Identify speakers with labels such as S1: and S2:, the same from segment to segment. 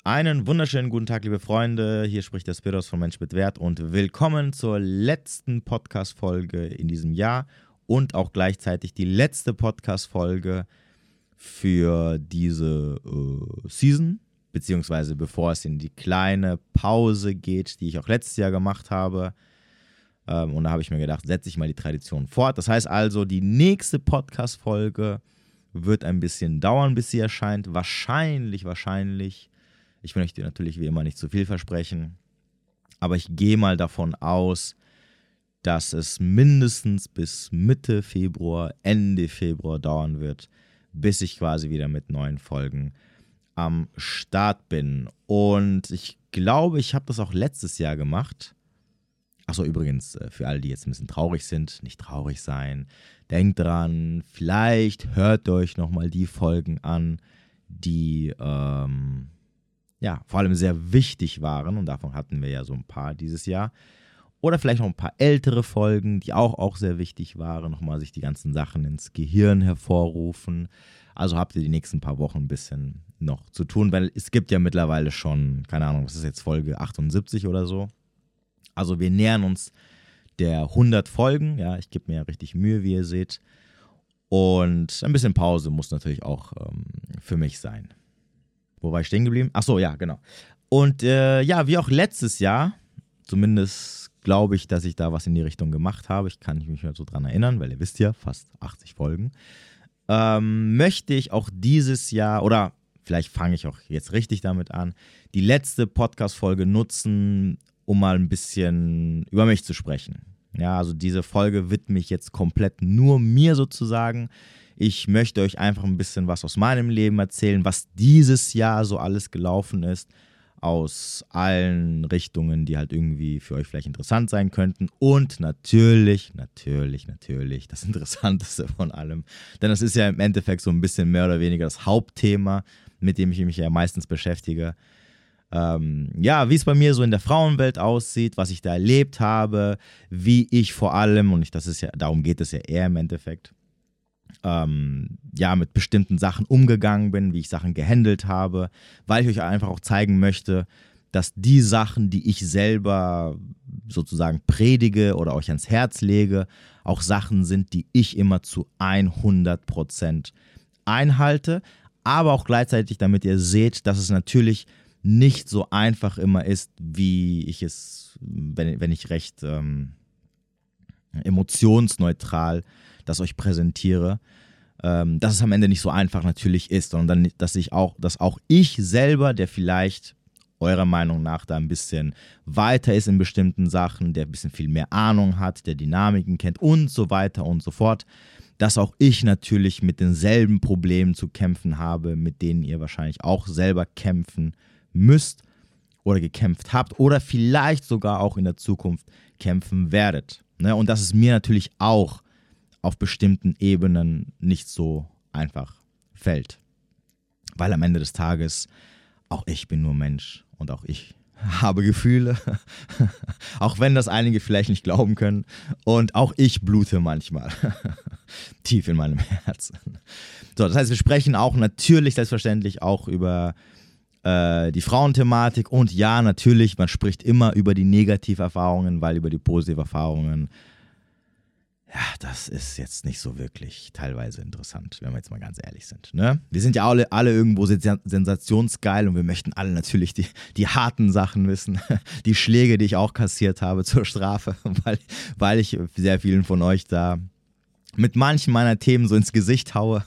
S1: Einen wunderschönen guten Tag, liebe Freunde. Hier spricht der Spiros von Mensch mit Wert und willkommen zur letzten Podcast-Folge in diesem Jahr und auch gleichzeitig die letzte Podcast-Folge für diese Season, beziehungsweise bevor es in die kleine Pause geht, die ich auch letztes Jahr gemacht habe. Und da habe ich mir gedacht, setze ich mal die Tradition fort. Das heißt also, die nächste Podcast-Folge wird ein bisschen dauern, bis sie erscheint. Wahrscheinlich. Ich möchte natürlich wie immer nicht zu viel versprechen, aber ich gehe mal davon aus, dass es mindestens bis Mitte Februar, Ende Februar dauern wird, bis ich quasi wieder mit neuen Folgen am Start bin. Und ich glaube, ich habe das auch letztes Jahr gemacht. Achso, übrigens, für alle, die jetzt ein bisschen traurig sind, nicht traurig sein. Denkt dran, vielleicht hört euch nochmal die Folgen an, die vor allem sehr wichtig waren. Und davon hatten wir ja so ein paar dieses Jahr. Oder vielleicht noch ein paar ältere Folgen, die auch sehr wichtig waren. Nochmal sich die ganzen Sachen ins Gehirn hervorrufen. Also habt ihr die nächsten paar Wochen ein bisschen noch zu tun, weil es gibt ja mittlerweile schon, keine Ahnung, was ist jetzt Folge 78 oder so. Also wir nähern uns der 100 Folgen. Ja, ich gebe mir ja richtig Mühe, wie ihr seht. Und ein bisschen Pause muss natürlich auch für mich sein. Wo war ich stehen geblieben? Achso, ja, genau. Und wie auch letztes Jahr, zumindest glaube ich, dass ich da was in die Richtung gemacht habe. Ich kann mich nicht so dran erinnern, weil ihr wisst ja, fast 80 Folgen. Möchte ich auch dieses Jahr, oder vielleicht fange ich auch jetzt richtig damit an, die letzte Podcast-Folge nutzen, um mal ein bisschen über mich zu sprechen. Ja, also diese Folge widme ich jetzt komplett nur mir sozusagen. Ich möchte euch einfach ein bisschen was aus meinem Leben erzählen, was dieses Jahr so alles gelaufen ist, aus allen Richtungen, die halt irgendwie für euch vielleicht interessant sein könnten. Und natürlich das Interessanteste von allem, denn das ist ja im Endeffekt so ein bisschen mehr oder weniger das Hauptthema, mit dem ich mich ja meistens beschäftige. Wie es bei mir so in der Frauenwelt aussieht, was ich da erlebt habe, wie ich vor allem, darum geht es ja eher im Endeffekt, mit bestimmten Sachen umgegangen bin, wie ich Sachen gehandelt habe, weil ich euch einfach auch zeigen möchte, dass die Sachen, die ich selber sozusagen predige oder euch ans Herz lege, auch Sachen sind, die ich immer zu 100% einhalte, aber auch gleichzeitig, damit ihr seht, dass es natürlich nicht so einfach immer ist, wie ich es, wenn ich recht emotionsneutral das euch präsentiere, dass es am Ende nicht so einfach natürlich ist, sondern dass auch ich selber, der vielleicht eurer Meinung nach da ein bisschen weiter ist in bestimmten Sachen, der ein bisschen viel mehr Ahnung hat, der Dynamiken kennt und so weiter und so fort, dass auch ich natürlich mit denselben Problemen zu kämpfen habe, mit denen ihr wahrscheinlich auch selber kämpfen müsst oder gekämpft habt oder vielleicht sogar auch in der Zukunft kämpfen werdet. Ne? Und dass es mir natürlich auch auf bestimmten Ebenen nicht so einfach fällt. Weil am Ende des Tages auch ich bin nur Mensch und auch ich habe Gefühle, auch wenn das einige vielleicht nicht glauben können. Und auch ich blute manchmal tief in meinem Herzen. So, das heißt, wir sprechen auch natürlich selbstverständlich auch über die Frauenthematik und ja, natürlich, man spricht immer über die Negativerfahrungen, weil über die Positiverfahrungen, ja, das ist jetzt nicht so wirklich teilweise interessant, wenn wir jetzt mal ganz ehrlich sind. Ne? Wir sind ja alle irgendwo sensationsgeil und wir möchten alle natürlich die harten Sachen wissen, die Schläge, die ich auch kassiert habe zur Strafe, weil ich sehr vielen von euch da mit manchen meiner Themen so ins Gesicht haue.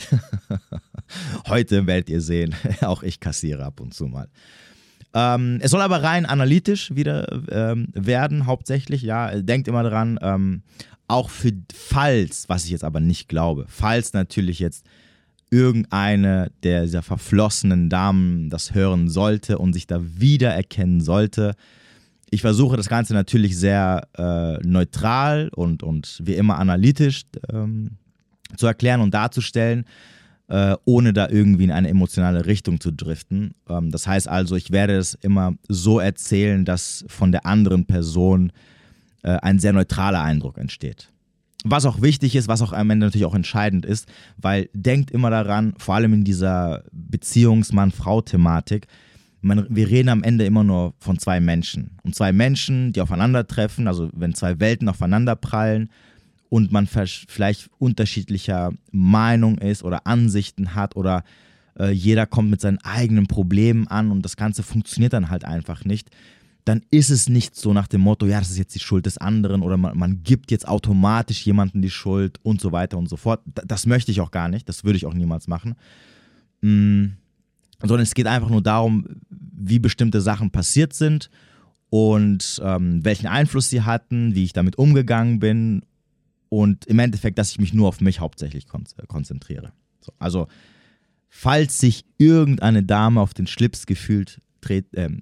S1: Heute werdet ihr sehen, auch ich kassiere ab und zu mal. Es soll aber rein analytisch wieder werden, hauptsächlich. Ja, denkt immer dran, auch was ich jetzt aber nicht glaube, falls natürlich jetzt irgendeine dieser verflossenen Damen das hören sollte und sich da wiedererkennen sollte. Ich versuche das Ganze natürlich sehr neutral und wie immer analytisch zu erklären und darzustellen, ohne da irgendwie in eine emotionale Richtung zu driften. Das heißt also, ich werde es immer so erzählen, dass von der anderen Person ein sehr neutraler Eindruck entsteht. Was auch wichtig ist, was auch am Ende natürlich auch entscheidend ist, weil denkt immer daran, vor allem in dieser Beziehungs-Mann-Frau-Thematik, wir reden am Ende immer nur von zwei Menschen. Und zwei Menschen, die aufeinandertreffen, also wenn zwei Welten aufeinander prallen und man vielleicht unterschiedlicher Meinung ist oder Ansichten hat oder jeder kommt mit seinen eigenen Problemen an und das Ganze funktioniert dann halt einfach nicht, dann ist es nicht so nach dem Motto, ja, das ist jetzt die Schuld des anderen oder man gibt jetzt automatisch jemandem die Schuld und so weiter und so fort. Das möchte ich auch gar nicht, das würde ich auch niemals machen. Sondern es geht einfach nur darum, wie bestimmte Sachen passiert sind und welchen Einfluss sie hatten, wie ich damit umgegangen bin und im Endeffekt, dass ich mich nur auf mich hauptsächlich konzentriere. So, also, falls sich irgendeine Dame auf den Schlips getreten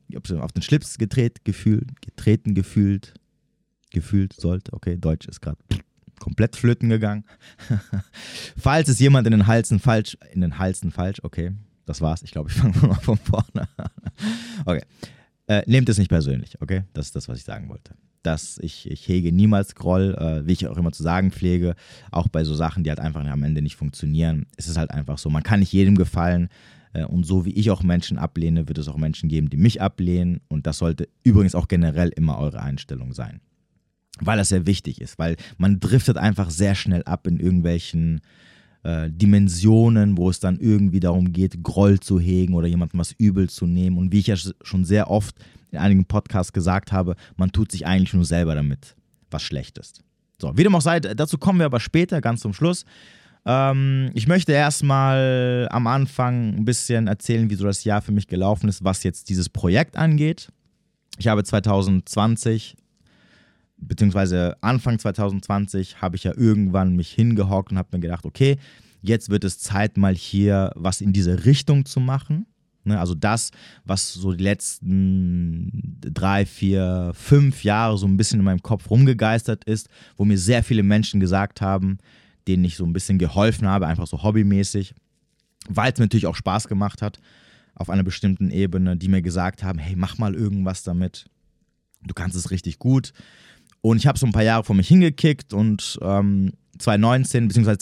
S1: gefühlt sollte, okay, Deutsch ist gerade komplett flöten gegangen. Falls es jemand in den Halsen falsch, okay, das war's. Ich glaube, ich fange mal von vorne an. Okay. Nehmt es nicht persönlich, okay? Das ist das, was ich sagen wollte. Ich hege niemals Groll, wie ich auch immer zu sagen pflege, auch bei so Sachen, die halt einfach am Ende nicht funktionieren. Es ist halt einfach so, man kann nicht jedem gefallen und so wie ich auch Menschen ablehne, wird es auch Menschen geben, die mich ablehnen und das sollte übrigens auch generell immer eure Einstellung sein. Weil das sehr wichtig ist, weil man driftet einfach sehr schnell ab in irgendwelchen Dimensionen, wo es dann irgendwie darum geht, Groll zu hegen oder jemandem was übel zu nehmen. Und wie ich ja schon sehr oft in einigen Podcasts gesagt habe, man tut sich eigentlich nur selber damit was Schlechtes. So, wie dem auch sei, dazu kommen wir aber später, ganz zum Schluss. Ich möchte erstmal am Anfang ein bisschen erzählen, wie so das Jahr für mich gelaufen ist, was jetzt dieses Projekt angeht. Ich habe 2020 beziehungsweise Anfang 2020 habe ich ja irgendwann mich hingehockt und habe mir gedacht, okay, jetzt wird es Zeit, mal hier was in diese Richtung zu machen. Ne, also das, was so die letzten 3, 4, 5 Jahre so ein bisschen in meinem Kopf rumgegeistert ist, wo mir sehr viele Menschen gesagt haben, denen ich so ein bisschen geholfen habe, einfach so hobbymäßig, weil es mir natürlich auch Spaß gemacht hat, auf einer bestimmten Ebene, die mir gesagt haben, hey, mach mal irgendwas damit, du kannst es richtig gut. Und ich habe so ein paar Jahre vor mich hingekickt und 2019 bzw.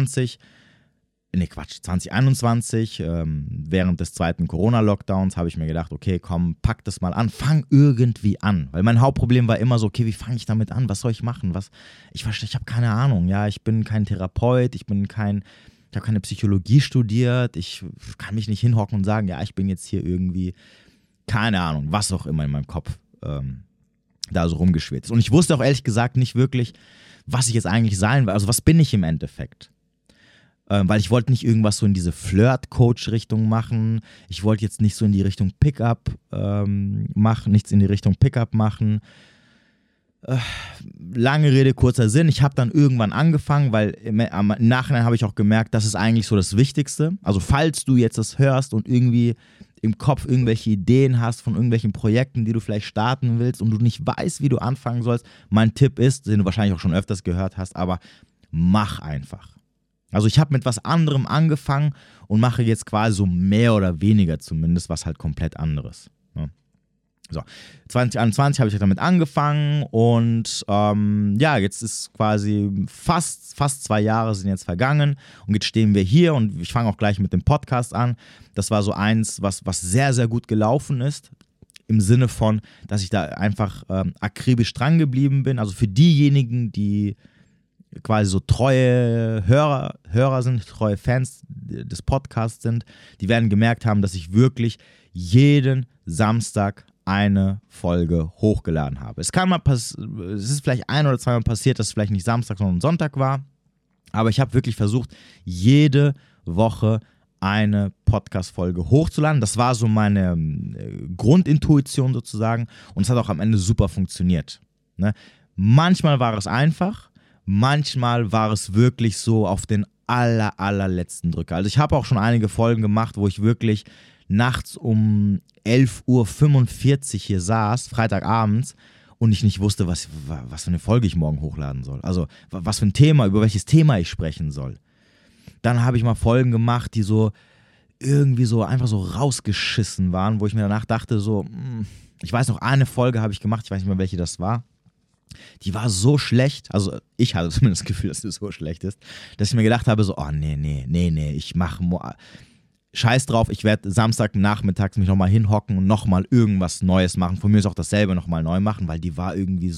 S1: 2021, während des zweiten Corona-Lockdowns, habe ich mir gedacht, okay, komm, pack das mal an, fang irgendwie an. Weil mein Hauptproblem war immer so, okay, wie fange ich damit an? Was soll ich machen? Ich habe keine Ahnung, ja, ich bin kein Therapeut, ich habe keine Psychologie studiert, ich kann mich nicht hinhocken und sagen, ja, ich bin jetzt hier irgendwie, keine Ahnung, was auch immer in meinem Kopf da so rumgeschwirrt ist. Und ich wusste auch ehrlich gesagt nicht wirklich, was ich jetzt eigentlich sein will. Also was bin ich im Endeffekt? Weil ich wollte nicht irgendwas so in diese Flirt-Coach-Richtung machen. Ich wollte jetzt nicht so in die Richtung Pickup nichts in die Richtung Pickup machen. Lange Rede, kurzer Sinn. Ich habe dann irgendwann angefangen, weil im Nachhinein habe ich auch gemerkt, das ist eigentlich so das Wichtigste. Also falls du jetzt das hörst und irgendwie im Kopf irgendwelche Ideen hast von irgendwelchen Projekten, die du vielleicht starten willst und du nicht weißt, wie du anfangen sollst, mein Tipp ist, den du wahrscheinlich auch schon öfters gehört hast, aber mach einfach. Also ich habe mit was anderem angefangen und mache jetzt quasi so mehr oder weniger zumindest was halt komplett anderes. Ja. So, 2021 habe ich damit angefangen und jetzt ist quasi fast 2 Jahre sind jetzt vergangen und jetzt stehen wir hier und ich fange auch gleich mit dem Podcast an. Das war so eins, was sehr, sehr gut gelaufen ist, im Sinne von, dass ich da einfach akribisch dran geblieben bin. Also für diejenigen, die quasi so treue Hörer sind, treue Fans des Podcasts sind, die werden gemerkt haben, dass ich wirklich jeden Samstag eine Folge hochgeladen habe. Es ist vielleicht 1 oder 2 Mal passiert, dass es vielleicht nicht Samstag, sondern Sonntag war, aber ich habe wirklich versucht, jede Woche eine Podcast-Folge hochzuladen. Das war so meine Grundintuition sozusagen und es hat auch am Ende super funktioniert. Ne? Manchmal war es einfach, manchmal war es wirklich so auf den allerletzten Drücker. Also ich habe auch schon einige Folgen gemacht, wo ich wirklich nachts um 11:45 Uhr hier saß, Freitagabends, und ich nicht wusste, was für eine Folge ich morgen hochladen soll. Also was für ein Thema, über welches Thema ich sprechen soll. Dann habe ich mal Folgen gemacht, die so irgendwie so einfach so rausgeschissen waren, wo ich mir danach dachte so, ich weiß noch, eine Folge habe ich gemacht, ich weiß nicht mehr, welche das war. Die war so schlecht, also ich hatte zumindest das Gefühl, dass die so schlecht ist, dass ich mir gedacht habe so, oh nee, ich mache scheiß drauf, ich werde Samstagnachmittags mich nochmal hinhocken und nochmal irgendwas Neues machen. Von mir ist auch dasselbe nochmal neu machen, weil die war irgendwie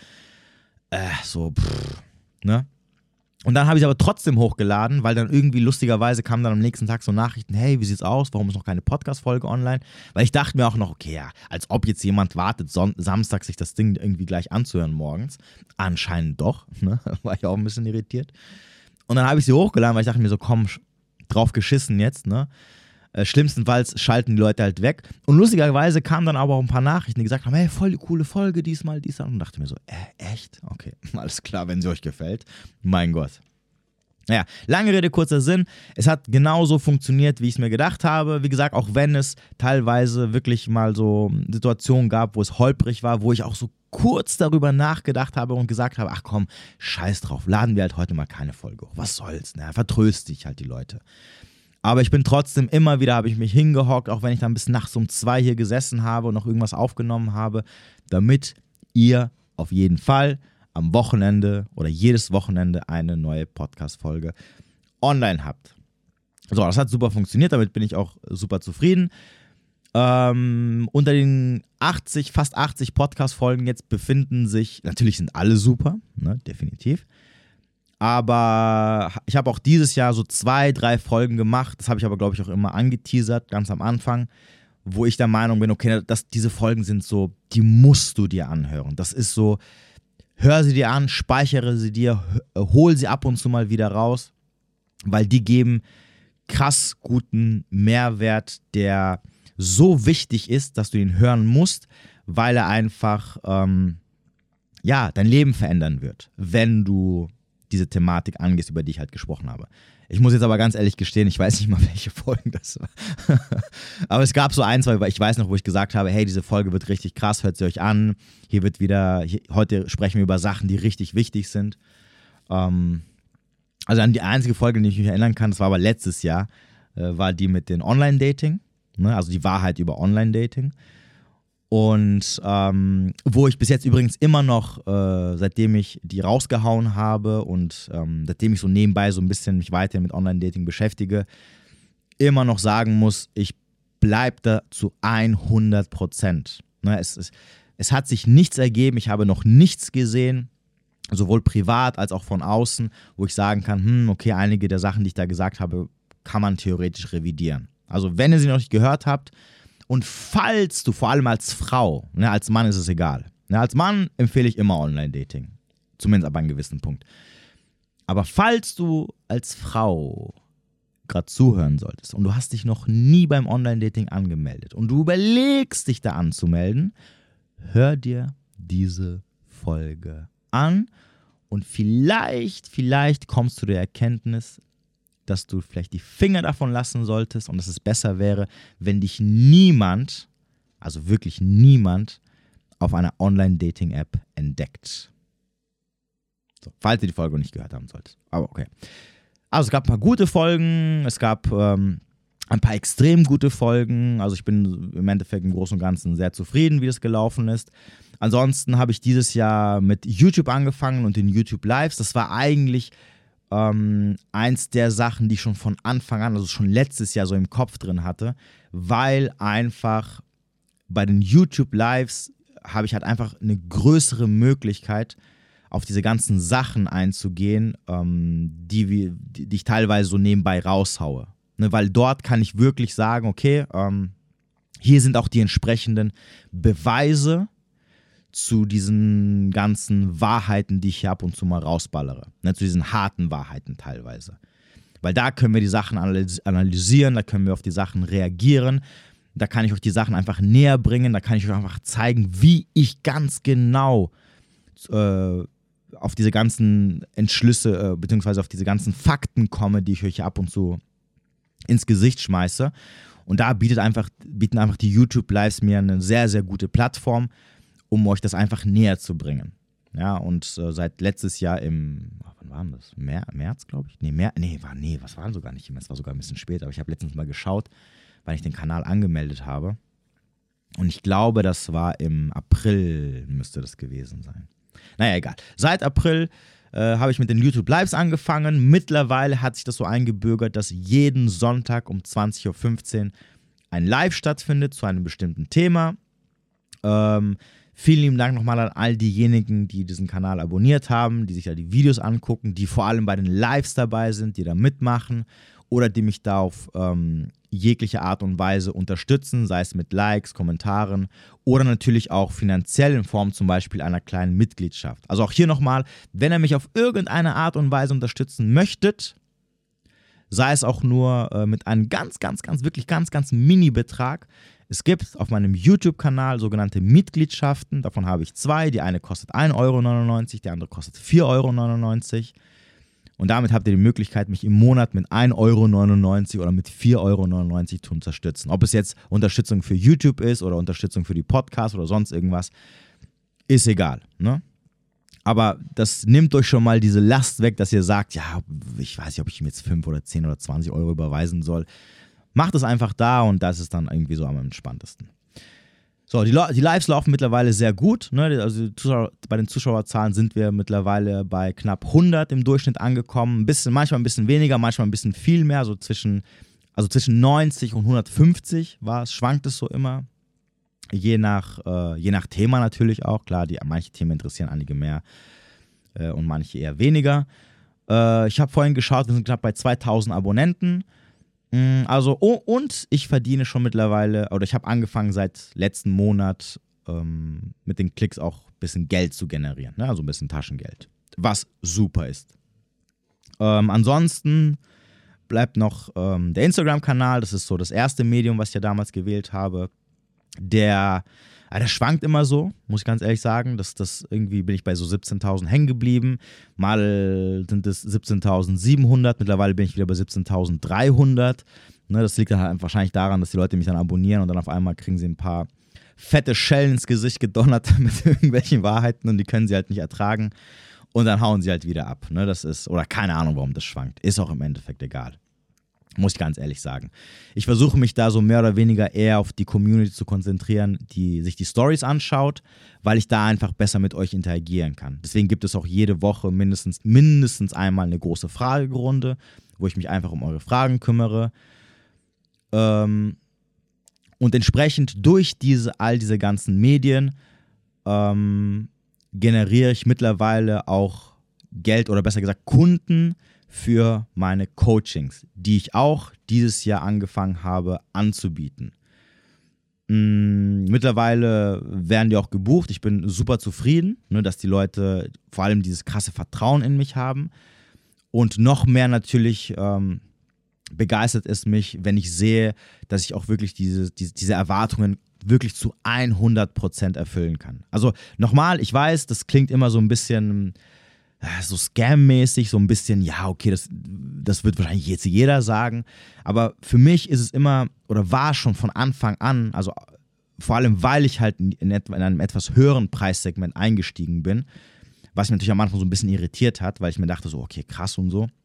S1: ne? Und dann habe ich es aber trotzdem hochgeladen, weil dann irgendwie lustigerweise kamen dann am nächsten Tag so Nachrichten, hey, wie sieht's aus, warum ist noch keine Podcast-Folge online? Weil ich dachte mir auch noch, okay, ja, als ob jetzt jemand wartet, Samstag sich das Ding irgendwie gleich anzuhören morgens. Anscheinend doch, ne? War ich auch ein bisschen irritiert. Und dann habe ich sie hochgeladen, weil ich dachte mir so, komm, drauf geschissen jetzt, ne? Schlimmstenfalls schalten die Leute halt weg. Und lustigerweise kamen dann aber auch ein paar Nachrichten, die gesagt haben, hey, voll die coole Folge diesmal. Und dachte mir so, echt? Okay, alles klar, wenn sie euch gefällt. Mein Gott. Naja, lange Rede, kurzer Sinn. Es hat genauso funktioniert, wie ich es mir gedacht habe. Wie gesagt, auch wenn es teilweise wirklich mal so Situationen gab, wo es holprig war, wo ich auch so kurz darüber nachgedacht habe und gesagt habe, ach komm, scheiß drauf, laden wir halt heute mal keine Folge hoch. Was soll's, ne? Vertröste ich halt die Leute. Aber ich bin trotzdem immer wieder, habe ich mich hingehockt, auch wenn ich dann bis nachts um 2 hier gesessen habe und noch irgendwas aufgenommen habe, damit ihr auf jeden Fall am Wochenende oder jedes Wochenende eine neue Podcast-Folge online habt. So, das hat super funktioniert, damit bin ich auch super zufrieden. Unter den fast 80 Podcast-Folgen jetzt befinden sich, natürlich sind alle super, ne, definitiv. Aber ich habe auch dieses Jahr so 2, 3 Folgen gemacht. Das habe ich aber, glaube ich, auch immer angeteasert, ganz am Anfang, wo ich der Meinung bin, okay, diese Folgen sind so, die musst du dir anhören. Das ist so, hör sie dir an, speichere sie dir, hol sie ab und zu mal wieder raus, weil die geben krass guten Mehrwert, der so wichtig ist, dass du ihn hören musst, weil er einfach, dein Leben verändern wird, wenn du diese Thematik angehst, über die ich halt gesprochen habe. Ich muss jetzt aber ganz ehrlich gestehen, ich weiß nicht mal, welche Folgen das war. Aber es gab so 1, 2, weil ich weiß noch, wo ich gesagt habe, hey, diese Folge wird richtig krass, hört sie euch an. Heute sprechen wir über Sachen, die richtig wichtig sind. Also an die einzige Folge, an die ich mich erinnern kann, das war aber letztes Jahr, war die mit den Online-Dating, ne? Also die Wahrheit über Online-Dating. Und wo ich bis jetzt übrigens immer noch, seitdem ich die rausgehauen habe und seitdem ich so nebenbei so ein bisschen mich weiter mit Online-Dating beschäftige, immer noch sagen muss, ich bleibe da zu 100%. Ne, es hat sich nichts ergeben, ich habe noch nichts gesehen, sowohl privat als auch von außen, wo ich sagen kann, okay, einige der Sachen, die ich da gesagt habe, kann man theoretisch revidieren. Also wenn ihr sie noch nicht gehört habt, und falls du, vor allem als Frau, ne, als Mann ist es egal. Ne, als Mann empfehle ich immer Online-Dating. Zumindest ab einem gewissen Punkt. Aber falls du als Frau gerade zuhören solltest und du hast dich noch nie beim Online-Dating angemeldet und du überlegst, dich da anzumelden, hör dir diese Folge an und vielleicht kommst du der Erkenntnis, dass du vielleicht die Finger davon lassen solltest und dass es besser wäre, wenn dich niemand, also wirklich niemand, auf einer Online-Dating-App entdeckt. So, falls ihr die Folge nicht gehört haben solltet. Aber okay. Also es gab ein paar gute Folgen, es gab ein paar extrem gute Folgen. Also ich bin im Endeffekt im Großen und Ganzen sehr zufrieden, wie das gelaufen ist. Ansonsten habe ich dieses Jahr mit YouTube angefangen und den YouTube Lives. Das war eigentlich eins der Sachen, die ich schon von Anfang an, also schon letztes Jahr so im Kopf drin hatte, weil einfach bei den YouTube Lives habe ich halt einfach eine größere Möglichkeit, auf diese ganzen Sachen einzugehen, die ich teilweise so nebenbei raushaue. Ne, weil dort kann ich wirklich sagen, okay, hier sind auch die entsprechenden Beweise zu diesen ganzen Wahrheiten, die ich hier ab und zu mal rausballere. Ne, zu diesen harten Wahrheiten teilweise. Weil da können wir die Sachen analysieren, da können wir auf die Sachen reagieren, da kann ich euch die Sachen einfach näher bringen, da kann ich euch einfach zeigen, wie ich ganz genau auf diese ganzen Entschlüsse beziehungsweise auf diese ganzen Fakten komme, die ich euch ab und zu ins Gesicht schmeiße. Und da bieten einfach die YouTube-Lives mir eine sehr, sehr gute Plattform, um euch das einfach näher zu bringen. Ja, und seit letztes Jahr wann war das? März, glaube ich? Was war so gar nicht im März, war sogar ein bisschen später, aber ich habe letztens mal geschaut, weil ich den Kanal angemeldet habe. Und ich glaube, das war im April, müsste das gewesen sein. Naja, egal. Seit April habe ich mit den YouTube Lives angefangen. Mittlerweile hat sich das so eingebürgert, dass jeden Sonntag um 20:15 Uhr ein Live stattfindet zu einem bestimmten Thema. Vielen lieben Dank nochmal an all diejenigen, die diesen Kanal abonniert haben, die sich da die Videos angucken, die vor allem bei den Lives dabei sind, die da mitmachen oder die mich da auf jegliche Art und Weise unterstützen, sei es mit Likes, Kommentaren oder natürlich auch finanziell in Form zum Beispiel einer kleinen Mitgliedschaft. Also auch hier nochmal, wenn ihr mich auf irgendeine Art und Weise unterstützen möchtet, sei es auch nur mit einem ganz Mini-Betrag. Es gibt auf meinem YouTube-Kanal sogenannte Mitgliedschaften, davon habe ich 2. Die eine kostet 1,99 €, die andere kostet 4,99 €. Und damit habt ihr die Möglichkeit, mich im Monat mit 1,99 € oder mit 4,99 € zu unterstützen. Ob es jetzt Unterstützung für YouTube ist oder Unterstützung für die Podcasts oder sonst irgendwas, ist egal, ne? Aber das nimmt euch schon mal diese Last weg, dass ihr sagt, ja, ich weiß nicht, ob ich ihm jetzt 5 oder 10 oder 20 € überweisen soll. Macht es einfach da und das ist dann irgendwie so am entspanntesten. So, die Lives laufen mittlerweile sehr gut, ne? Also bei den Zuschauerzahlen sind wir mittlerweile bei knapp 100 im Durchschnitt angekommen. Manchmal ein bisschen weniger, manchmal ein bisschen viel mehr, so zwischen 90 und 150 schwankt es so immer. Je nach Thema natürlich auch, klar, manche Themen interessieren einige mehr und manche eher weniger. Ich habe vorhin geschaut, wir sind knapp bei 2000 Abonnenten. Und ich verdiene schon mittlerweile, oder ich habe angefangen seit letzten Monat mit den Klicks auch ein bisschen Geld zu generieren, ne? Also ein bisschen Taschengeld, was super ist. Ansonsten bleibt noch der Instagram-Kanal, das ist so das erste Medium, was ich ja damals gewählt habe. Der schwankt immer so, muss ich ganz ehrlich sagen. Irgendwie bin ich bei so 17.000 hängen geblieben. Mal sind es 17.700, mittlerweile bin ich wieder bei 17.300. Ne, das liegt dann halt wahrscheinlich daran, dass die Leute mich dann abonnieren und dann auf einmal kriegen sie ein paar fette Schellen ins Gesicht gedonnert mit irgendwelchen Wahrheiten und die können sie halt nicht ertragen. Und dann hauen sie halt wieder ab. Ne, oder keine Ahnung, warum das schwankt. Ist auch im Endeffekt egal. Muss ich ganz ehrlich sagen. Ich versuche mich da so mehr oder weniger eher auf die Community zu konzentrieren, die sich die Stories anschaut, weil ich da einfach besser mit euch interagieren kann. Deswegen gibt es auch jede Woche mindestens einmal eine große Fragerunde, wo ich mich einfach um eure Fragen kümmere. Und entsprechend durch all diese ganzen Medien generiere ich mittlerweile auch Geld oder besser gesagt Kunden für meine Coachings, die ich auch dieses Jahr angefangen habe anzubieten. Mittlerweile werden die auch gebucht. Ich bin super zufrieden, ne, dass die Leute vor allem dieses krasse Vertrauen in mich haben. Und noch mehr natürlich begeistert es mich, wenn ich sehe, dass ich auch wirklich diese Erwartungen wirklich zu 100% erfüllen kann. Also nochmal, ich weiß, das klingt immer so ein bisschen so scam-mäßig, so ein bisschen, ja, okay, das wird wahrscheinlich jetzt jeder sagen, aber für mich ist es immer, oder war schon von Anfang an, also vor allem, weil ich halt in einem etwas höheren Preissegment eingestiegen bin, was mich natürlich am Anfang so ein bisschen irritiert hat, weil ich mir dachte so, okay, krass und so.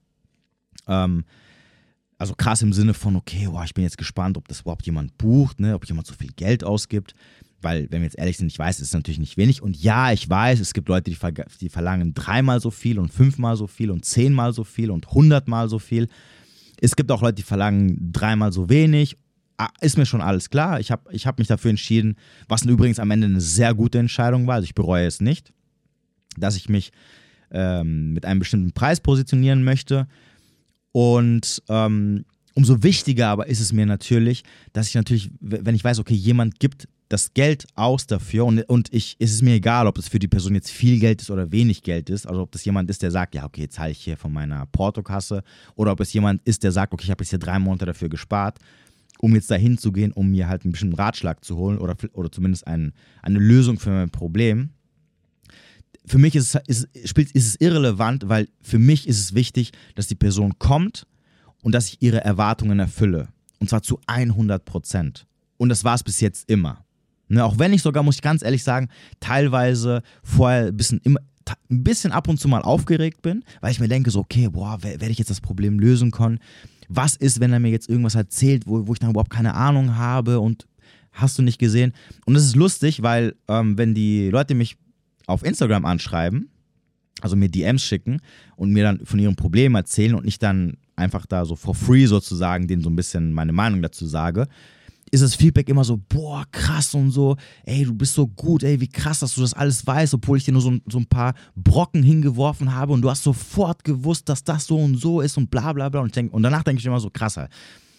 S1: Also krass im Sinne von, okay, ich bin jetzt gespannt, ob das überhaupt jemand bucht, ne, ob jemand so viel Geld ausgibt. Weil, wenn wir jetzt ehrlich sind, ich weiß, es ist natürlich nicht wenig. Und ja, ich weiß, es gibt Leute, die verlangen 3-mal so viel und 5-mal so viel und 10-mal so viel und 100-mal so viel. Es gibt auch Leute, die verlangen 3-mal so wenig. Ist mir schon alles klar. Ich hab mich dafür entschieden, was übrigens am Ende eine sehr gute Entscheidung war. Also ich bereue es nicht, dass ich mich mit einem bestimmten Preis positionieren möchte. Und umso wichtiger aber ist es mir natürlich, dass ich natürlich, wenn ich weiß, okay, jemand gibt das Geld aus dafür und ist es mir egal, ob das für die Person jetzt viel Geld ist oder wenig Geld ist, also ob das jemand ist, der sagt, ja, okay, jetzt zahle ich hier von meiner Portokasse, oder ob es jemand ist, der sagt, okay, ich habe jetzt hier 3 Monate dafür gespart, um jetzt dahin zu gehen, um mir halt einen bestimmten Ratschlag zu holen oder zumindest eine Lösung für mein Problem. Für mich ist es irrelevant, weil für mich ist es wichtig, dass die Person kommt und dass ich ihre Erwartungen erfülle. Und zwar zu 100%. Und das war es bis jetzt immer. Ne, auch wenn ich sogar, muss ich ganz ehrlich sagen, teilweise vorher ein bisschen ab und zu mal aufgeregt bin, weil ich mir denke so, okay, werde ich jetzt das Problem lösen können? Was ist, wenn er mir jetzt irgendwas erzählt, wo ich dann überhaupt keine Ahnung habe und hast du nicht gesehen? Und das ist lustig, weil wenn die Leute mich auf Instagram anschreiben, also mir DMs schicken und mir dann von ihren Problemen erzählen und ich dann einfach da so for free sozusagen denen so ein bisschen meine Meinung dazu sage, ist das Feedback immer so, boah, krass und so, ey, du bist so gut, ey, wie krass, dass du das alles weißt, obwohl ich dir nur so ein paar Brocken hingeworfen habe und du hast sofort gewusst, dass das so und so ist und bla bla bla. Und danach denke ich immer so, krasser.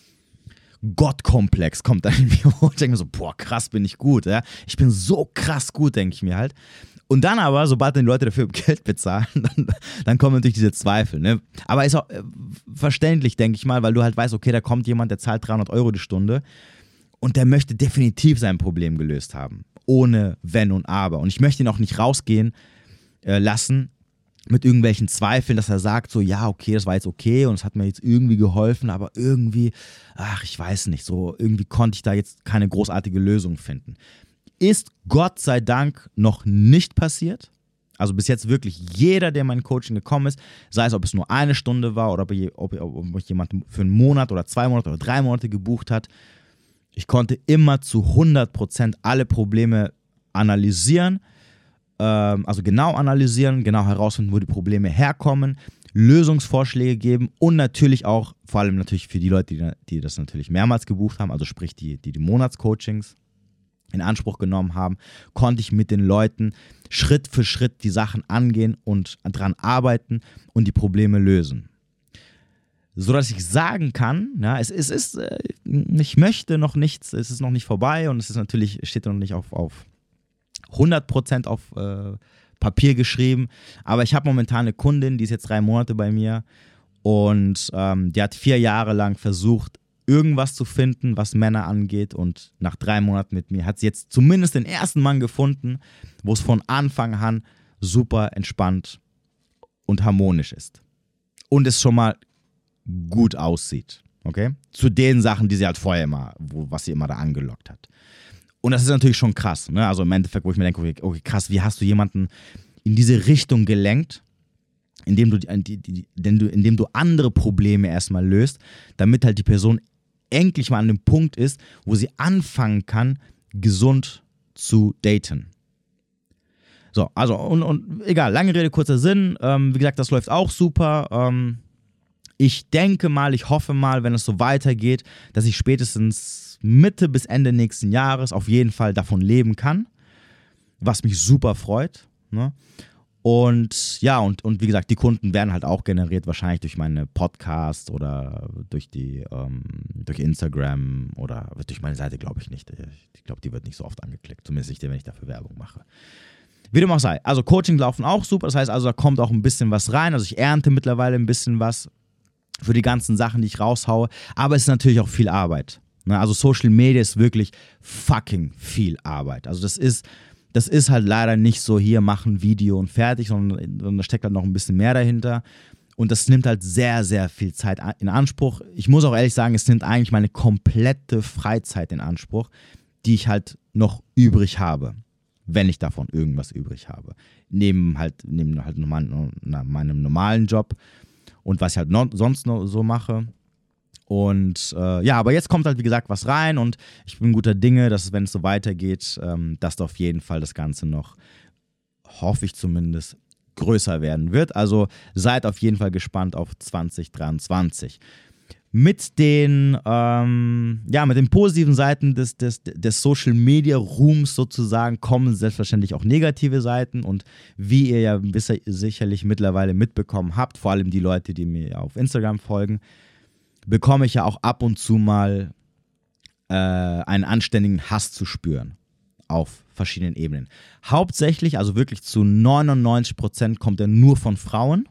S1: Gottkomplex kommt dann in mir hoch. Ich denke mir so, boah, krass bin ich gut, ja. Ich bin so krass gut, denke ich mir halt. Und dann aber, sobald dann die Leute dafür Geld bezahlen, dann kommen natürlich diese Zweifel, ne? Aber ist auch verständlich, denke ich mal, weil du halt weißt, okay, da kommt jemand, der zahlt 300 Euro die Stunde und der möchte definitiv sein Problem gelöst haben. Ohne Wenn und Aber. Und ich möchte ihn auch nicht rausgehen lassen mit irgendwelchen Zweifeln, dass er sagt so, ja, okay, das war jetzt okay und es hat mir jetzt irgendwie geholfen, aber irgendwie, ach, ich weiß nicht, so irgendwie konnte ich da jetzt keine großartige Lösung finden. Ist Gott sei Dank noch nicht passiert. Also bis jetzt wirklich jeder, der in mein Coaching gekommen ist, sei es, ob es nur eine Stunde war oder ob mich jemand für einen Monat oder 2 Monate oder 3 Monate gebucht hat, ich konnte immer zu 100% alle Probleme analysieren, also genau analysieren, genau herausfinden, wo die Probleme herkommen, Lösungsvorschläge geben und natürlich auch, vor allem natürlich für die Leute, die das natürlich mehrmals gebucht haben, also sprich die Monatscoachings in Anspruch genommen haben, konnte ich mit den Leuten Schritt für Schritt die Sachen angehen und dran arbeiten und die Probleme lösen. So dass ich sagen kann, ja, ich möchte noch nichts, es ist noch nicht vorbei und es ist natürlich, steht noch nicht auf 100% auf Papier geschrieben, aber ich habe momentan eine Kundin, die ist jetzt 3 Monate bei mir und die hat 4 Jahre lang versucht, irgendwas zu finden, was Männer angeht und nach 3 Monaten mit mir hat sie jetzt zumindest den ersten Mann gefunden, wo es von Anfang an super entspannt und harmonisch ist und es schon mal gut aussieht, okay? Zu den Sachen, die sie halt vorher immer, was sie immer da angelockt hat. Und das ist natürlich schon krass, ne? Also im Endeffekt, wo ich mir denke, okay, krass, wie hast du jemanden in diese Richtung gelenkt, indem du andere Probleme erstmal löst, damit halt die Person endlich mal an dem Punkt ist, wo sie anfangen kann, gesund zu daten. So, also und egal, lange Rede, kurzer Sinn. Wie gesagt, das läuft auch super. Ich denke mal, ich hoffe mal, wenn es so weitergeht, dass ich spätestens Mitte bis Ende nächsten Jahres auf jeden Fall davon leben kann, was mich super freut, ne? Und ja, und wie gesagt, die Kunden werden halt auch generiert, wahrscheinlich durch meine Podcasts oder durch Instagram oder durch meine Seite, glaube ich nicht. Ich glaube, die wird nicht so oft angeklickt, zumindest nicht, wenn ich dafür Werbung mache. Wie dem auch sei. Also Coaching laufen auch super, das heißt also, da kommt auch ein bisschen was rein. Also ich ernte mittlerweile ein bisschen was für die ganzen Sachen, die ich raushaue, aber es ist natürlich auch viel Arbeit. Also Social Media ist wirklich fucking viel Arbeit. Also das ist halt leider nicht so, hier machen Video und fertig, sondern da steckt halt noch ein bisschen mehr dahinter. Und das nimmt halt sehr, sehr viel Zeit in Anspruch. Ich muss auch ehrlich sagen, es nimmt eigentlich meine komplette Freizeit in Anspruch, die ich halt noch übrig habe, wenn ich davon irgendwas übrig habe. Neben meinem normalen Job und was ich halt sonst noch so mache. Und ja, aber jetzt kommt halt, wie gesagt, was rein und ich bin guter Dinge, dass, wenn es so weitergeht, dass da auf jeden Fall das Ganze noch, hoffe ich zumindest, größer werden wird. Also seid auf jeden Fall gespannt auf 2023. Mit den positiven Seiten des Social Media Ruhms sozusagen kommen selbstverständlich auch negative Seiten und wie ihr ja sicherlich mittlerweile mitbekommen habt, vor allem die Leute, die mir auf Instagram folgen, bekomme ich ja auch ab und zu mal einen anständigen Hass zu spüren auf verschiedenen Ebenen. Hauptsächlich, also wirklich zu 99% kommt er nur von Frauen.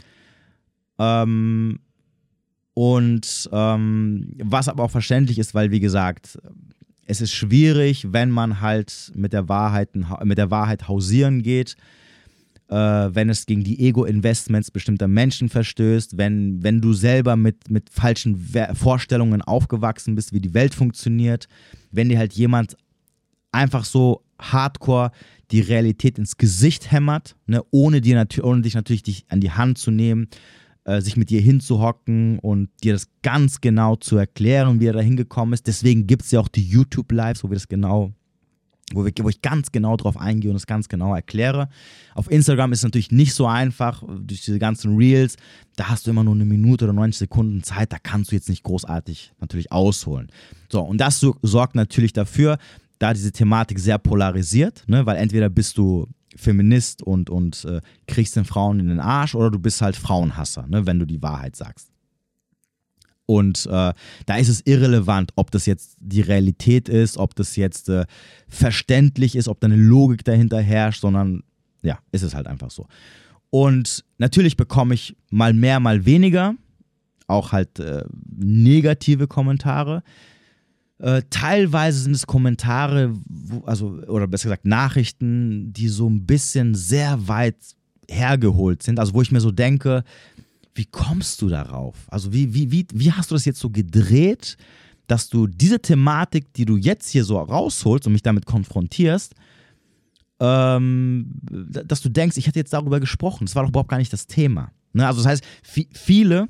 S1: Was aber auch verständlich ist, weil, wie gesagt, es ist schwierig, wenn man halt mit der Wahrheit hausieren geht, wenn es gegen die Ego-Investments bestimmter Menschen verstößt, wenn du selber mit falschen Vorstellungen aufgewachsen bist, wie die Welt funktioniert, wenn dir halt jemand einfach so hardcore die Realität ins Gesicht hämmert, ne, ohne dich natürlich an die Hand zu nehmen, sich mit dir hinzuhocken und dir das ganz genau zu erklären, wie er da hingekommen ist. Deswegen gibt es ja auch die YouTube-Lives, wo wir das genau wo ich ganz genau drauf eingehe und es ganz genau erkläre. Auf Instagram ist es natürlich nicht so einfach, durch diese ganzen Reels, da hast du immer nur 1 Minute oder 90 Sekunden Zeit, da kannst du jetzt nicht großartig natürlich ausholen. So, und das sorgt natürlich dafür, da diese Thematik sehr polarisiert, ne, weil entweder bist du Feminist und kriegst den Frauen in den Arsch oder du bist halt Frauenhasser, ne, wenn du die Wahrheit sagst. Und da ist es irrelevant, ob das jetzt die Realität ist, ob das jetzt verständlich ist, ob da eine Logik dahinter herrscht, sondern ja, ist es halt einfach so. Und natürlich bekomme ich mal mehr, mal weniger, auch halt negative Kommentare. Teilweise sind es Kommentare, oder besser gesagt Nachrichten, die so ein bisschen sehr weit hergeholt sind, also wo ich mir so denke, wie kommst du darauf? Also wie hast du das jetzt so gedreht, dass du diese Thematik, die du jetzt hier so rausholst und mich damit konfrontierst, dass du denkst, ich hätte jetzt darüber gesprochen. Das war doch überhaupt gar nicht das Thema. Ne? Also das heißt, viele,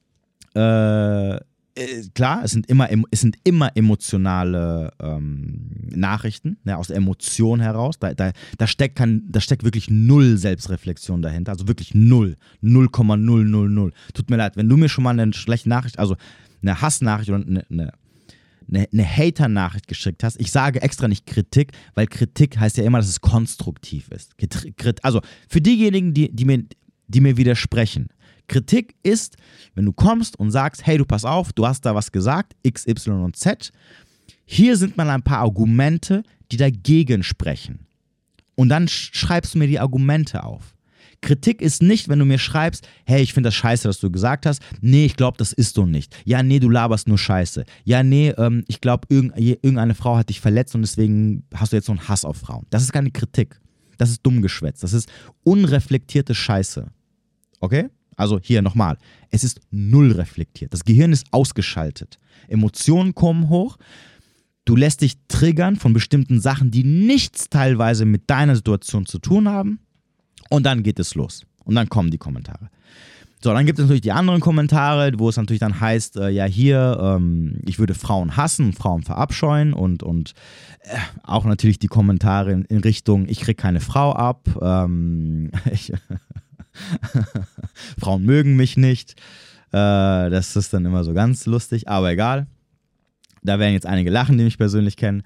S1: klar, es sind immer emotionale Nachrichten, ne, aus der Emotion heraus. Da steckt wirklich null Selbstreflexion dahinter, also wirklich 0,000. Tut mir leid, wenn du mir schon mal eine schlechte Nachricht, also eine Hassnachricht oder eine Hater-Nachricht geschickt hast, ich sage extra nicht Kritik, weil Kritik heißt ja immer, dass es konstruktiv ist. Also für diejenigen, die mir widersprechen, Kritik ist, wenn du kommst und sagst, hey, du pass auf, du hast da was gesagt, X, Y und Z. Hier sind mal ein paar Argumente, die dagegen sprechen. Und dann schreibst du mir die Argumente auf. Kritik ist nicht, wenn du mir schreibst, hey, ich finde das scheiße, was du gesagt hast. Nee, ich glaube, das ist so nicht. Ja, nee, du laberst nur Scheiße. Ja, nee, ich glaube, irgendeine Frau hat dich verletzt und deswegen hast du jetzt so einen Hass auf Frauen. Das ist keine Kritik. Das ist Dummgeschwätz. Das ist unreflektierte Scheiße. Okay? Also hier nochmal, es ist null reflektiert. Das Gehirn ist ausgeschaltet. Emotionen kommen hoch. Du lässt dich triggern von bestimmten Sachen, die nichts teilweise mit deiner Situation zu tun haben. Und dann geht es los. Und dann kommen die Kommentare. So, dann gibt es natürlich die anderen Kommentare, wo es natürlich dann heißt, ja hier, ich würde Frauen hassen, Frauen verabscheuen und auch natürlich die Kommentare in Richtung, ich kriege keine Frau ab, Frauen mögen mich nicht. Das ist dann immer so ganz lustig, aber egal. Da werden jetzt einige lachen, die mich persönlich kennen.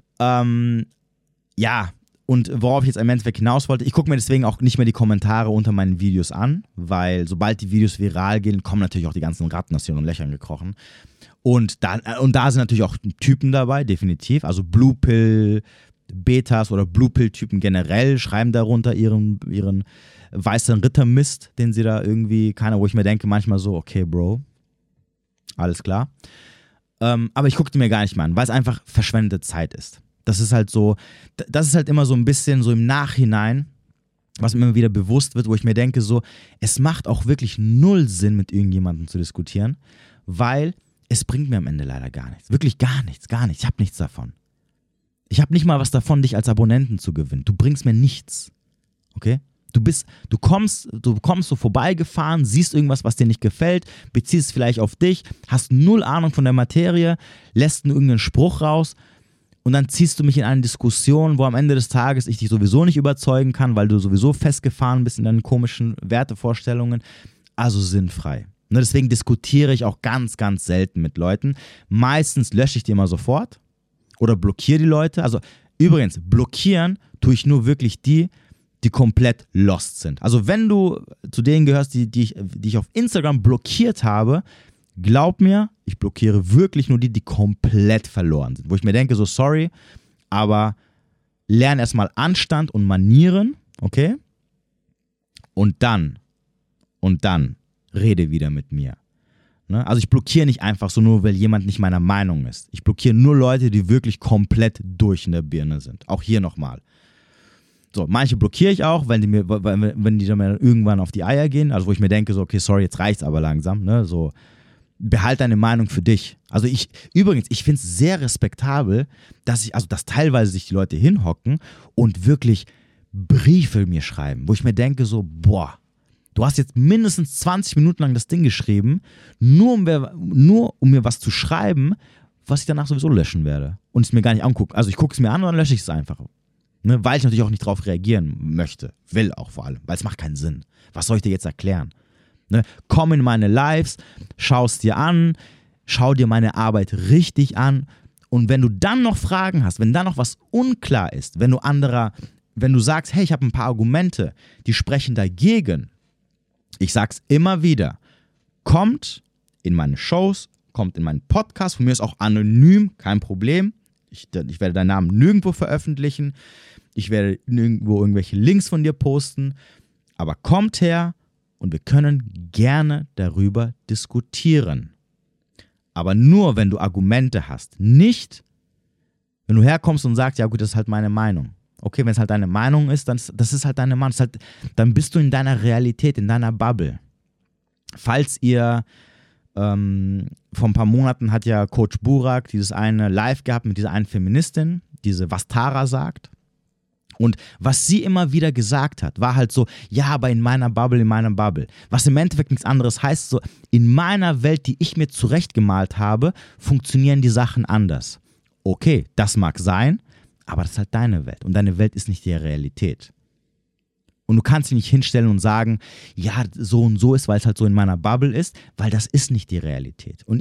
S1: Ja, und worauf ich jetzt im Endeffekt hinaus wollte, ich gucke mir deswegen auch nicht mehr die Kommentare unter meinen Videos an, weil sobald die Videos viral gehen, kommen natürlich auch die ganzen Ratten aus ihren Löchern gekrochen. Und da sind natürlich auch Typen dabei, definitiv. Also Blue Pill Betas oder Blue Pill Typen generell schreiben darunter ihren weißen Rittermist, den sie da irgendwie, wo ich mir denke manchmal so, okay, Bro, alles klar. Aber ich gucke die mir gar nicht mehr an, weil es einfach verschwendete Zeit ist. Das ist halt so, das ist halt immer so ein bisschen so im Nachhinein, was mir immer wieder bewusst wird, wo ich mir denke so, es macht auch wirklich null Sinn, mit irgendjemandem zu diskutieren, weil es bringt mir am Ende leider gar nichts. Wirklich gar nichts. Ich habe nichts davon. Ich habe nicht mal was davon, dich als Abonnenten zu gewinnen. Du bringst mir nichts. Okay? Du kommst so vorbeigefahren, siehst irgendwas, was dir nicht gefällt, beziehst es vielleicht auf dich, hast null Ahnung von der Materie, lässt irgendeinen Spruch raus und dann ziehst du mich in eine Diskussion, wo am Ende des Tages ich dich sowieso nicht überzeugen kann, weil du sowieso festgefahren bist in deinen komischen Wertevorstellungen. Also sinnfrei. Ne, deswegen diskutiere ich auch ganz, ganz selten mit Leuten. Meistens lösche ich die immer sofort oder blockiere die Leute. Also übrigens, blockieren tue ich nur wirklich die komplett lost sind. Also wenn du zu denen gehörst, die ich auf Instagram blockiert habe, glaub mir, ich blockiere wirklich nur die komplett verloren sind. Wo ich mir denke, so sorry, aber lern erstmal Anstand und Manieren, okay? Und dann rede wieder mit mir. Ne? Also ich blockiere nicht einfach so nur, weil jemand nicht meiner Meinung ist. Ich blockiere nur Leute, die wirklich komplett durch in der Birne sind. Auch hier nochmal. So, manche blockiere ich auch, wenn die dann irgendwann auf die Eier gehen, also wo ich mir denke, so, okay, sorry, jetzt reicht's aber langsam, ne, so, behalt deine Meinung für dich. Also ich finde es sehr respektabel, dass teilweise sich die Leute hinhocken und wirklich Briefe mir schreiben, wo ich mir denke, so, boah, du hast jetzt mindestens 20 Minuten lang das Ding geschrieben, nur um mir was zu schreiben, was ich danach sowieso löschen werde und es mir gar nicht angucke. Also ich gucke es mir an und dann lösche ich es einfach. Ne? Weil ich natürlich auch nicht drauf reagieren möchte. Will auch vor allem, weil es macht keinen Sinn. Was soll ich dir jetzt erklären? Ne? Komm in meine Lives, schau es dir an, schau dir meine Arbeit richtig an und wenn du dann noch Fragen hast, wenn dann noch was unklar ist, wenn du sagst, hey, ich habe ein paar Argumente, die sprechen dagegen, ich sag's immer wieder, kommt in meine Shows, kommt in meinen Podcast, von mir ist auch anonym, kein Problem. Ich werde deinen Namen nirgendwo veröffentlichen, ich werde nirgendwo irgendwelche Links von dir posten, aber kommt her und wir können gerne darüber diskutieren. Aber nur, wenn du Argumente hast, nicht, wenn du herkommst und sagst, ja gut, das ist halt meine Meinung. Okay, wenn es halt deine Meinung ist, dann das ist halt deine Meinung. Dann bist du in deiner Realität, in deiner Bubble. Falls ihr vor ein paar Monaten hat ja Coach Burak dieses eine Live gehabt mit dieser einen Feministin, diese Was Tara sagt. Und was sie immer wieder gesagt hat, war halt so, ja, aber in meiner Bubble, in meiner Bubble. Was im Endeffekt nichts anderes heißt, so in meiner Welt, die ich mir zurechtgemalt habe, funktionieren die Sachen anders. Okay, das mag sein, aber das ist halt deine Welt und deine Welt ist nicht die Realität. Und du kannst dich nicht hinstellen und sagen, ja, so und so ist, weil es halt so in meiner Bubble ist, weil das ist nicht die Realität. Und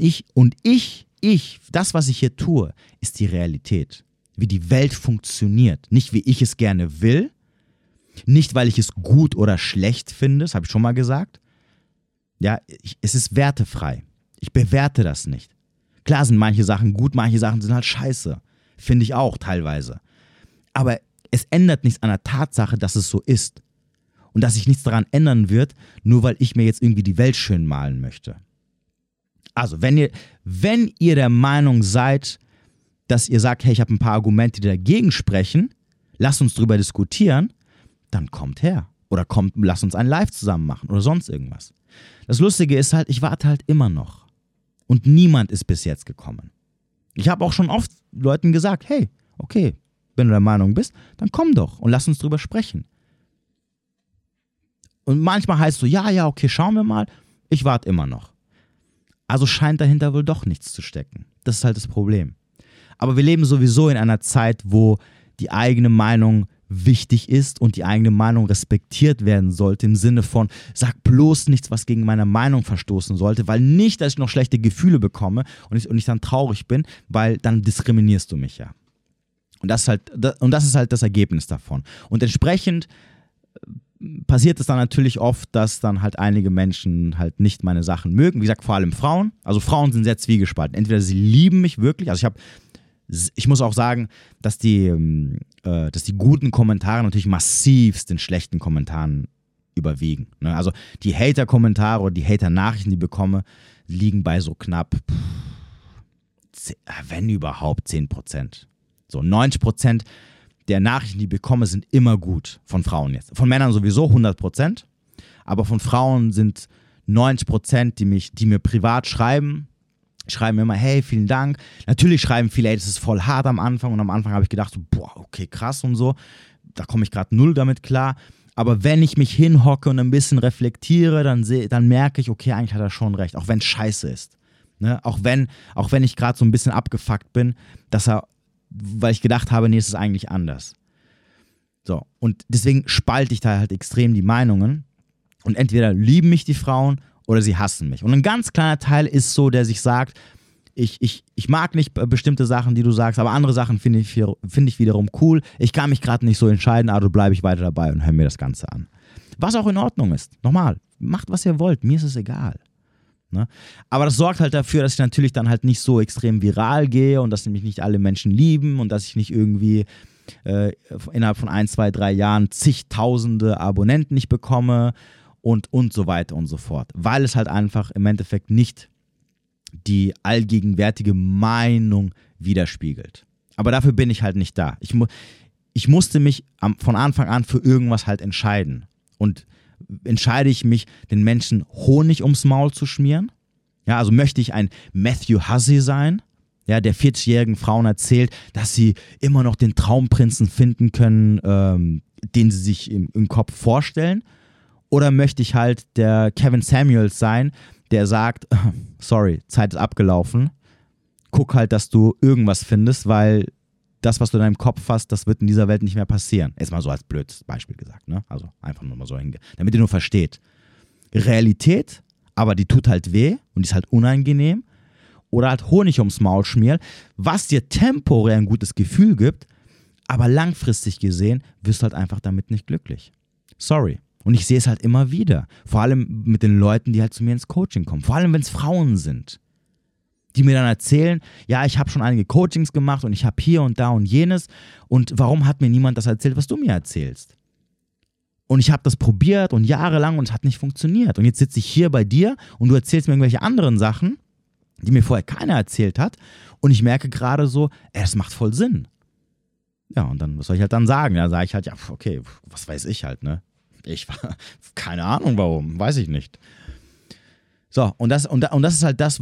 S1: das, was ich hier tue, ist die Realität. Wie die Welt funktioniert. Nicht, wie ich es gerne will. Nicht, weil ich es gut oder schlecht finde, das habe ich schon mal gesagt. Ja, es ist wertefrei. Ich bewerte das nicht. Klar sind manche Sachen gut, manche Sachen sind halt scheiße. Finde ich auch teilweise. Aber es ändert nichts an der Tatsache, dass es so ist. Und dass sich nichts daran ändern wird, nur weil ich mir jetzt irgendwie die Welt schön malen möchte. Also, wenn ihr der Meinung seid, dass ihr sagt, hey, ich habe ein paar Argumente, die dagegen sprechen, lasst uns drüber diskutieren, dann kommt her. Oder lasst uns ein Live zusammen machen oder sonst irgendwas. Das Lustige ist halt, ich warte halt immer noch. Und niemand ist bis jetzt gekommen. Ich habe auch schon oft Leuten gesagt, hey, okay, wenn du der Meinung bist, dann komm doch und lass uns drüber sprechen. Und manchmal heißt es so, ja, okay, schauen wir mal, ich warte immer noch. Also scheint dahinter wohl doch nichts zu stecken. Das ist halt das Problem. Aber wir leben sowieso in einer Zeit, wo die eigene Meinung wichtig ist und die eigene Meinung respektiert werden sollte, im Sinne von, sag bloß nichts, was gegen meine Meinung verstoßen sollte, weil nicht, dass ich noch schlechte Gefühle bekomme und ich dann traurig bin, weil dann diskriminierst du mich ja. Und das ist halt das Ergebnis davon. Und entsprechend passiert es dann natürlich oft, dass dann halt einige Menschen halt nicht meine Sachen mögen. Wie gesagt, vor allem Frauen. Also Frauen sind sehr zwiegespalten. Entweder sie lieben mich wirklich, also ich muss auch sagen, dass die guten Kommentare natürlich massivst den schlechten Kommentaren überwiegen. Ne? Also die Hater-Kommentare oder die Hater-Nachrichten, die ich bekomme, liegen bei so knapp, wenn überhaupt, 10%. So 90% der Nachrichten, die ich bekomme, sind immer gut von Frauen jetzt. Von Männern sowieso 100%, aber von Frauen sind 90%, die mir privat schreiben mir immer, hey, vielen Dank. Natürlich schreiben viele, ey, das ist voll hart am Anfang und am Anfang habe ich gedacht, so, boah, okay, krass und so. Da komme ich gerade null damit klar. Aber wenn ich mich hinhocke und ein bisschen reflektiere, dann merke ich, okay, eigentlich hat er schon recht, auch wenn es scheiße ist. Ne? Auch wenn ich gerade so ein bisschen abgefuckt bin, weil ich gedacht habe, nee, es ist eigentlich anders. So, und deswegen spalte ich da halt extrem die Meinungen und entweder lieben mich die Frauen oder sie hassen mich. Und ein ganz kleiner Teil ist so, der sich sagt, ich mag nicht bestimmte Sachen, die du sagst, aber andere Sachen finde ich wiederum cool. Ich kann mich gerade nicht so entscheiden, also bleibe ich weiter dabei und höre mir das Ganze an. Was auch in Ordnung ist. Nochmal, macht, was ihr wollt, mir ist es egal. Ne? Aber das sorgt halt dafür, dass ich natürlich dann halt nicht so extrem viral gehe und dass mich nicht alle Menschen lieben und dass ich nicht irgendwie innerhalb von 1, 2, 3 Jahren zigtausende Abonnenten nicht bekomme und so weiter und so fort. Weil es halt einfach im Endeffekt nicht die allgegenwärtige Meinung widerspiegelt. Aber dafür bin ich halt nicht da. Ich musste mich von Anfang an für irgendwas halt entscheiden. Und entscheide ich mich, den Menschen Honig ums Maul zu schmieren? Ja, also möchte ich ein Matthew Hussey sein, ja, der 40-jährigen Frauen erzählt, dass sie immer noch den Traumprinzen finden können, den sie sich im Kopf vorstellen? Oder möchte ich halt der Kevin Samuels sein, der sagt, sorry, Zeit ist abgelaufen, guck halt, dass du irgendwas findest, weil das, was du in deinem Kopf hast, das wird in dieser Welt nicht mehr passieren. Ist mal so als blödes Beispiel gesagt, ne? Also einfach nur mal so hinge... Damit ihr nur versteht. Realität, aber die tut halt weh und die ist halt unangenehm. Oder halt Honig ums Maul schmieren, was dir temporär ein gutes Gefühl gibt, aber langfristig gesehen wirst du halt einfach damit nicht glücklich. Sorry. Und ich sehe es halt immer wieder. Vor allem mit den Leuten, die halt zu mir ins Coaching kommen. Vor allem, wenn es Frauen sind. Die mir dann erzählen, ja, ich habe schon einige Coachings gemacht und ich habe hier und da und jenes. Und warum hat mir niemand das erzählt, was du mir erzählst? Und ich habe das probiert und jahrelang und es hat nicht funktioniert. Und jetzt sitze ich hier bei dir und du erzählst mir irgendwelche anderen Sachen, die mir vorher keiner erzählt hat. Und ich merke gerade so, es macht voll Sinn. Ja, und dann, was soll ich halt dann sagen? Da sage ich halt, ja, okay, was weiß ich halt, ne? Keine Ahnung warum, weiß ich nicht. So, und das ist halt das,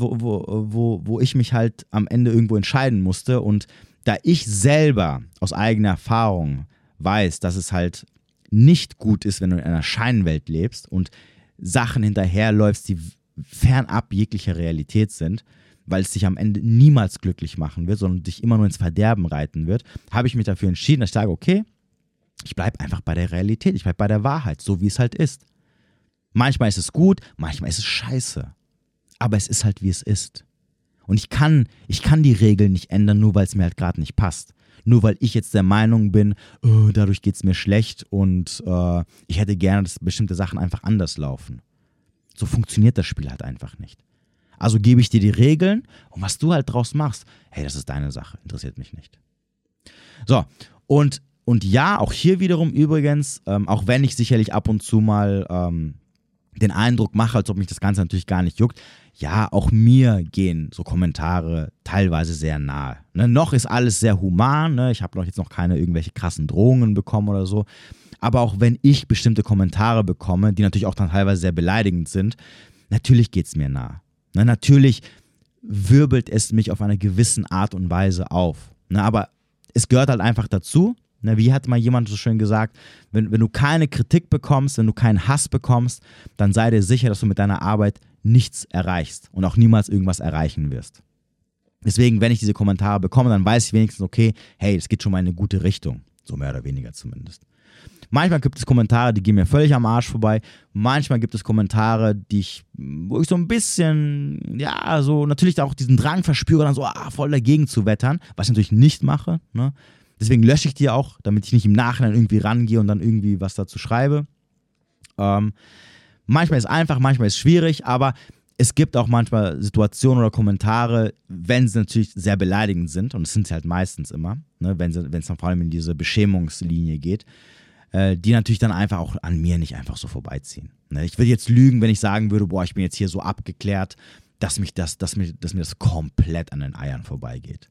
S1: wo ich mich halt am Ende irgendwo entscheiden musste. Und da ich selber aus eigener Erfahrung weiß, dass es halt nicht gut ist, wenn du in einer Scheinwelt lebst und Sachen hinterherläufst, die fernab jeglicher Realität sind, weil es dich am Ende niemals glücklich machen wird, sondern dich immer nur ins Verderben reiten wird, habe ich mich dafür entschieden, dass ich sage, okay, ich bleibe einfach bei der Realität, ich bleibe bei der Wahrheit, so wie es halt ist. Manchmal ist es gut, manchmal ist es scheiße. Aber es ist halt, wie es ist. Und ich kann die Regeln nicht ändern, nur weil es mir halt gerade nicht passt. Nur weil ich jetzt der Meinung bin, oh, dadurch geht es mir schlecht und ich hätte gerne, dass bestimmte Sachen einfach anders laufen. So funktioniert das Spiel halt einfach nicht. Also gebe ich dir die Regeln und was du halt draus machst, hey, das ist deine Sache, interessiert mich nicht. So, und ja, auch hier wiederum übrigens, auch wenn ich sicherlich ab und zu mal den Eindruck mache, als ob mich das Ganze natürlich gar nicht juckt, ja, auch mir gehen so Kommentare teilweise sehr nahe. Ne? Noch ist alles sehr human, ne? Ich habe jetzt noch keine irgendwelche krassen Drohungen bekommen oder so, aber auch wenn ich bestimmte Kommentare bekomme, die natürlich auch dann teilweise sehr beleidigend sind, natürlich geht es mir nahe. Ne? Natürlich wirbelt es mich auf eine gewisse Art und Weise auf. Ne? Aber es gehört halt einfach dazu. Ne? Wie hat mal jemand so schön gesagt, wenn du keine Kritik bekommst, wenn du keinen Hass bekommst, dann sei dir sicher, dass du mit deiner Arbeit nichts erreichst und auch niemals irgendwas erreichen wirst. Deswegen, wenn ich diese Kommentare bekomme, dann weiß ich wenigstens, okay, hey, es geht schon mal in eine gute Richtung. So mehr oder weniger zumindest. Manchmal gibt es Kommentare, die gehen mir völlig am Arsch vorbei. Manchmal gibt es Kommentare, wo ich so ein bisschen, ja, so natürlich auch diesen Drang verspüre, dann so voll dagegen zu wettern, was ich natürlich nicht mache. Ne? Deswegen lösche ich die auch, damit ich nicht im Nachhinein irgendwie rangehe und dann irgendwie was dazu schreibe. Manchmal ist es einfach, manchmal ist es schwierig, aber es gibt auch manchmal Situationen oder Kommentare, wenn sie natürlich sehr beleidigend sind, und das sind sie halt meistens immer, ne, wenn es dann vor allem in diese Beschämungslinie geht, die natürlich dann einfach auch an mir nicht einfach so vorbeiziehen. Ne, ich würde jetzt lügen, wenn ich sagen würde, boah, ich bin jetzt hier so abgeklärt, dass mir das komplett an den Eiern vorbeigeht.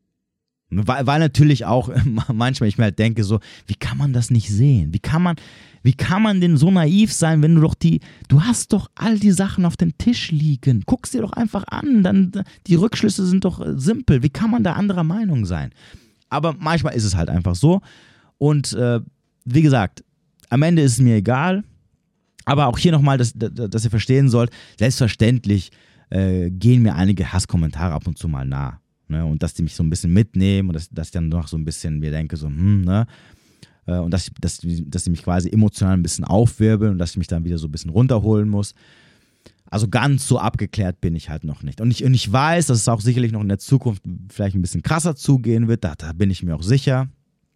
S1: Weil natürlich auch manchmal ich mir halt denke so, wie kann man das nicht sehen? Wie kann man denn so naiv sein, wenn du hast doch all die Sachen auf dem Tisch liegen. Guck's dir doch einfach an, dann die Rückschlüsse sind doch simpel. Wie kann man da anderer Meinung sein? Aber manchmal ist es halt einfach so und wie gesagt, am Ende ist es mir egal, aber auch hier nochmal, dass ihr verstehen sollt, selbstverständlich gehen mir einige Hasskommentare ab und zu mal nah. Ne, und dass die mich so ein bisschen mitnehmen und dass ich dann noch so ein bisschen mir denke, so, ne? Und dass die mich quasi emotional ein bisschen aufwirbeln und dass ich mich dann wieder so ein bisschen runterholen muss. Also ganz so abgeklärt bin ich halt noch nicht. Und ich weiß, dass es auch sicherlich noch in der Zukunft vielleicht ein bisschen krasser zugehen wird, da bin ich mir auch sicher.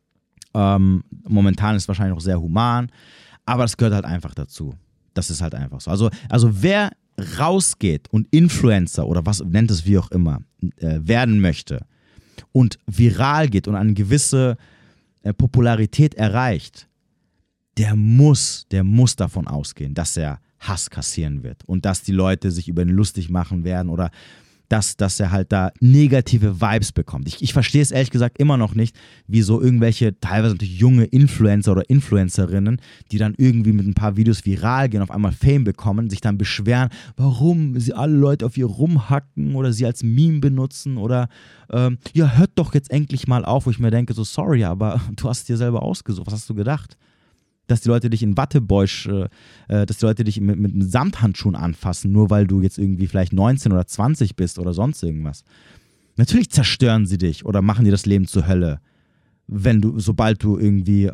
S1: Momentan ist es wahrscheinlich noch sehr human, aber das gehört halt einfach dazu. Das ist halt einfach so. Also wer rausgeht und Influencer oder was nennt es wie auch immer werden möchte und viral geht und eine gewisse Popularität erreicht, der muss davon ausgehen, dass er Hass kassieren wird und dass die Leute sich über ihn lustig machen werden oder dass er halt da negative Vibes bekommt. Ich verstehe es ehrlich gesagt immer noch nicht, wie so irgendwelche teilweise natürlich junge Influencer oder Influencerinnen, die dann irgendwie mit ein paar Videos viral gehen, auf einmal Fame bekommen, sich dann beschweren, warum sie alle Leute auf ihr rumhacken oder sie als Meme benutzen oder ja, hört doch jetzt endlich mal auf, wo ich mir denke, so sorry, aber du hast es dir selber ausgesucht, was hast du gedacht? Dass die Leute dich in Wattebäusch, dass die Leute dich mit Samthandschuhen anfassen, nur weil du jetzt irgendwie vielleicht 19 oder 20 bist oder sonst irgendwas. Natürlich zerstören sie dich oder machen dir das Leben zur Hölle, sobald du irgendwie,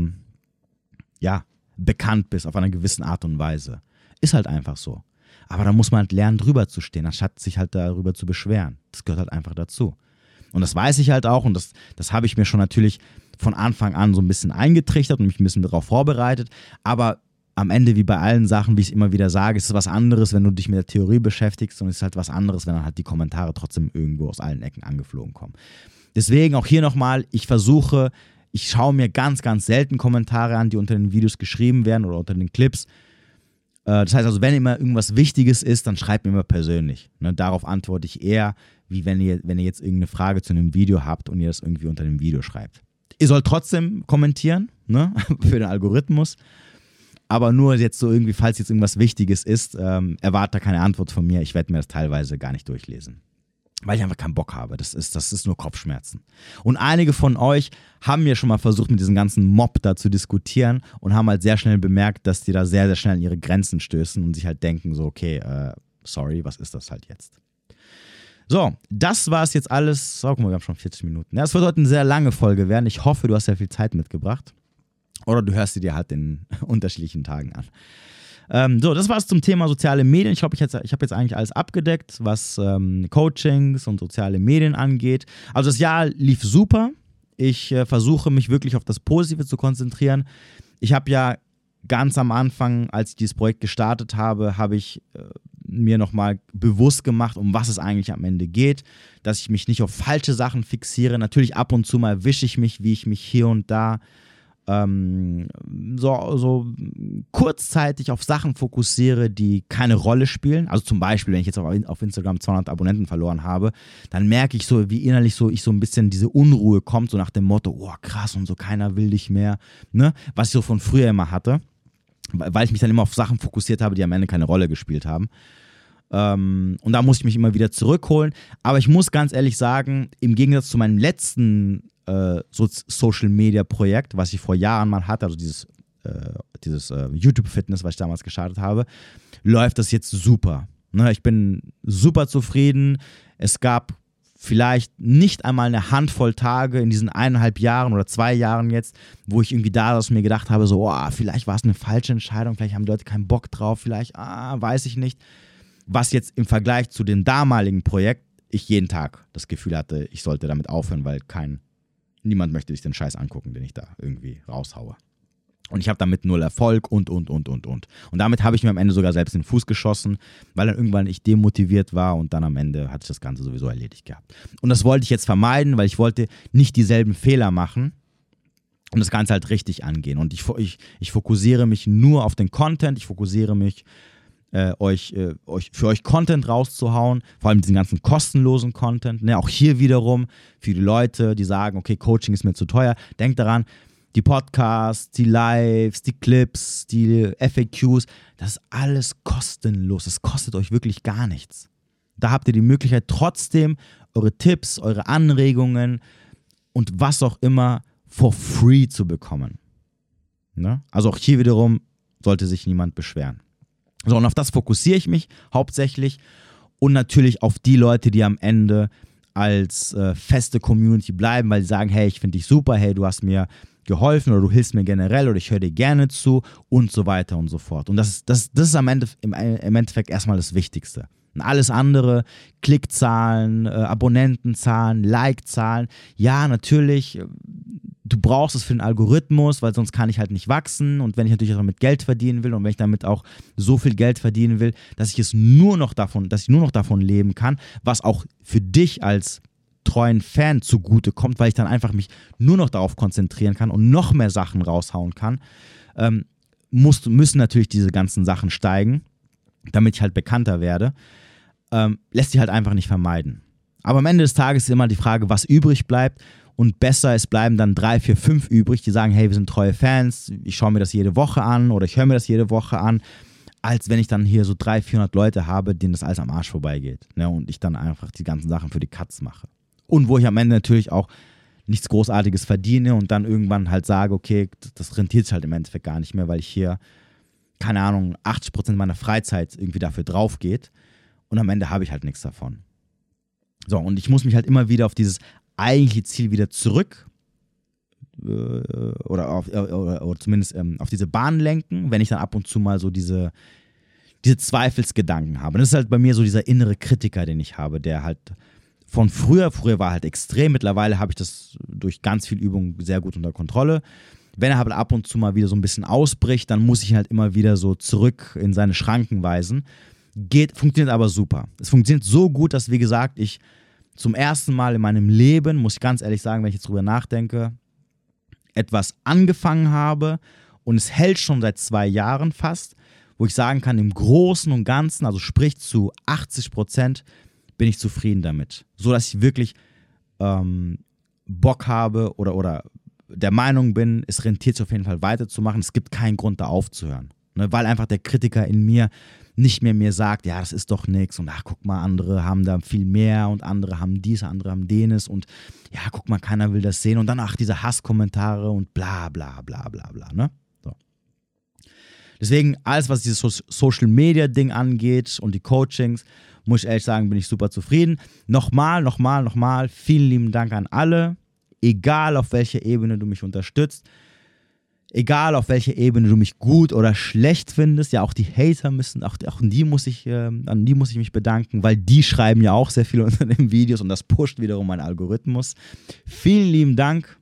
S1: bekannt bist auf einer gewissen Art und Weise. Ist halt einfach so. Aber da muss man halt lernen, drüber zu stehen, anstatt sich halt darüber zu beschweren. Das gehört halt einfach dazu. Und das weiß ich halt auch und das habe ich mir schon natürlich von Anfang an so ein bisschen eingetrichtert und mich ein bisschen darauf vorbereitet. Aber am Ende, wie bei allen Sachen, wie ich es immer wieder sage, ist es was anderes, wenn du dich mit der Theorie beschäftigst und es ist halt was anderes, wenn dann halt die Kommentare trotzdem irgendwo aus allen Ecken angeflogen kommen. Deswegen auch hier nochmal, ich schaue mir ganz, ganz selten Kommentare an, die unter den Videos geschrieben werden oder unter den Clips. Das heißt also, wenn immer irgendwas Wichtiges ist, dann schreibt mir immer persönlich. Ne, darauf antworte ich eher, wie wenn ihr jetzt irgendeine Frage zu einem Video habt und ihr das irgendwie unter dem Video schreibt. Ihr sollt trotzdem kommentieren, ne, für den Algorithmus. Aber nur jetzt so irgendwie, falls jetzt irgendwas Wichtiges ist, erwartet keine Antwort von mir. Ich werde mir das teilweise gar nicht durchlesen. Weil ich einfach keinen Bock habe. Das ist nur Kopfschmerzen. Und einige von euch haben ja schon mal versucht, mit diesem ganzen Mob da zu diskutieren und haben halt sehr schnell bemerkt, dass die da sehr, sehr schnell an ihre Grenzen stößen und sich halt denken so, okay, sorry, was ist das halt jetzt? So, das war es jetzt alles. So, guck mal, wir haben schon 40 Minuten. Ja, es wird heute eine sehr lange Folge werden. Ich hoffe, du hast sehr viel Zeit mitgebracht. Oder du hörst sie dir halt in unterschiedlichen Tagen an. So, das war es zum Thema soziale Medien. Ich glaube, ich habe jetzt eigentlich alles abgedeckt, was Coachings und soziale Medien angeht. Also das Jahr lief super. Ich versuche mich wirklich auf das Positive zu konzentrieren. Ich habe ja ganz am Anfang, als ich dieses Projekt gestartet habe, habe ich mir nochmal bewusst gemacht, um was es eigentlich am Ende geht, dass ich mich nicht auf falsche Sachen fixiere. Natürlich ab und zu mal erwische ich mich, wie ich mich hier und da so kurzzeitig auf Sachen fokussiere, die keine Rolle spielen. Also zum Beispiel, wenn ich jetzt auf Instagram 200 Abonnenten verloren habe, dann merke ich so, wie innerlich so ein bisschen diese Unruhe kommt, so nach dem Motto, oh krass und so, keiner will dich mehr, ne? Was ich so von früher immer hatte, weil ich mich dann immer auf Sachen fokussiert habe, die am Ende keine Rolle gespielt haben. Und da muss ich mich immer wieder zurückholen. Aber ich muss ganz ehrlich sagen, im Gegensatz zu meinem letzten Social-Media-Projekt, was ich vor Jahren mal hatte, also dieses YouTube-Fitness, was ich damals gestartet habe, läuft das jetzt super. Ne, ich bin super zufrieden. Es gab vielleicht nicht einmal eine Handvoll Tage in diesen 1,5 Jahren oder 2 Jahren jetzt, wo ich irgendwie da aus mir gedacht habe, so, oh, vielleicht war es eine falsche Entscheidung, vielleicht haben die Leute keinen Bock drauf, vielleicht, weiß ich nicht. Was jetzt im Vergleich zu dem damaligen Projekt, ich jeden Tag das Gefühl hatte, ich sollte damit aufhören, weil niemand möchte sich den Scheiß angucken, den ich da irgendwie raushaue. Und ich habe damit 0 Erfolg und. Und damit habe ich mir am Ende sogar selbst in den Fuß geschossen, weil dann irgendwann ich demotiviert war und dann am Ende hatte ich das Ganze sowieso erledigt gehabt. Und das wollte ich jetzt vermeiden, weil ich wollte nicht dieselben Fehler machen und das Ganze halt richtig angehen. Und ich fokussiere mich nur auf den Content, ich fokussiere mich für euch Content rauszuhauen, vor allem diesen ganzen kostenlosen Content. Ne? Auch hier wiederum für die Leute, die sagen, okay, Coaching ist mir zu teuer. Denkt daran, die Podcasts, die Lives, die Clips, die FAQs, das ist alles kostenlos. Das kostet euch wirklich gar nichts. Da habt ihr die Möglichkeit, trotzdem eure Tipps, eure Anregungen und was auch immer for free zu bekommen. Ne? Also auch hier wiederum sollte sich niemand beschweren. So, und auf das fokussiere ich mich hauptsächlich und natürlich auf die Leute, die am Ende als feste Community bleiben, weil sie sagen, hey, ich finde dich super, hey, du hast mir geholfen oder du hilfst mir generell oder ich höre dir gerne zu und so weiter und so fort. Und das ist am Ende, im Endeffekt erstmal das Wichtigste. Und alles andere, Klickzahlen, Abonnentenzahlen, Likezahlen, ja, natürlich, du brauchst es für den Algorithmus, weil sonst kann ich halt nicht wachsen und wenn ich natürlich auch damit Geld verdienen will und wenn ich damit auch so viel Geld verdienen will, dass ich nur noch davon leben kann, was auch für dich als treuen Fan zugute kommt, weil ich dann einfach mich nur noch darauf konzentrieren kann und noch mehr Sachen raushauen kann, müssen natürlich diese ganzen Sachen steigen, damit ich halt bekannter werde, lässt sich halt einfach nicht vermeiden. Aber am Ende des Tages ist immer die Frage, was übrig bleibt. Und besser, es bleiben dann 3, 4, 5 übrig, die sagen, hey, wir sind treue Fans, ich schaue mir das jede Woche an oder ich höre mir das jede Woche an, als wenn ich dann hier so 300, 400 Leute habe, denen das alles am Arsch vorbeigeht. Ne, und ich dann einfach die ganzen Sachen für die Katz mache. Und wo ich am Ende natürlich auch nichts Großartiges verdiene und dann irgendwann halt sage, okay, das rentiert sich halt im Endeffekt gar nicht mehr, weil ich hier, keine Ahnung, 80% meiner Freizeit irgendwie dafür drauf geht und am Ende habe ich halt nichts davon. So, und ich muss mich halt immer wieder auf dieses eigentliche Ziel wieder zurück oder zumindest auf diese Bahn lenken, wenn ich dann ab und zu mal so diese Zweifelsgedanken habe. Und das ist halt bei mir so dieser innere Kritiker, den ich habe, der halt von früher war halt extrem, mittlerweile habe ich das durch ganz viel Übung sehr gut unter Kontrolle. Wenn er halt ab und zu mal wieder so ein bisschen ausbricht, dann muss ich ihn halt immer wieder so zurück in seine Schranken weisen. Funktioniert aber super. Es funktioniert so gut, dass, wie gesagt, ich zum ersten Mal in meinem Leben, muss ich ganz ehrlich sagen, wenn ich jetzt drüber nachdenke, etwas angefangen habe und es hält schon seit 2 Jahren fast, wo ich sagen kann, im Großen und Ganzen, also sprich zu 80%, bin ich zufrieden damit. So, dass ich wirklich Bock habe oder der Meinung bin, es rentiert sich auf jeden Fall weiterzumachen. Es gibt keinen Grund, da aufzuhören. Ne? Weil einfach der Kritiker in mir nicht mehr mir sagt, ja, das ist doch nichts und ach, guck mal, andere haben da viel mehr und andere haben dies, andere haben jenes und ja, guck mal, keiner will das sehen und dann ach, diese Hasskommentare und bla bla bla bla bla, ne? So. Deswegen, alles, was dieses Social-Media-Ding angeht und die Coachings, muss ich ehrlich sagen, bin ich super zufrieden. Nochmal, vielen lieben Dank an alle, egal auf welcher Ebene du mich unterstützt. Egal auf welcher Ebene du mich gut oder schlecht findest, ja auch die Hater müssen, auch an die muss ich mich bedanken, weil die schreiben ja auch sehr viel unter den Videos und das pusht wiederum meinen Algorithmus. Vielen lieben Dank,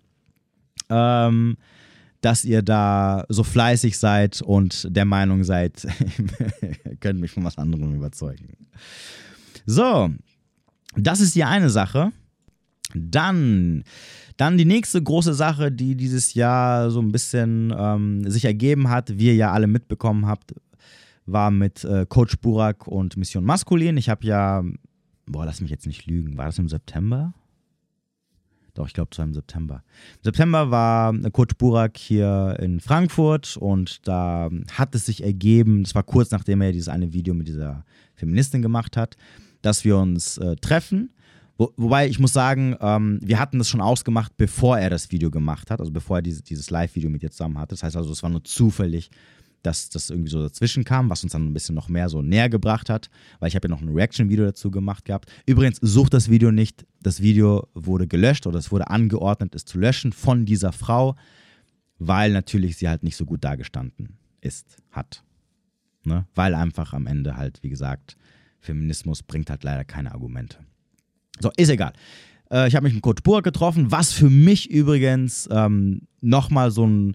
S1: dass ihr da so fleißig seid und der Meinung seid, ihr könnt mich von was anderem überzeugen. So, das ist die eine Sache. Dann die nächste große Sache, die dieses Jahr so ein bisschen sich ergeben hat, wie ihr ja alle mitbekommen habt, war mit Coach Burak und Mission Maskulin. Ich habe ja, lass mich jetzt nicht lügen, war das im September? Doch, ich glaube, es war im September. Im September war Coach Burak hier in Frankfurt und da hat es sich ergeben, das war kurz nachdem er dieses eine Video mit dieser Feministin gemacht hat, dass wir uns treffen. Wobei ich muss sagen, wir hatten das schon ausgemacht, bevor er das Video gemacht hat, also bevor er dieses Live-Video mit ihr zusammen hatte. Das heißt also, es war nur zufällig, dass das irgendwie so dazwischen kam, was uns dann ein bisschen noch mehr so näher gebracht hat, weil ich habe ja noch ein Reaction-Video dazu gemacht gehabt. Übrigens, sucht das Video nicht. Das Video wurde gelöscht oder es wurde angeordnet, es zu löschen von dieser Frau, weil natürlich sie halt nicht so gut dagestanden hat. Ne? Weil einfach am Ende halt, wie gesagt, Feminismus bringt halt leider keine Argumente. So, ist egal. Ich habe mich mit Coach Burak getroffen, was für mich übrigens nochmal so ein,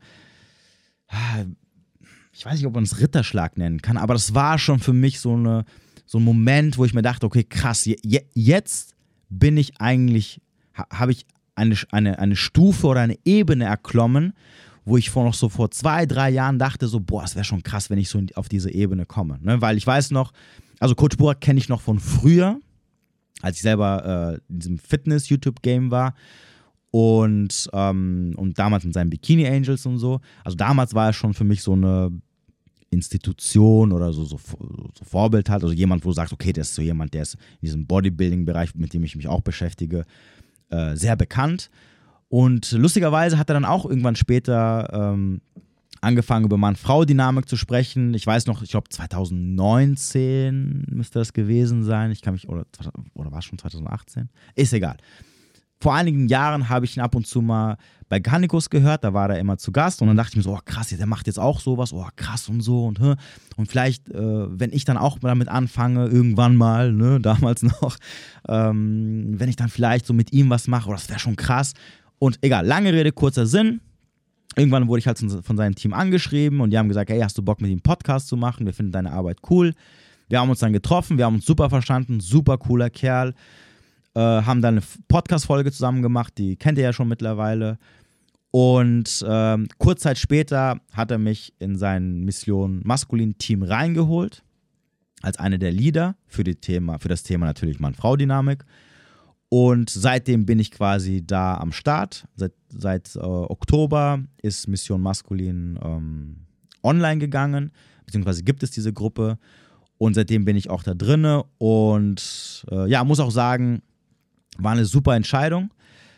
S1: ich weiß nicht, ob man es Ritterschlag nennen kann, aber das war schon für mich so ein Moment, wo ich mir dachte, okay, krass, jetzt bin ich eigentlich, habe ich eine Stufe oder eine Ebene erklommen, wo ich vor 2, 3 Jahren dachte so, boah, es wäre schon krass, wenn ich so auf diese Ebene komme. Ne? Weil ich weiß noch, also Coach Burak kenne ich noch von früher, als ich selber in diesem Fitness-YouTube-Game war und damals mit seinen Bikini Angels und so. Also damals war er schon für mich so eine Institution oder so Vorbild halt. Also jemand, wo du sagst, okay, der ist so jemand, der ist in diesem Bodybuilding-Bereich, mit dem ich mich auch beschäftige, sehr bekannt. Und lustigerweise hat er dann auch irgendwann später angefangen, über Mann-Frau-Dynamik zu sprechen. Ich weiß noch, ich glaube 2019 müsste das gewesen sein. Oder war es schon 2018? Ist egal. Vor einigen Jahren habe ich ihn ab und zu mal bei Garnicus gehört, da war er immer zu Gast und dann dachte ich mir so, oh krass, der macht jetzt auch sowas, oh krass und so und vielleicht, wenn ich dann auch damit anfange, irgendwann mal, ne, damals noch, wenn ich dann vielleicht so mit ihm was mache, oh, das wäre schon krass. Und egal, lange Rede, kurzer Sinn. Irgendwann wurde ich halt von seinem Team angeschrieben und die haben gesagt, hey, hast du Bock mit ihm einen Podcast zu machen? Wir finden deine Arbeit cool. Wir haben uns dann getroffen, wir haben uns super verstanden, super cooler Kerl. Haben dann eine Podcast-Folge zusammen gemacht, die kennt ihr ja schon mittlerweile. Und kurz Zeit später hat er mich in sein Mission Maskulin-Team reingeholt, als eine der Leader für das Thema natürlich Mann-Frau-Dynamik. Und seitdem bin ich quasi da am Start. Seit Oktober ist Mission Maskulin online gegangen, beziehungsweise gibt es diese Gruppe. Und seitdem bin ich auch da drinne. Und muss auch sagen, war eine super Entscheidung.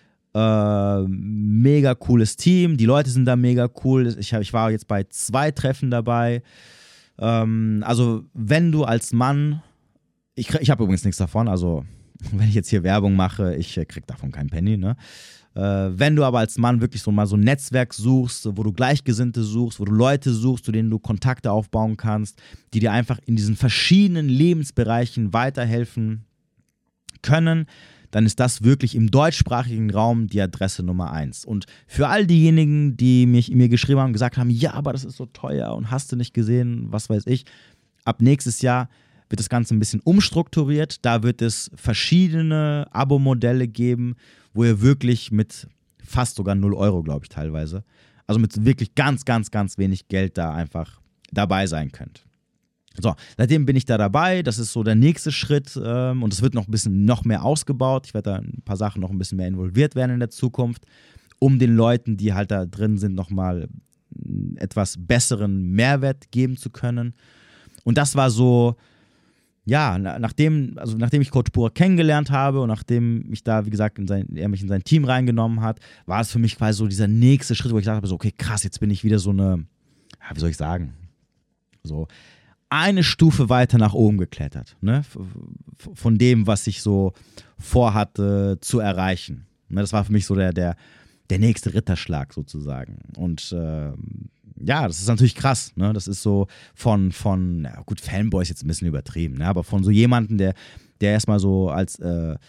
S1: Mega cooles Team. Die Leute sind da mega cool. Ich war jetzt bei 2 Treffen dabei. Also wenn du als Mann, ich habe übrigens nichts davon, also wenn ich jetzt hier Werbung mache, ich krieg davon keinen Penny, ne? Wenn du aber als Mann wirklich so mal so ein Netzwerk suchst, wo du Gleichgesinnte suchst, wo du Leute suchst, zu denen du Kontakte aufbauen kannst, die dir einfach in diesen verschiedenen Lebensbereichen weiterhelfen können, dann ist das wirklich im deutschsprachigen Raum die Adresse Nummer 1. Und für all diejenigen, die mir geschrieben haben und gesagt haben, ja, aber das ist so teuer und hast du nicht gesehen, was weiß ich, ab nächstes Jahr wird das Ganze ein bisschen umstrukturiert. Da wird es verschiedene Abo-Modelle geben, wo ihr wirklich mit fast sogar 0 Euro, glaube ich, teilweise, also mit wirklich ganz, ganz, ganz wenig Geld da einfach dabei sein könnt. So, seitdem bin ich da dabei. Das ist so der nächste Schritt und es wird noch mehr ausgebaut. Ich werde da ein paar Sachen noch ein bisschen mehr involviert werden in der Zukunft, um den Leuten, die halt da drin sind, nochmal etwas besseren Mehrwert geben zu können. Und das war so, ja, nachdem ich Coach Burak kennengelernt habe und nachdem mich da, wie gesagt, er mich in sein Team reingenommen hat, war es für mich quasi so dieser nächste Schritt, wo ich gesagt habe, so, okay, krass, jetzt bin ich wieder so eine, ja, wie soll ich sagen, so eine Stufe weiter nach oben geklettert, ne? Von dem, was ich so vorhatte zu erreichen. Ne? Das war für mich so der nächste Ritterschlag sozusagen. Und ja, das ist natürlich krass. Ne? Das ist so von ja, gut, Fanboy ist jetzt ein bisschen übertrieben, ne? Aber von so jemandem, der erstmal so als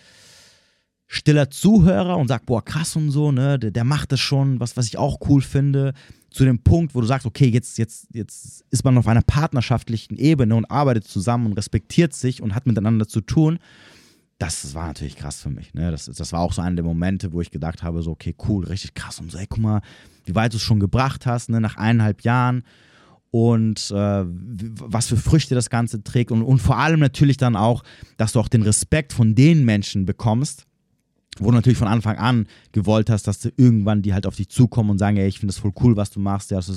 S1: stiller Zuhörer und sagt, boah, krass und so, ne? Der macht das schon, was ich auch cool finde, zu dem Punkt, wo du sagst, okay, jetzt ist man auf einer partnerschaftlichen Ebene und arbeitet zusammen und respektiert sich und hat miteinander zu tun. Das war natürlich krass für mich. Ne? Das war auch so einer der Momente, wo ich gedacht habe, so, okay, cool, richtig krass. Und so, ey, guck mal, wie weit du es schon gebracht hast, ne? Nach 1,5 Jahren und was für Früchte das Ganze trägt und vor allem natürlich dann auch, dass du auch den Respekt von den Menschen bekommst, wo du natürlich von Anfang an gewollt hast, dass du irgendwann die halt auf dich zukommen und sagen, ey, ich finde das voll cool, was du machst, ja, das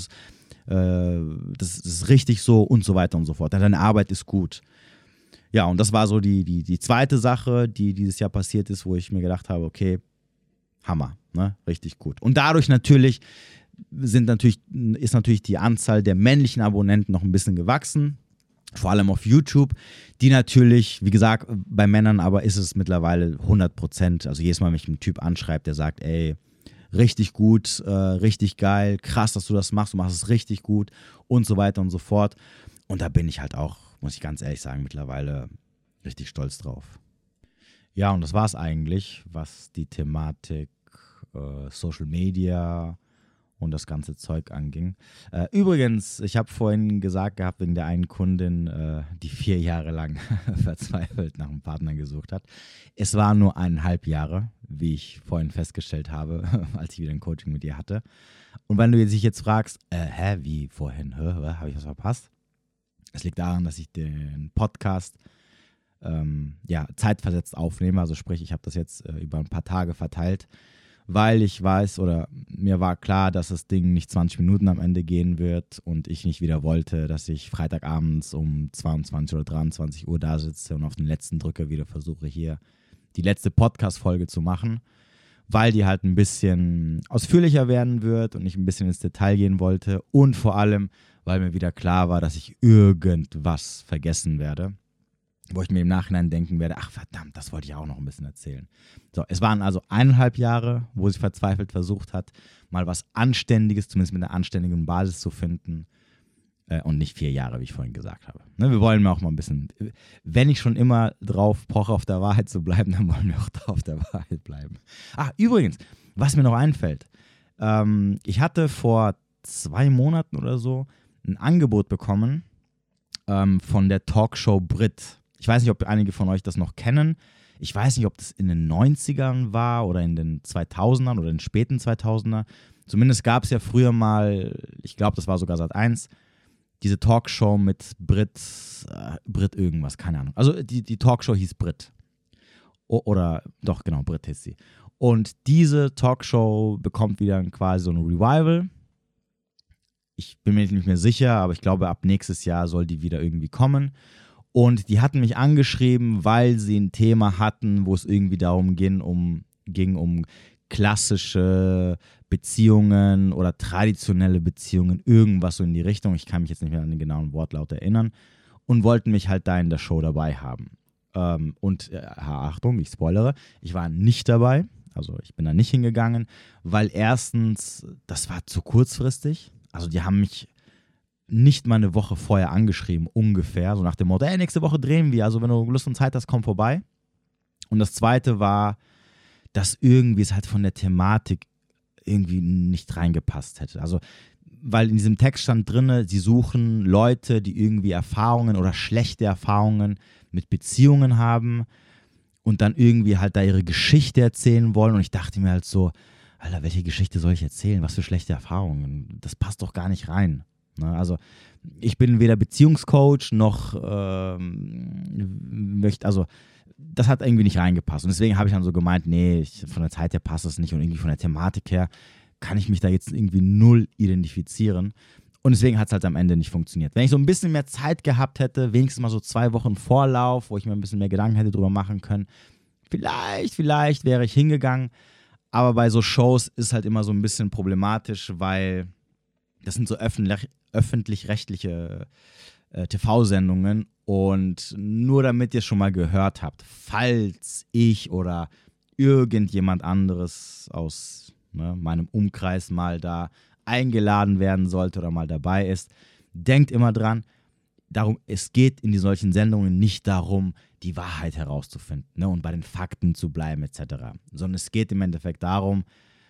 S1: ist richtig so und so weiter und so fort. Deine Arbeit ist gut. Ja, und das war so die zweite Sache, die dieses Jahr passiert ist, wo ich mir gedacht habe, okay, Hammer, ne? Richtig gut. Und dadurch ist natürlich die Anzahl der männlichen Abonnenten noch ein bisschen gewachsen. Vor allem auf YouTube, die natürlich, wie gesagt, bei Männern aber ist es mittlerweile 100%. Also jedes Mal, wenn mich ein Typ anschreibt, der sagt, ey, richtig gut, richtig geil, krass, dass du das machst, du machst es richtig gut und so weiter und so fort. Und da bin ich halt auch, muss ich ganz ehrlich sagen, mittlerweile richtig stolz drauf. Ja, und das war es eigentlich, was die Thematik Social Media und das ganze Zeug anging. Übrigens, ich habe vorhin gesagt gehabt, wegen der einen Kundin, die 4 Jahre lang verzweifelt nach einem Partner gesucht hat. Es waren nur 1,5 Jahre, wie ich vorhin festgestellt habe, als ich wieder ein Coaching mit ihr hatte. Und wenn du dich jetzt fragst, wie vorhin, habe ich was verpasst? Es liegt daran, dass ich den Podcast zeitversetzt aufnehme. Also sprich, ich habe das jetzt über ein paar Tage verteilt, weil ich weiß oder mir war klar, dass das Ding nicht 20 Minuten am Ende gehen wird und ich nicht wieder wollte, dass ich Freitagabends um 22 oder 23 Uhr da sitze und auf den letzten Drücker wieder versuche, hier die letzte Podcast-Folge zu machen, weil die halt ein bisschen ausführlicher werden wird und ich ein bisschen ins Detail gehen wollte und vor allem, weil mir wieder klar war, dass ich irgendwas vergessen werde, wo ich mir im Nachhinein denken werde, ach verdammt, das wollte ich auch noch ein bisschen erzählen. So, es waren also 1,5 Jahre, wo sie verzweifelt versucht hat, mal was Anständiges, zumindest mit einer anständigen Basis zu finden und nicht 4 Jahre, wie ich vorhin gesagt habe. Ne, wir wollen auch mal ein bisschen, wenn ich schon immer drauf poche, auf der Wahrheit zu bleiben, dann wollen wir auch da auf der Wahrheit bleiben. Ach, übrigens, was mir noch einfällt, ich hatte vor 2 Monaten oder so ein Angebot bekommen von der Talkshow Brit. Ich weiß nicht, ob einige von euch das noch kennen. Ich weiß nicht, ob das in den 90ern war oder in den 2000ern oder in den späten 2000er. Zumindest gab es ja früher mal, ich glaube, das war sogar Sat.1, diese Talkshow mit Brit irgendwas, keine Ahnung. Also die Talkshow hieß Brit. Oder, doch, genau, Brit hieß sie. Und diese Talkshow bekommt wieder quasi so ein Revival. Ich bin mir nicht mehr sicher, aber ich glaube, ab nächstes Jahr soll die wieder irgendwie kommen. Und die hatten mich angeschrieben, weil sie ein Thema hatten, wo es irgendwie darum ging, um klassische Beziehungen oder traditionelle Beziehungen, irgendwas so in die Richtung. Ich kann mich jetzt nicht mehr an den genauen Wortlaut erinnern. Und wollten mich halt da in der Show dabei haben. Achtung, ich spoilere, ich war nicht dabei, also ich bin da nicht hingegangen, weil erstens, das war zu kurzfristig, also die haben mich nicht mal eine Woche vorher angeschrieben, ungefähr, so nach dem Motto, nächste Woche drehen wir, also wenn du Lust und Zeit hast, komm vorbei. Und das Zweite war, dass irgendwie es halt von der Thematik irgendwie nicht reingepasst hätte. Also, weil in diesem Text stand drin, sie suchen Leute, die irgendwie Erfahrungen oder schlechte Erfahrungen mit Beziehungen haben und dann irgendwie halt da ihre Geschichte erzählen wollen. Und ich dachte mir halt so, Alter, welche Geschichte soll ich erzählen? Was für schlechte Erfahrungen? Das passt doch gar nicht rein. Ne? Also ich bin weder Beziehungscoach noch das hat irgendwie nicht reingepasst. Und deswegen habe ich dann so gemeint, nee, von der Zeit her passt das nicht und irgendwie von der Thematik her kann ich mich da jetzt irgendwie null identifizieren. Und deswegen hat es halt am Ende nicht funktioniert. Wenn ich so ein bisschen mehr Zeit gehabt hätte, wenigstens mal so 2 Wochen Vorlauf, wo ich mir ein bisschen mehr Gedanken hätte drüber machen können, vielleicht wäre ich hingegangen. Aber bei so Shows ist halt immer so ein bisschen problematisch, weil das sind so öffentlich-rechtliche TV-Sendungen. Und nur damit ihr es schon mal gehört habt, falls ich oder irgendjemand anderes aus meinem Umkreis mal da eingeladen werden sollte oder mal dabei ist, denkt immer dran, es geht in solchen Sendungen nicht darum, die Wahrheit herauszufinden und bei den Fakten zu bleiben etc., sondern es geht im Endeffekt darum,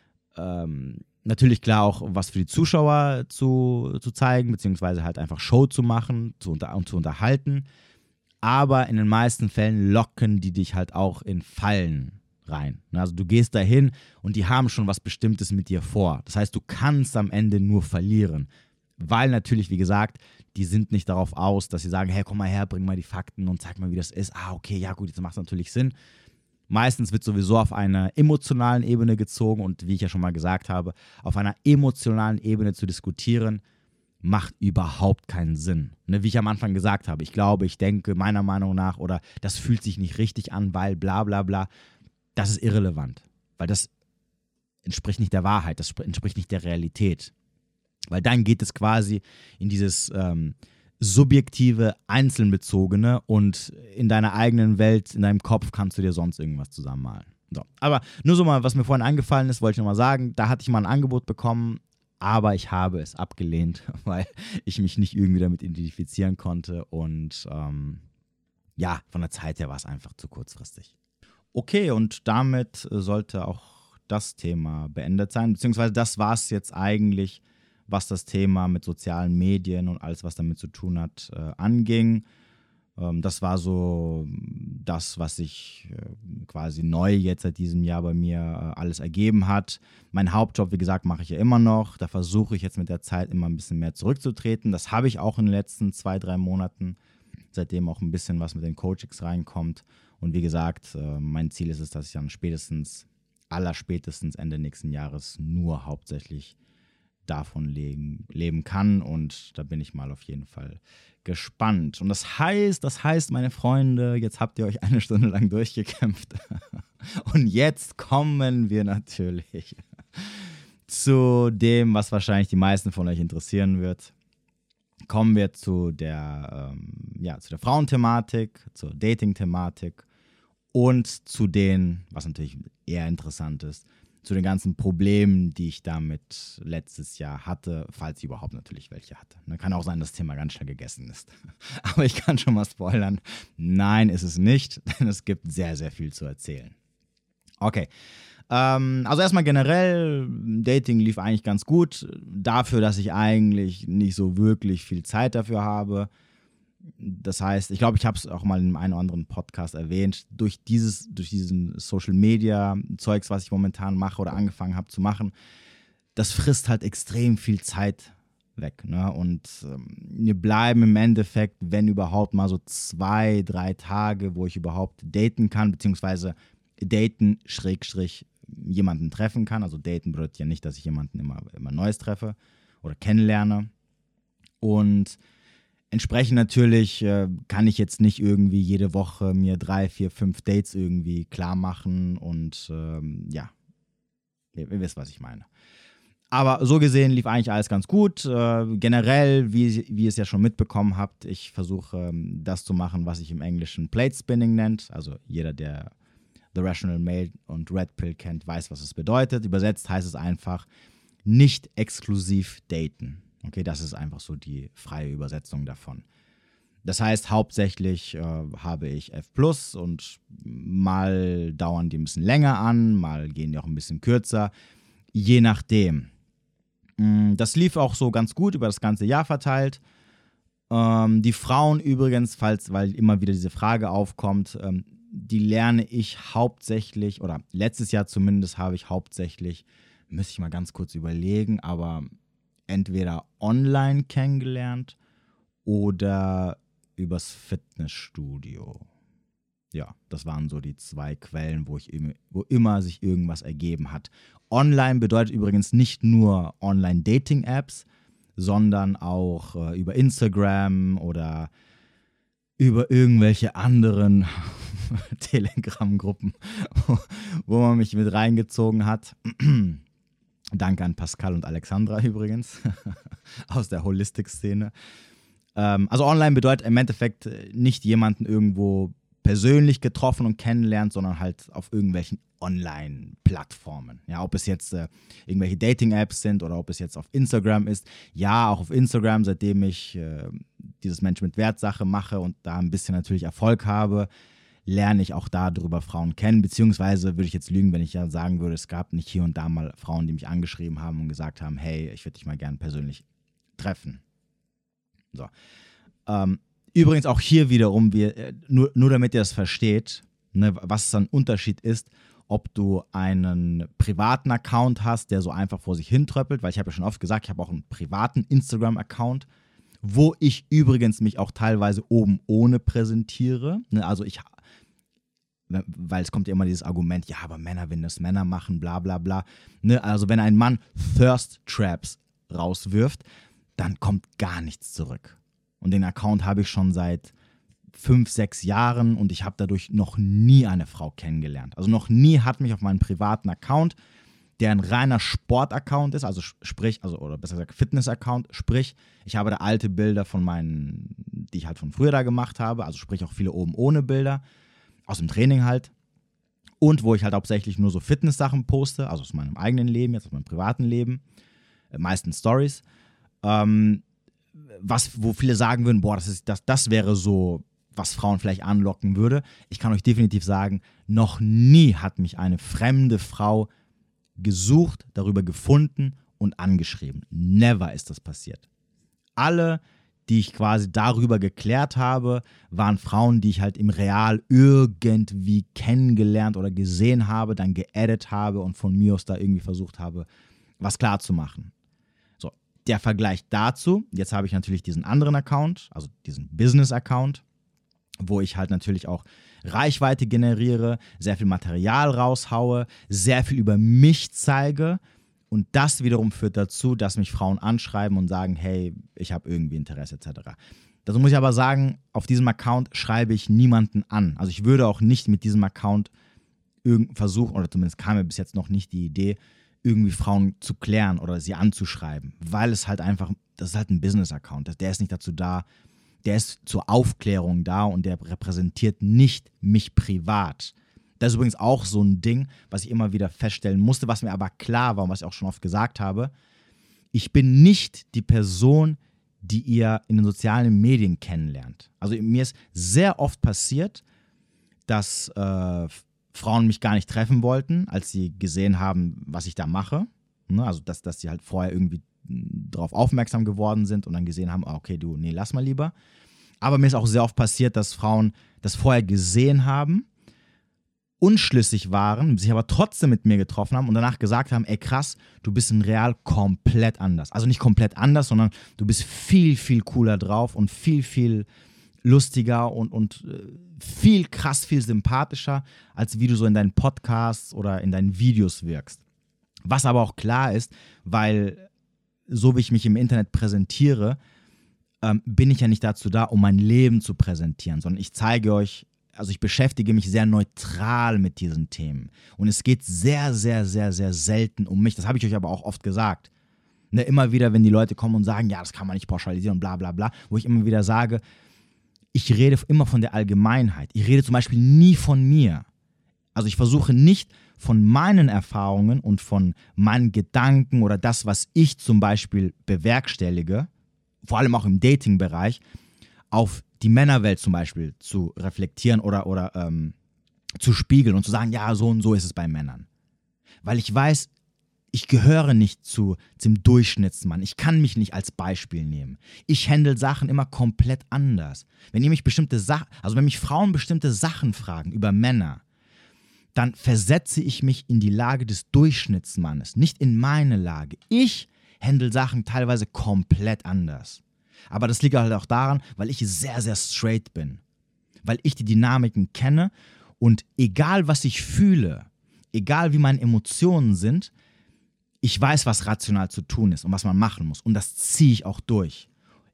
S1: natürlich klar auch was für die Zuschauer zu zeigen, beziehungsweise halt einfach Show zu machen und zu unterhalten. Aber in den meisten Fällen locken die dich halt auch in Fallen rein. Also du gehst dahin und die haben schon was Bestimmtes mit dir vor. Das heißt, du kannst am Ende nur verlieren. Weil natürlich, wie gesagt, die sind nicht darauf aus, dass sie sagen, hey, komm mal her, bring mal die Fakten und zeig mal, wie das ist. Okay, ja gut, jetzt macht es natürlich Sinn. Meistens wird sowieso auf einer emotionalen Ebene gezogen und wie ich ja schon mal gesagt habe, auf einer emotionalen Ebene zu diskutieren, macht überhaupt keinen Sinn. Wie ich am Anfang gesagt habe, ich glaube, ich denke, meiner Meinung nach, oder das fühlt sich nicht richtig an, weil bla bla bla, das ist irrelevant, weil das entspricht nicht der Wahrheit, das entspricht nicht der Realität. Weil dann geht es quasi in dieses subjektive, einzelnbezogene und in deiner eigenen Welt, in deinem Kopf kannst du dir sonst irgendwas zusammenmalen. So. Aber nur so mal, was mir vorhin eingefallen ist, wollte ich nochmal sagen, da hatte ich mal ein Angebot bekommen, aber ich habe es abgelehnt, weil ich mich nicht irgendwie damit identifizieren konnte und von der Zeit her war es einfach zu kurzfristig. Okay, und damit sollte auch das Thema beendet sein, beziehungsweise das war es jetzt eigentlich, was das Thema mit sozialen Medien und alles, was damit zu tun hat, anging. Das war so das, was sich quasi neu jetzt seit diesem Jahr bei mir alles ergeben hat. Mein Hauptjob, wie gesagt, mache ich ja immer noch. Da versuche ich jetzt mit der Zeit immer ein bisschen mehr zurückzutreten. Das habe ich auch in den letzten 2-3 Monaten, seitdem auch ein bisschen was mit den Coachings reinkommt. Und wie gesagt, mein Ziel ist es, dass ich dann allerspätestens Ende nächsten Jahres nur hauptsächlich davon leben kann und da bin ich mal auf jeden Fall gespannt. Und das heißt, meine Freunde, jetzt habt ihr euch 1 Stunde lang durchgekämpft und jetzt kommen wir natürlich zu dem, was wahrscheinlich die meisten von euch interessieren wird. Kommen wir zu der Frauenthematik, zur Dating-Thematik und zu den, was natürlich eher interessant ist, zu den ganzen Problemen, die ich damit letztes Jahr hatte, falls ich überhaupt natürlich welche hatte. Kann auch sein, dass das Thema ganz schnell gegessen ist. Aber ich kann schon mal spoilern, nein, ist es nicht, denn es gibt sehr, sehr viel zu erzählen. Okay, also erstmal generell, Dating lief eigentlich ganz gut, dafür, dass ich eigentlich nicht so wirklich viel Zeit dafür habe. Das heißt, ich glaube, ich habe es auch mal in einem einen oder anderen Podcast erwähnt, durch diesen Social-Media-Zeugs, was ich momentan mache oder angefangen habe zu machen, das frisst halt extrem viel Zeit weg. Ne? Und mir bleiben im Endeffekt, wenn überhaupt, mal so 2-3 Tage, wo ich überhaupt daten kann, beziehungsweise daten / jemanden treffen kann. Also daten bedeutet ja nicht, dass ich jemanden immer Neues treffe oder kennenlerne. Und entsprechend natürlich kann ich jetzt nicht irgendwie jede Woche mir 3, 4, 5 Dates irgendwie klar machen und ihr wisst, was ich meine. Aber so gesehen lief eigentlich alles ganz gut. Generell, wie ihr es ja schon mitbekommen habt, ich versuche das zu machen, was sich im Englischen Plate Spinning nennt. Also jeder, der The Rational Male und Red Pill kennt, weiß, was es bedeutet. Übersetzt heißt es einfach nicht exklusiv daten. Okay, das ist einfach so die freie Übersetzung davon. Das heißt, hauptsächlich habe ich F+ und mal dauern die ein bisschen länger an, mal gehen die auch ein bisschen kürzer, je nachdem. Das lief auch so ganz gut über das ganze Jahr verteilt. Die Frauen übrigens, weil immer wieder diese Frage aufkommt, die lerne ich hauptsächlich, oder letztes Jahr zumindest habe ich hauptsächlich, müsste ich mal ganz kurz überlegen, aber entweder online kennengelernt oder übers Fitnessstudio. Ja, das waren so die 2 Quellen, wo immer sich irgendwas ergeben hat. Online bedeutet übrigens nicht nur Online-Dating-Apps, sondern auch über Instagram oder über irgendwelche anderen Telegram-Gruppen, wo man mich mit reingezogen hat. Danke an Pascal und Alexandra übrigens aus der Holistic-Szene. Also online bedeutet im Endeffekt nicht jemanden irgendwo persönlich getroffen und kennenlernt, sondern halt auf irgendwelchen Online-Plattformen. Ja, ob es jetzt irgendwelche Dating-Apps sind oder ob es jetzt auf Instagram ist. Ja, auch auf Instagram, seitdem ich dieses Mensch mit Wert-Sache mache und da ein bisschen natürlich Erfolg habe, lerne ich auch darüber Frauen kennen. Beziehungsweise würde ich jetzt lügen, wenn ich ja sagen würde, es gab nicht hier und da mal Frauen, die mich angeschrieben haben und gesagt haben, hey, ich würde dich mal gerne persönlich treffen. So. Übrigens auch hier wiederum, nur damit ihr das versteht, ne, was dann ein Unterschied ist, ob du einen privaten Account hast, der so einfach vor sich hintröppelt, weil ich habe ja schon oft gesagt, ich habe auch einen privaten Instagram-Account, wo ich übrigens mich auch teilweise oben ohne präsentiere. Ne, also weil es kommt ja immer dieses Argument, ja, aber Männer, wenn das Männer machen, bla bla bla. Ne, also wenn ein Mann Thirst Traps rauswirft, dann kommt gar nichts zurück. Und den Account habe ich schon seit 5, 6 Jahren und ich habe dadurch noch nie eine Frau kennengelernt. Also noch nie hat mich auf meinen privaten Account, der ein reiner Sport-Account ist, oder besser gesagt Fitness-Account, sprich, ich habe da alte Bilder von die ich halt von früher da gemacht habe, also sprich auch viele oben ohne Bilder, aus dem Training halt. Und wo ich halt hauptsächlich nur so Fitness-Sachen poste, also aus meinem eigenen Leben, jetzt aus meinem privaten Leben, meistens Stories. Wo viele sagen würden, boah, das wäre so, was Frauen vielleicht anlocken würde. Ich kann euch definitiv sagen, noch nie hat mich eine fremde Frau gesucht, darüber gefunden und angeschrieben. Never ist das passiert. Alle, die ich quasi darüber geklärt habe, waren Frauen, die ich halt im Real irgendwie kennengelernt oder gesehen habe, dann geaddet habe und von mir aus da irgendwie versucht habe, was klarzumachen. So, der Vergleich dazu, jetzt habe ich natürlich diesen anderen Account, also diesen Business-Account, wo ich halt natürlich auch Reichweite generiere, sehr viel Material raushaue, sehr viel über mich zeige und das wiederum führt dazu, dass mich Frauen anschreiben und sagen, hey, ich habe irgendwie Interesse etc. Dazu muss ich aber sagen, auf diesem Account schreibe ich niemanden an. Also ich würde auch nicht mit diesem Account versuchen, oder zumindest kam mir bis jetzt noch nicht die Idee, irgendwie Frauen zu klären oder sie anzuschreiben, weil es halt einfach, das ist halt ein Business-Account, der ist nicht dazu da, der ist zur Aufklärung da und der repräsentiert nicht mich privat. Das ist übrigens auch so ein Ding, was ich immer wieder feststellen musste, was mir aber klar war und was ich auch schon oft gesagt habe. Ich bin nicht die Person, die ihr in den sozialen Medien kennenlernt. Also mir ist sehr oft passiert, dass Frauen mich gar nicht treffen wollten, als sie gesehen haben, was ich da mache. Ne? Also dass sie halt vorher irgendwie darauf aufmerksam geworden sind und dann gesehen haben, okay, nee, lass mal lieber. Aber mir ist auch sehr oft passiert, dass Frauen das vorher gesehen haben, unschlüssig waren, sich aber trotzdem mit mir getroffen haben und danach gesagt haben, ey krass, du bist in Real komplett anders. Also nicht komplett anders, sondern du bist viel, viel cooler drauf und viel, viel lustiger und viel krass, viel sympathischer, als wie du so in deinen Podcasts oder in deinen Videos wirkst. Was aber auch klar ist, weil so wie ich mich im Internet präsentiere, bin ich ja nicht dazu da, um mein Leben zu präsentieren, sondern ich zeige euch, also ich beschäftige mich sehr neutral mit diesen Themen. Und es geht sehr, sehr, sehr, sehr selten um mich. Das habe ich euch aber auch oft gesagt. Ne, immer wieder, wenn die Leute kommen und sagen, ja, das kann man nicht pauschalisieren und bla bla bla, wo ich immer wieder sage, ich rede immer von der Allgemeinheit. Ich rede zum Beispiel nie von mir. Also ich versuche nicht von meinen Erfahrungen und von meinen Gedanken oder das, was ich zum Beispiel bewerkstellige, vor allem auch im Dating-Bereich, auf die Männerwelt zum Beispiel zu reflektieren oder zu spiegeln und zu sagen, ja, so und so ist es bei Männern. Weil ich weiß, ich gehöre nicht zum Durchschnittsmann. Ich kann mich nicht als Beispiel nehmen. Ich handle Sachen immer komplett anders. Wenn mich Frauen bestimmte Sachen fragen über Männer, dann versetze ich mich in die Lage des Durchschnittsmannes, nicht in meine Lage. Ich handle Sachen teilweise komplett anders. Aber das liegt halt auch daran, weil ich sehr, sehr straight bin. Weil ich die Dynamiken kenne und egal, was ich fühle, egal, wie meine Emotionen sind, ich weiß, was rational zu tun ist und was man machen muss. Und das ziehe ich auch durch.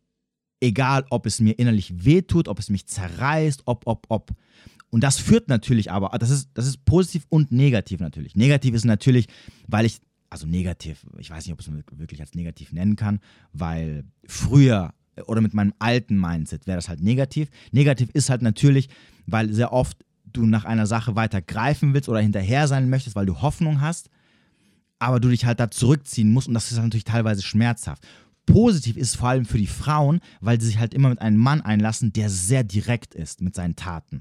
S1: Egal, ob es mir innerlich wehtut, ob es mich zerreißt, ob. Und das führt natürlich aber, das ist positiv und negativ natürlich. Negativ ist natürlich, ich weiß nicht, ob ich es wirklich als negativ nennen kann, weil früher oder mit meinem alten Mindset wäre das halt negativ. Negativ ist halt natürlich, weil sehr oft du nach einer Sache weiter greifen willst oder hinterher sein möchtest, weil du Hoffnung hast, aber du dich halt da zurückziehen musst und das ist halt natürlich teilweise schmerzhaft. Positiv ist es vor allem für die Frauen, weil sie sich halt immer mit einem Mann einlassen, der sehr direkt ist mit seinen Taten.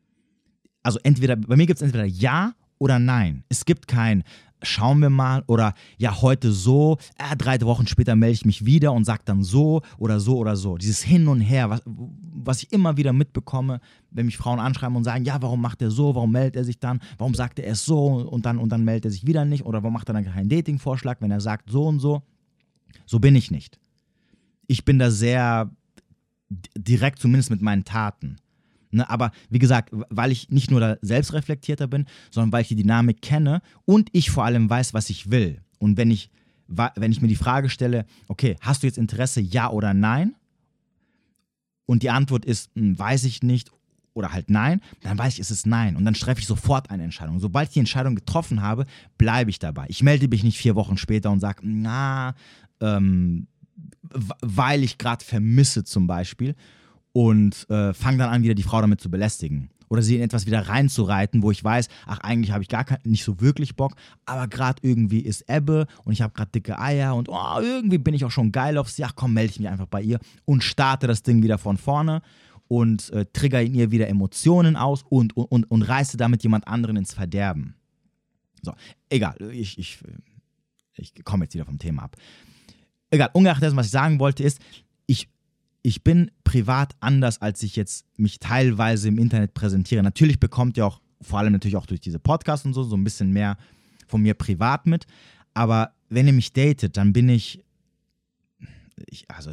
S1: Also bei mir gibt es entweder Ja oder Nein. Es gibt kein schauen wir mal oder ja heute so, 3 Wochen später melde ich mich wieder und sage dann so oder so oder so. Dieses Hin und Her, was ich immer wieder mitbekomme, wenn mich Frauen anschreiben und sagen, ja, warum macht er so, warum meldet er sich dann, warum sagt er es so und dann meldet er sich wieder nicht oder warum macht er dann keinen Dating-Vorschlag, wenn er sagt so und so. So bin ich nicht. Ich bin da sehr direkt, zumindest mit meinen Taten. Ne, aber wie gesagt, weil ich nicht nur da selbstreflektierter bin, sondern weil ich die Dynamik kenne und ich vor allem weiß, was ich will. Und wenn ich mir die Frage stelle, okay, hast du jetzt Interesse, ja oder nein? Und die Antwort ist, weiß ich nicht oder halt nein, dann weiß ich, es ist nein. Und dann treffe ich sofort eine Entscheidung. Sobald ich die Entscheidung getroffen habe, bleibe ich dabei. Ich melde mich nicht 4 Wochen später und sage, weil ich gerade vermisse zum Beispiel. Und fange dann an, wieder die Frau damit zu belästigen. Oder sie in etwas wieder reinzureiten, wo ich weiß, ach, eigentlich habe ich nicht so wirklich Bock, aber gerade irgendwie ist Ebbe und ich habe gerade dicke Eier und irgendwie bin ich auch schon geil auf sie. Ach komm, melde ich mich einfach bei ihr und starte das Ding wieder von vorne und trigger in ihr wieder Emotionen aus und reiße damit jemand anderen ins Verderben. So, egal, ich komme jetzt wieder vom Thema ab. Egal, ungeachtet dessen, was ich sagen wollte, ist, ich bin privat anders, als ich jetzt mich teilweise im Internet präsentiere. Natürlich bekommt ihr auch, vor allem natürlich auch durch diese Podcasts und so ein bisschen mehr von mir privat mit. Aber wenn ihr mich datet, dann bin ich habe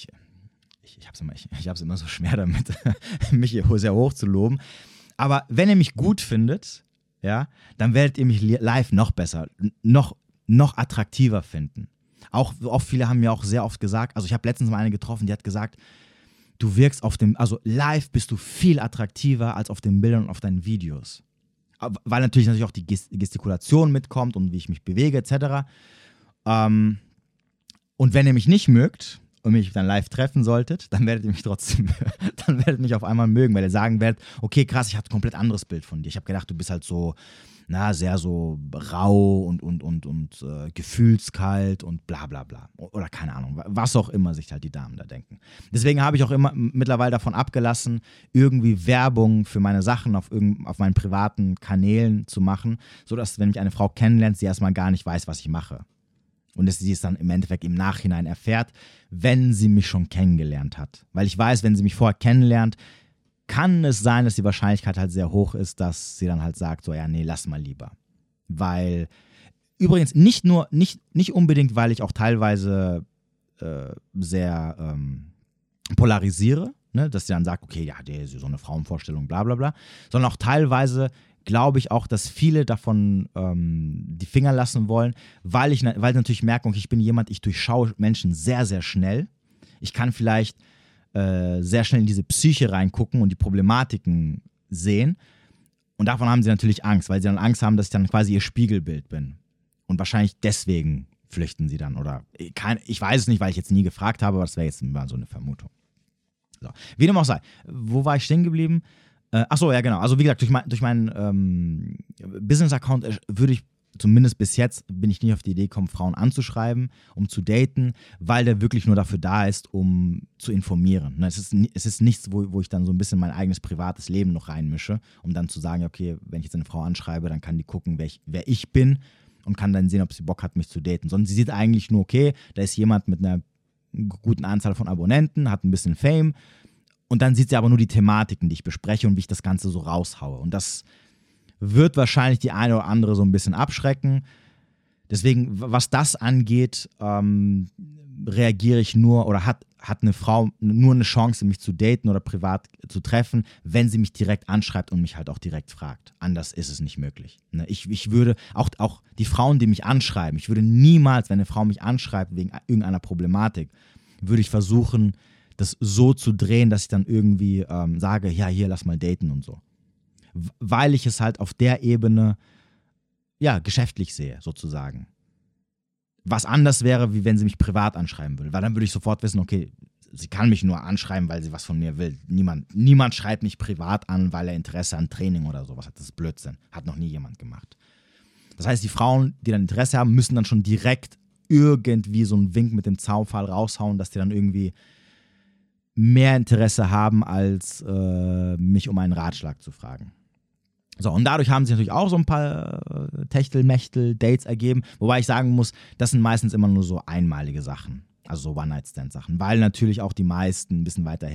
S1: es immer so schwer damit, mich hier sehr hoch zu loben. Aber wenn ihr mich gut findet, ja, dann werdet ihr mich live noch besser, noch attraktiver finden. Auch viele haben mir auch sehr oft gesagt, also ich habe letztens mal eine getroffen, die hat gesagt, du wirkst also live bist du viel attraktiver als auf den Bildern und auf deinen Videos. Weil natürlich auch die Gestikulation mitkommt und wie ich mich bewege etc. Und wenn ihr mich nicht mögt und mich dann live treffen solltet, dann werdet ihr mich dann werdet ihr mich auf einmal mögen, weil ihr sagen werdet, okay krass, ich hatte ein komplett anderes Bild von dir. Ich habe gedacht, du bist halt so, sehr so rau und gefühlskalt und bla bla bla. Oder keine Ahnung, was auch immer sich halt die Damen da denken. Deswegen habe ich auch immer mittlerweile davon abgelassen, irgendwie Werbung für meine Sachen auf meinen privaten Kanälen zu machen, sodass, wenn mich eine Frau kennenlernt, sie erstmal gar nicht weiß, was ich mache. Und dass sie es dann im Endeffekt im Nachhinein erfährt, wenn sie mich schon kennengelernt hat. Weil ich weiß, wenn sie mich vorher kennenlernt, kann es sein, dass die Wahrscheinlichkeit halt sehr hoch ist, dass sie dann halt sagt, so ja, nee, lass mal lieber. Weil, übrigens nicht unbedingt, weil ich auch teilweise sehr polarisiere, ne, dass sie dann sagt, okay, ja, der ist so eine Frauenvorstellung, bla bla bla, sondern auch teilweise glaube ich auch, dass viele davon die Finger lassen wollen, weil ich natürlich merke, okay, ich bin jemand, ich durchschaue Menschen sehr, sehr schnell. Ich kann vielleicht sehr schnell in diese Psyche reingucken und die Problematiken sehen. Und davon haben sie natürlich Angst, weil sie dann Angst haben, dass ich dann quasi ihr Spiegelbild bin. Und wahrscheinlich deswegen flüchten sie dann. Oder ich weiß es nicht, weil ich jetzt nie gefragt habe, aber das wäre jetzt mal so eine Vermutung. So. Wie dem auch sei. Wo war ich stehen geblieben? Achso, ja genau. Also wie gesagt, durch meinen Business-Account würde ich, zumindest bis jetzt, bin ich nicht auf die Idee gekommen, Frauen anzuschreiben, um zu daten, weil der wirklich nur dafür da ist, um zu informieren. Es ist nichts, wo ich dann so ein bisschen mein eigenes privates Leben noch reinmische, um dann zu sagen, okay, wenn ich jetzt eine Frau anschreibe, dann kann die gucken, wer ich bin und kann dann sehen, ob sie Bock hat, mich zu daten. Sondern sie sieht eigentlich nur, okay, da ist jemand mit einer guten Anzahl von Abonnenten, hat ein bisschen Fame und dann sieht sie aber nur die Thematiken, die ich bespreche und wie ich das Ganze so raushaue. Und das wird wahrscheinlich die eine oder andere so ein bisschen abschrecken. Deswegen, was das angeht, reagiere ich nur oder hat eine Frau nur eine Chance, mich zu daten oder privat zu treffen, wenn sie mich direkt anschreibt und mich halt auch direkt fragt. Anders ist es nicht möglich. Ne? Ich würde, auch die Frauen, die mich anschreiben, ich würde niemals, wenn eine Frau mich anschreibt wegen irgendeiner Problematik, würde ich versuchen, das so zu drehen, dass ich dann irgendwie sage, ja, hier, lass mal daten und so. Weil ich es halt auf der Ebene, ja, geschäftlich sehe, sozusagen. Was anders wäre, wie wenn sie mich privat anschreiben würde. Weil dann würde ich sofort wissen, okay, sie kann mich nur anschreiben, weil sie was von mir will. Niemand schreibt mich privat an, weil er Interesse an Training oder sowas hat. Das ist Blödsinn. Hat noch nie jemand gemacht. Das heißt, die Frauen, die dann Interesse haben, müssen dann schon direkt irgendwie so einen Wink mit dem Zaunpfahl raushauen, dass die dann irgendwie mehr Interesse haben, als mich um einen Ratschlag zu fragen. So, und dadurch haben sich natürlich auch so ein paar Techtelmechtel-Dates ergeben, wobei ich sagen muss, das sind meistens immer nur so einmalige Sachen, also so One-Night-Stand-Sachen, weil natürlich auch die meisten ein bisschen weiter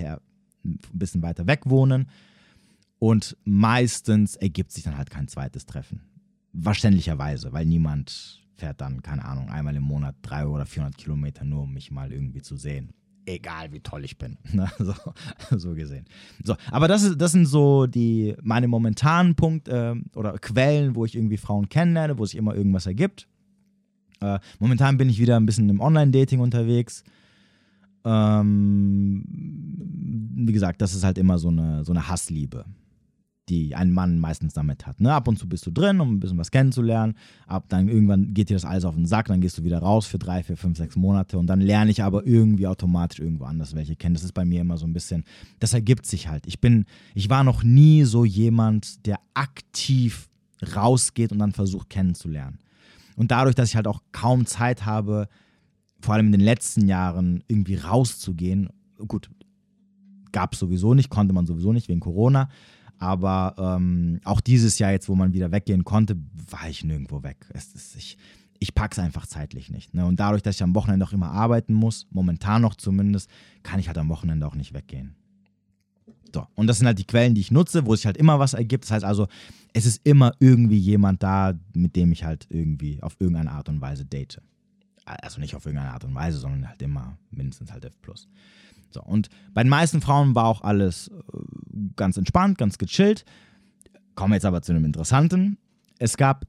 S1: weg wohnen und meistens ergibt sich dann halt kein zweites Treffen. Verständlicherweise, weil niemand fährt dann, keine Ahnung, einmal im Monat 300 oder 400 Kilometer nur, um mich mal irgendwie zu sehen. Egal wie toll ich bin, so gesehen. So, aber das sind so meine momentanen Punkte oder Quellen, wo ich irgendwie Frauen kennenlerne, wo sich immer irgendwas ergibt. Momentan bin ich wieder ein bisschen im Online-Dating unterwegs. Wie gesagt, das ist halt immer so eine Hassliebe, die ein Mann meistens damit hat. Ne? Ab und zu bist du drin, um ein bisschen was kennenzulernen. Dann irgendwann geht dir das alles auf den Sack, dann gehst du wieder raus für 3, 4, 5, 6 Monate und dann lerne ich aber irgendwie automatisch irgendwo anders welche kennen. Das ist bei mir immer so ein bisschen, das ergibt sich halt. Ich war noch nie so jemand, der aktiv rausgeht und dann versucht kennenzulernen. Und dadurch, dass ich halt auch kaum Zeit habe, vor allem in den letzten Jahren irgendwie rauszugehen, gut, gab es sowieso nicht, konnte man sowieso nicht wegen Corona, aber auch dieses Jahr jetzt, wo man wieder weggehen konnte, war ich nirgendwo weg. Ich pack's einfach zeitlich nicht. Ne? Und dadurch, dass ich am Wochenende auch immer arbeiten muss, momentan noch zumindest, kann ich halt am Wochenende auch nicht weggehen. So, und das sind halt die Quellen, die ich nutze, wo sich halt immer was ergibt. Das heißt also, es ist immer irgendwie jemand da, mit dem ich halt irgendwie auf irgendeine Art und Weise date. Also nicht auf irgendeine Art und Weise, sondern halt immer mindestens halt F+. So, und bei den meisten Frauen war auch alles ganz entspannt, ganz gechillt. Kommen wir jetzt aber zu einem Interessanten. Es gab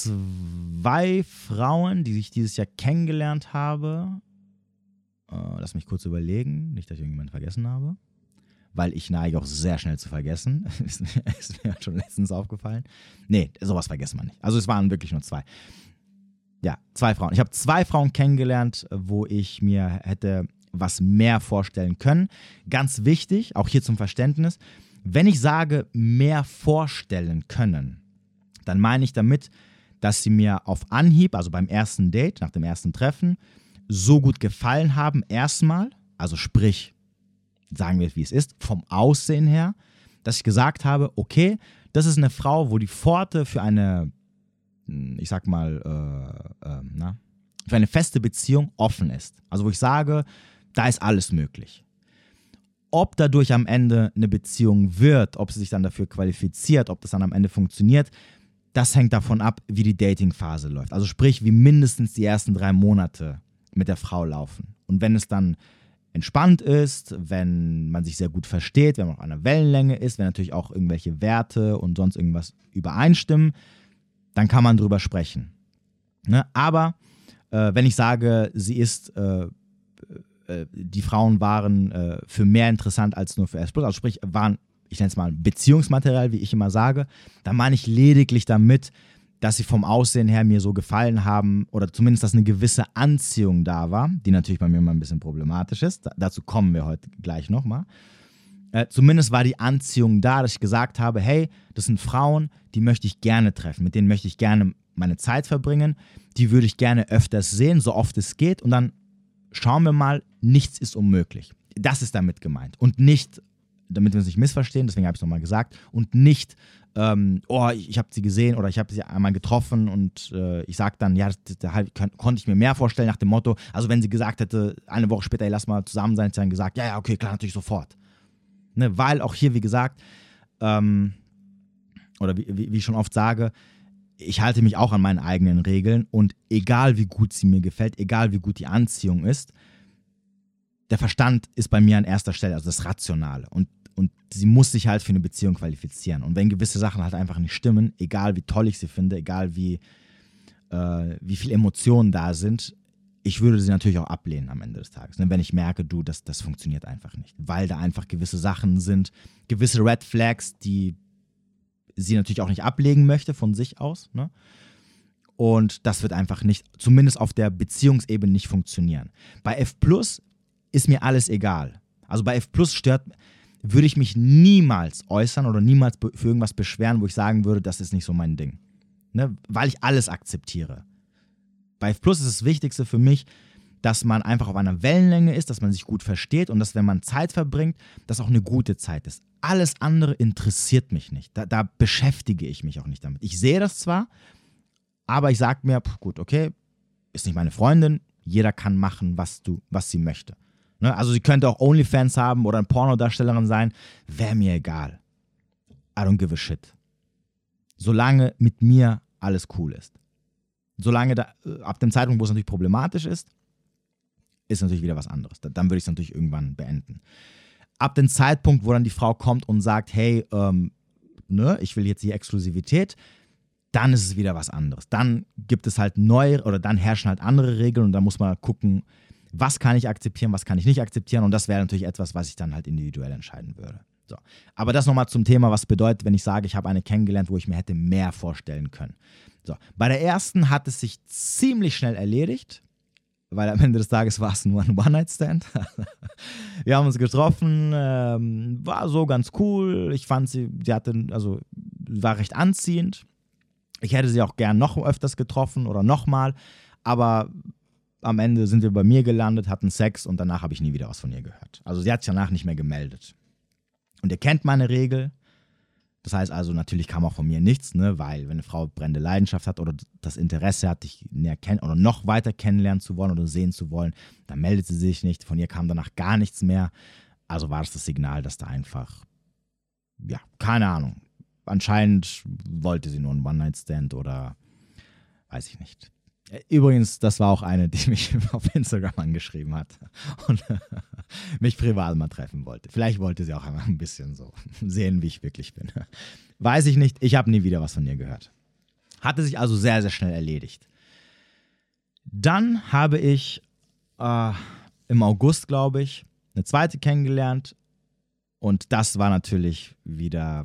S1: 2 Frauen, die ich dieses Jahr kennengelernt habe. Lass mich kurz überlegen, nicht, dass ich irgendjemanden vergessen habe. Weil ich neige auch sehr schnell zu vergessen. Ist mir schon letztens aufgefallen. Nee, sowas vergisst man nicht. Also es waren wirklich nur 2. Ja, 2 Frauen. Ich habe 2 Frauen kennengelernt, wo ich mir hätte was mehr vorstellen können. Ganz wichtig, auch hier zum Verständnis, wenn ich sage, mehr vorstellen können, dann meine ich damit, dass sie mir auf Anhieb, also beim ersten Date, nach dem ersten Treffen, so gut gefallen haben, erstmal, also sprich, sagen wir es wie es ist, vom Aussehen her, dass ich gesagt habe, okay, das ist eine Frau, wo die Pforte für eine, ich sag mal, für eine feste Beziehung offen ist. Also wo ich sage, da ist alles möglich. Ob dadurch am Ende eine Beziehung wird, ob sie sich dann dafür qualifiziert, ob das dann am Ende funktioniert, das hängt davon ab, wie die Datingphase läuft. Also sprich, wie mindestens die ersten 3 Monate mit der Frau laufen. Und wenn es dann entspannt ist, wenn man sich sehr gut versteht, wenn man auf einer Wellenlänge ist, wenn natürlich auch irgendwelche Werte und sonst irgendwas übereinstimmen, dann kann man drüber sprechen. Ne? Aber wenn ich sage, sie ist die Frauen waren für mehr interessant als nur für S+, also sprich, waren, ich nenne es mal Beziehungsmaterial, wie ich immer sage, da meine ich lediglich damit, dass sie vom Aussehen her mir so gefallen haben oder zumindest, dass eine gewisse Anziehung da war, die natürlich bei mir immer ein bisschen problematisch ist. Dazu kommen wir heute gleich nochmal. Zumindest war die Anziehung da, dass ich gesagt habe, hey, das sind Frauen, die möchte ich gerne treffen, mit denen möchte ich gerne meine Zeit verbringen, die würde ich gerne öfters sehen, so oft es geht und dann schauen wir mal, nichts ist unmöglich. Das ist damit gemeint und nicht, damit wir uns nicht missverstehen, deswegen habe ich es nochmal gesagt, und nicht, ich habe sie gesehen oder ich habe sie einmal getroffen und ich sage dann, ja, konnte ich mir mehr vorstellen nach dem Motto, also wenn sie gesagt hätte, eine Woche später, ey, lass mal zusammen sein, hätte sie dann gesagt, ja, okay, klar, natürlich sofort. Ne, weil auch hier, wie gesagt, oder wie ich schon oft sage, ich halte mich auch an meinen eigenen Regeln und egal wie gut sie mir gefällt, egal wie gut die Anziehung ist, der Verstand ist bei mir an erster Stelle, also das Rationale. Und sie muss sich halt für eine Beziehung qualifizieren. Und wenn gewisse Sachen halt einfach nicht stimmen, egal wie toll ich sie finde, egal wie viel Emotionen da sind, ich würde sie natürlich auch ablehnen am Ende des Tages. Wenn ich merke, das funktioniert einfach nicht. Weil da einfach gewisse Sachen sind, gewisse Red Flags, die sie natürlich auch nicht ablegen möchte von sich aus. Ne? Und das wird einfach nicht, zumindest auf der Beziehungsebene nicht funktionieren. Bei F+ ist mir alles egal. Also bei F+ würde ich mich niemals äußern oder niemals für irgendwas beschweren, wo ich sagen würde, das ist nicht so mein Ding. Ne? Weil ich alles akzeptiere. Bei F+ ist das Wichtigste für mich, dass man einfach auf einer Wellenlänge ist, dass man sich gut versteht und dass, wenn man Zeit verbringt, das auch eine gute Zeit ist. Alles andere interessiert mich nicht. Da beschäftige ich mich auch nicht damit. Ich sehe das zwar, aber ich sage mir, gut, okay, ist nicht meine Freundin, jeder kann machen, was sie möchte. Ne? Also sie könnte auch Onlyfans haben oder eine Pornodarstellerin sein, wäre mir egal. I don't give a shit. Solange mit mir alles cool ist. Solange ab dem Zeitpunkt, wo es natürlich problematisch ist natürlich wieder was anderes. Dann würde ich es natürlich irgendwann beenden. Ab dem Zeitpunkt, wo dann die Frau kommt und sagt, hey, ich will jetzt die Exklusivität, dann ist es wieder was anderes. Dann gibt es halt dann herrschen halt andere Regeln und dann muss man gucken, was kann ich akzeptieren, was kann ich nicht akzeptieren und das wäre natürlich etwas, was ich dann halt individuell entscheiden würde. So. Aber das nochmal zum Thema, was bedeutet, wenn ich sage, ich habe eine kennengelernt, wo ich mir hätte mehr vorstellen können. So. Bei der ersten hat es sich ziemlich schnell erledigt, weil am Ende des Tages war es nur ein One-Night-Stand. Wir haben uns getroffen, war so ganz cool. Ich fand war recht anziehend. Ich hätte sie auch gern noch öfters getroffen oder nochmal, aber am Ende sind wir bei mir gelandet, hatten Sex und danach habe ich nie wieder was von ihr gehört. Also sie hat sich danach nicht mehr gemeldet. Und ihr kennt meine Regel. Das heißt also, natürlich kam auch von mir nichts, ne, weil wenn eine Frau brennende Leidenschaft hat oder das Interesse hat, dich näher oder noch weiter kennenlernen zu wollen oder sehen zu wollen, dann meldet sie sich nicht. Von ihr kam danach gar nichts mehr. Also war das Signal, dass da einfach, ja, keine Ahnung. Anscheinend wollte sie nur einen One-Night-Stand oder weiß ich nicht. Übrigens, das war auch eine, die mich auf Instagram angeschrieben hat und mich privat mal treffen wollte. Vielleicht wollte sie auch einmal ein bisschen so sehen, wie ich wirklich bin. Weiß ich nicht, ich habe nie wieder was von ihr gehört. Hatte sich also sehr, sehr schnell erledigt. Dann habe ich im August, glaube ich, eine zweite kennengelernt und das war natürlich wieder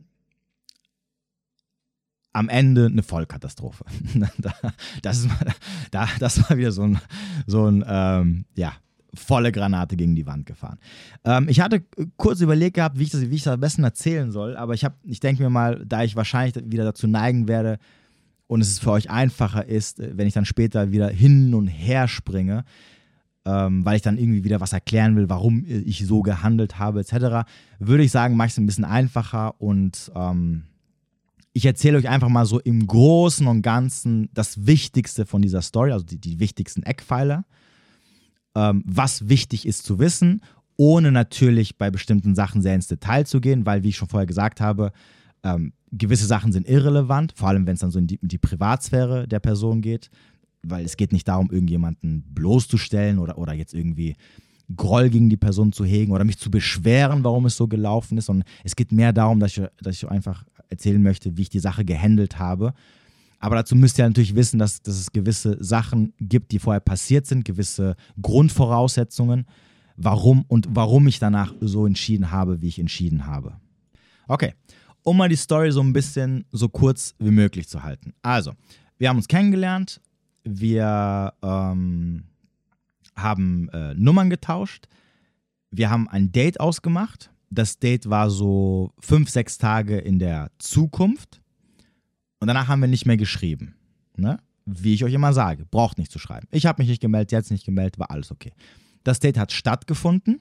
S1: am Ende eine Vollkatastrophe. Das war wieder so ein volle Granate gegen die Wand gefahren. Ich hatte kurz überlegt gehabt, wie ich das am besten erzählen soll, aber ich denke mir mal, da ich wahrscheinlich wieder dazu neigen werde und es für euch einfacher ist, wenn ich dann später wieder hin und her springe, weil ich dann irgendwie wieder was erklären will, warum ich so gehandelt habe, etc., würde ich sagen, mache ich es ein bisschen einfacher und ich erzähle euch einfach mal so im Großen und Ganzen das Wichtigste von dieser Story, also die wichtigsten Eckpfeiler, was wichtig ist zu wissen, ohne natürlich bei bestimmten Sachen sehr ins Detail zu gehen, weil, wie ich schon vorher gesagt habe, gewisse Sachen sind irrelevant, vor allem wenn es dann so in die Privatsphäre der Person geht, weil es geht nicht darum, irgendjemanden bloßzustellen oder jetzt irgendwie Groll gegen die Person zu hegen oder mich zu beschweren, warum es so gelaufen ist, sondern es geht mehr darum, dass ich einfach erzählen möchte, wie ich die Sache gehandelt habe. Aber dazu müsst ihr natürlich wissen, dass es gewisse Sachen gibt, die vorher passiert sind, gewisse Grundvoraussetzungen, warum ich danach so entschieden habe, wie ich entschieden habe. Okay, um mal die Story so ein bisschen so kurz wie möglich zu halten. Also, wir haben uns kennengelernt, wir haben Nummern getauscht, wir haben ein Date ausgemacht. Das Date war so 5-6 Tage in der Zukunft und danach haben wir nicht mehr geschrieben. Ne? Wie ich euch immer sage, braucht nicht zu schreiben. Ich habe mich nicht gemeldet, sie hat sich nicht gemeldet, war alles okay. Das Date hat stattgefunden.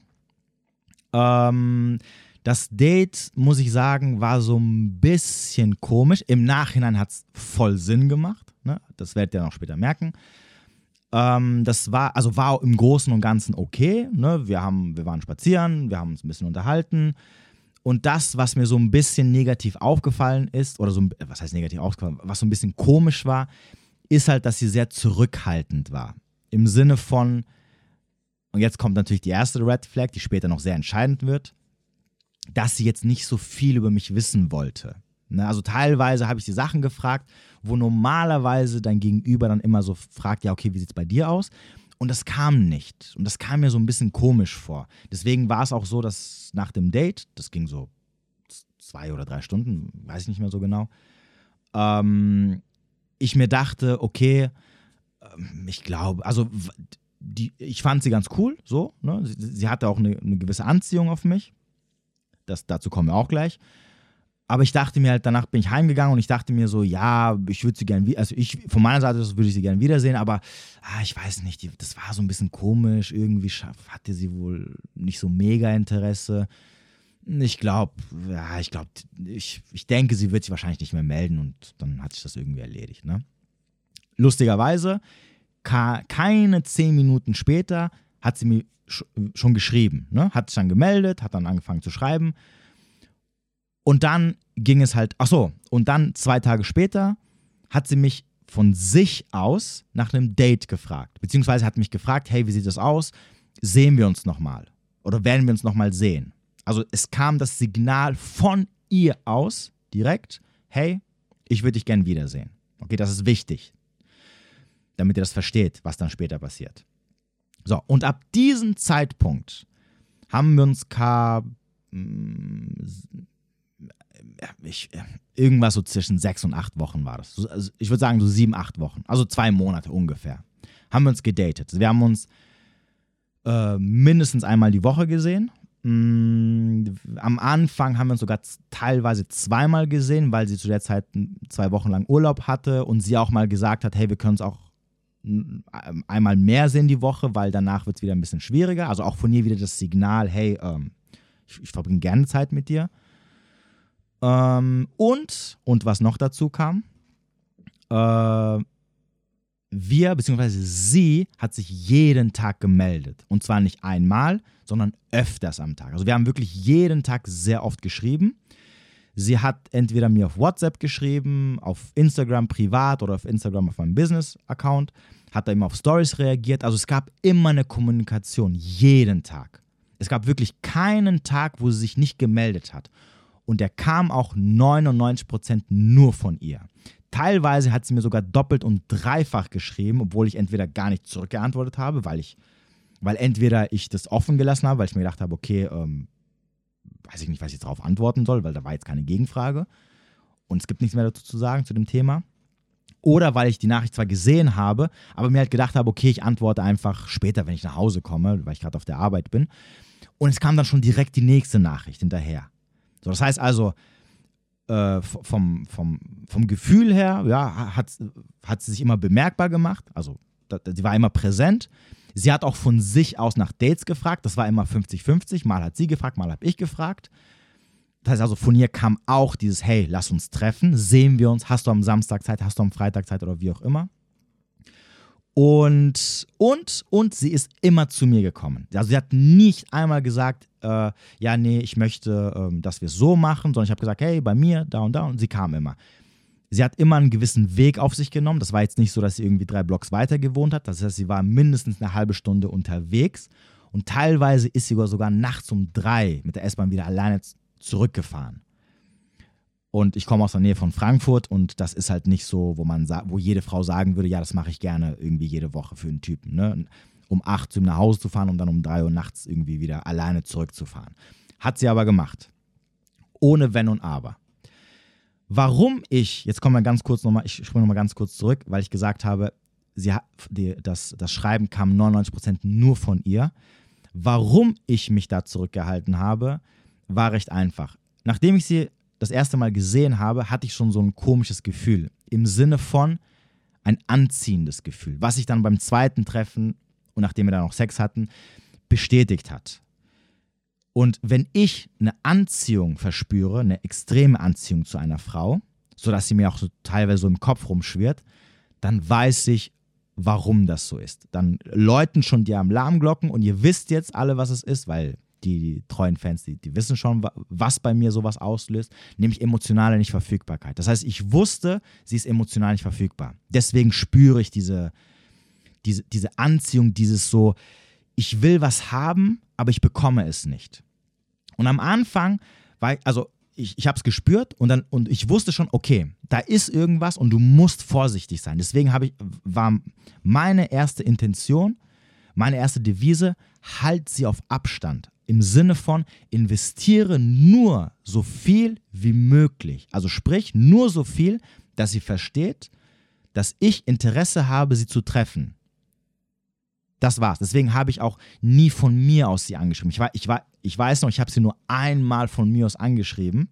S1: Das Date, muss ich sagen, war so ein bisschen komisch. Im Nachhinein hat es voll Sinn gemacht. Ne? Das werdet ihr noch später merken. Das war im Großen und Ganzen okay. Ne? Wir waren spazieren, wir haben uns ein bisschen unterhalten. Und das, was mir so ein bisschen negativ aufgefallen ist, oder so, was heißt negativ aufgefallen, was so ein bisschen komisch war, ist halt, dass sie sehr zurückhaltend war. Im Sinne von, und jetzt kommt natürlich die erste Red Flag, die später noch sehr entscheidend wird, dass sie jetzt nicht so viel über mich wissen wollte. Ne? Also teilweise habe ich sie Sachen gefragt, wo normalerweise dein Gegenüber dann immer so fragt, ja okay, wie sieht es bei dir aus? Und das kam nicht. Und das kam mir so ein bisschen komisch vor. Deswegen war es auch so, dass nach dem Date, das ging so 2 oder 3 Stunden, weiß ich nicht mehr so genau, ich mir dachte, okay, ich glaube, also ich fand sie ganz cool, so, ne? Sie hatte auch eine gewisse Anziehung auf mich. Dazu kommen wir auch gleich. Aber ich dachte mir halt, danach bin ich heimgegangen und ich dachte mir so, ja, ich würde sie gerne, also von meiner Seite aus würde ich sie gerne wiedersehen, aber ich weiß nicht, das war so ein bisschen komisch, irgendwie hatte sie wohl nicht so mega Interesse. Ich denke, sie wird sich wahrscheinlich nicht mehr melden und dann hat sich das irgendwie erledigt, ne? Lustigerweise, keine 10 Minuten später hat sie mir schon geschrieben, ne? Hat sich dann gemeldet, hat dann angefangen zu schreiben. Und dann ging es halt, und dann 2 Tage später hat sie mich von sich aus nach einem Date gefragt. Beziehungsweise hat mich gefragt, hey, wie sieht das aus? Sehen wir uns nochmal? Oder werden wir uns nochmal sehen? Also es kam das Signal von ihr aus, direkt, hey, ich würde dich gern wiedersehen. Okay, das ist wichtig, damit ihr das versteht, was dann später passiert. So, und ab diesem Zeitpunkt haben wir uns irgendwas so zwischen 6 und 8 Wochen war das. Also ich würde sagen so 7, 8 Wochen. Also 2 Monate ungefähr. Haben wir uns gedatet. Wir haben uns mindestens einmal die Woche gesehen. Am Anfang haben wir uns sogar teilweise 2-mal gesehen, weil sie zu der Zeit 2 Wochen lang Urlaub hatte und sie auch mal gesagt hat, hey, wir können uns auch einmal mehr sehen die Woche, weil danach wird es wieder ein bisschen schwieriger. Also auch von ihr wieder das Signal, hey, ich verbringe gerne Zeit mit dir. Und was noch dazu kam, beziehungsweise sie hat sich jeden Tag gemeldet. Und zwar nicht einmal, sondern öfters am Tag. Also wir haben wirklich jeden Tag sehr oft geschrieben. Sie hat entweder mir auf WhatsApp geschrieben, auf Instagram privat oder auf Instagram auf meinem Business-Account, hat da immer auf Stories reagiert. Also es gab immer eine Kommunikation, jeden Tag. Es gab wirklich keinen Tag, wo sie sich nicht gemeldet hat. Und der kam auch 99% nur von ihr. Teilweise hat sie mir sogar doppelt und dreifach geschrieben, obwohl ich entweder gar nicht zurückgeantwortet habe, weil entweder ich das offen gelassen habe, weil ich mir gedacht habe, okay, weiß ich nicht, was ich jetzt darauf antworten soll, weil da war jetzt keine Gegenfrage und es gibt nichts mehr dazu zu sagen zu dem Thema. Oder weil ich die Nachricht zwar gesehen habe, aber mir halt gedacht habe, okay, ich antworte einfach später, wenn ich nach Hause komme, weil ich gerade auf der Arbeit bin. Und es kam dann schon direkt die nächste Nachricht hinterher. So, das heißt also, vom Gefühl her, ja, hat sie sich immer bemerkbar gemacht, also sie war immer präsent. Sie hat auch von sich aus nach Dates gefragt, das war immer 50-50, mal hat sie gefragt, mal habe ich gefragt. Das heißt also, von ihr kam auch dieses, hey, lass uns treffen, sehen wir uns, hast du am Samstag Zeit, hast du am Freitag Zeit oder wie auch immer. Und sie ist immer zu mir gekommen. Also sie hat nicht einmal gesagt, ja, nee, ich möchte, dass wir es so machen, sondern ich habe gesagt, hey, bei mir, da und sie kam immer. Sie hat immer einen gewissen Weg auf sich genommen. Das war jetzt nicht so, dass sie irgendwie 3 Blocks weiter gewohnt hat. Das heißt, sie war mindestens eine halbe Stunde unterwegs und teilweise ist sie sogar nachts um 3 mit der S-Bahn wieder alleine zurückgefahren. Und ich komme aus der Nähe von Frankfurt und das ist halt nicht so, wo jede Frau sagen würde, ja, das mache ich gerne irgendwie jede Woche für einen Typen. Ne? Um 8 zu ihm nach Hause zu fahren, um dann um 3 Uhr nachts irgendwie wieder alleine zurückzufahren. Hat sie aber gemacht. Ohne Wenn und Aber. jetzt kommen wir ganz kurz nochmal, ich springe nochmal ganz kurz zurück, weil ich gesagt habe, das Schreiben kam 99% nur von ihr. Warum ich mich da zurückgehalten habe, war recht einfach. Nachdem ich sie das erste Mal gesehen habe, hatte ich schon so ein komisches Gefühl. Im Sinne von ein anziehendes Gefühl, was sich dann beim zweiten Treffen und nachdem wir dann noch Sex hatten, bestätigt hat. Und wenn ich eine Anziehung verspüre, eine extreme Anziehung zu einer Frau, sodass sie mir auch so teilweise so im Kopf rumschwirrt, dann weiß ich, warum das so ist. Dann läuten schon die Alarmglocken und ihr wisst jetzt alle, was es ist, weil die treuen Fans, die wissen schon, was bei mir sowas auslöst, nämlich emotionale Nichtverfügbarkeit. Das heißt, ich wusste, sie ist emotional nicht verfügbar. Deswegen spüre ich diese Anziehung, dieses so, ich will was haben, aber ich bekomme es nicht. Und am Anfang ich habe es gespürt und ich wusste schon, okay, da ist irgendwas und du musst vorsichtig sein. Deswegen war meine erste Intention, meine erste Devise, halt sie auf Abstand. Im Sinne von, investiere nur so viel wie möglich. Also sprich, nur so viel, dass sie versteht, dass ich Interesse habe, sie zu treffen. Das war's. Deswegen habe ich auch nie von mir aus sie angeschrieben. Ich weiß noch, ich habe sie nur einmal von mir aus angeschrieben.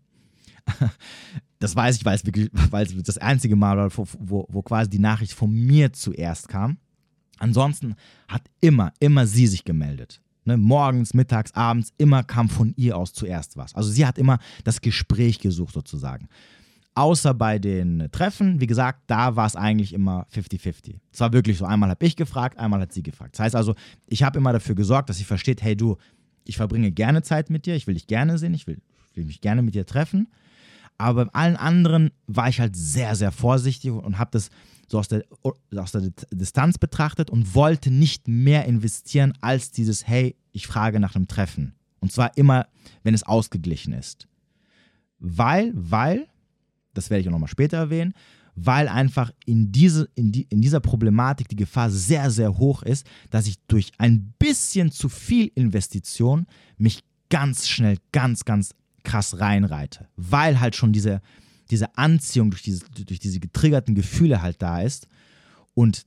S1: Das weiß ich, weil es das einzige Mal war, wo quasi die Nachricht von mir zuerst kam. Ansonsten hat immer sie sich gemeldet. Ne, morgens, mittags, abends, immer kam von ihr aus zuerst was. Also sie hat immer das Gespräch gesucht sozusagen. Außer bei den Treffen, wie gesagt, da war es eigentlich immer 50-50. Es war wirklich so, einmal habe ich gefragt, einmal hat sie gefragt. Das heißt also, ich habe immer dafür gesorgt, dass sie versteht, hey du, ich verbringe gerne Zeit mit dir, ich will dich gerne sehen, ich will mich gerne mit dir treffen. Aber bei allen anderen war ich halt sehr, sehr vorsichtig und habe das so aus der Distanz betrachtet und wollte nicht mehr investieren als dieses, hey, ich frage nach einem Treffen. Und zwar immer, wenn es ausgeglichen ist. Weil, das werde ich auch nochmal später erwähnen, weil einfach in dieser Problematik die Gefahr sehr, sehr hoch ist, dass ich durch ein bisschen zu viel Investition mich ganz schnell, ganz, ganz krass reinreite. Weil halt schon diese Anziehung durch diese getriggerten Gefühle halt da ist. Und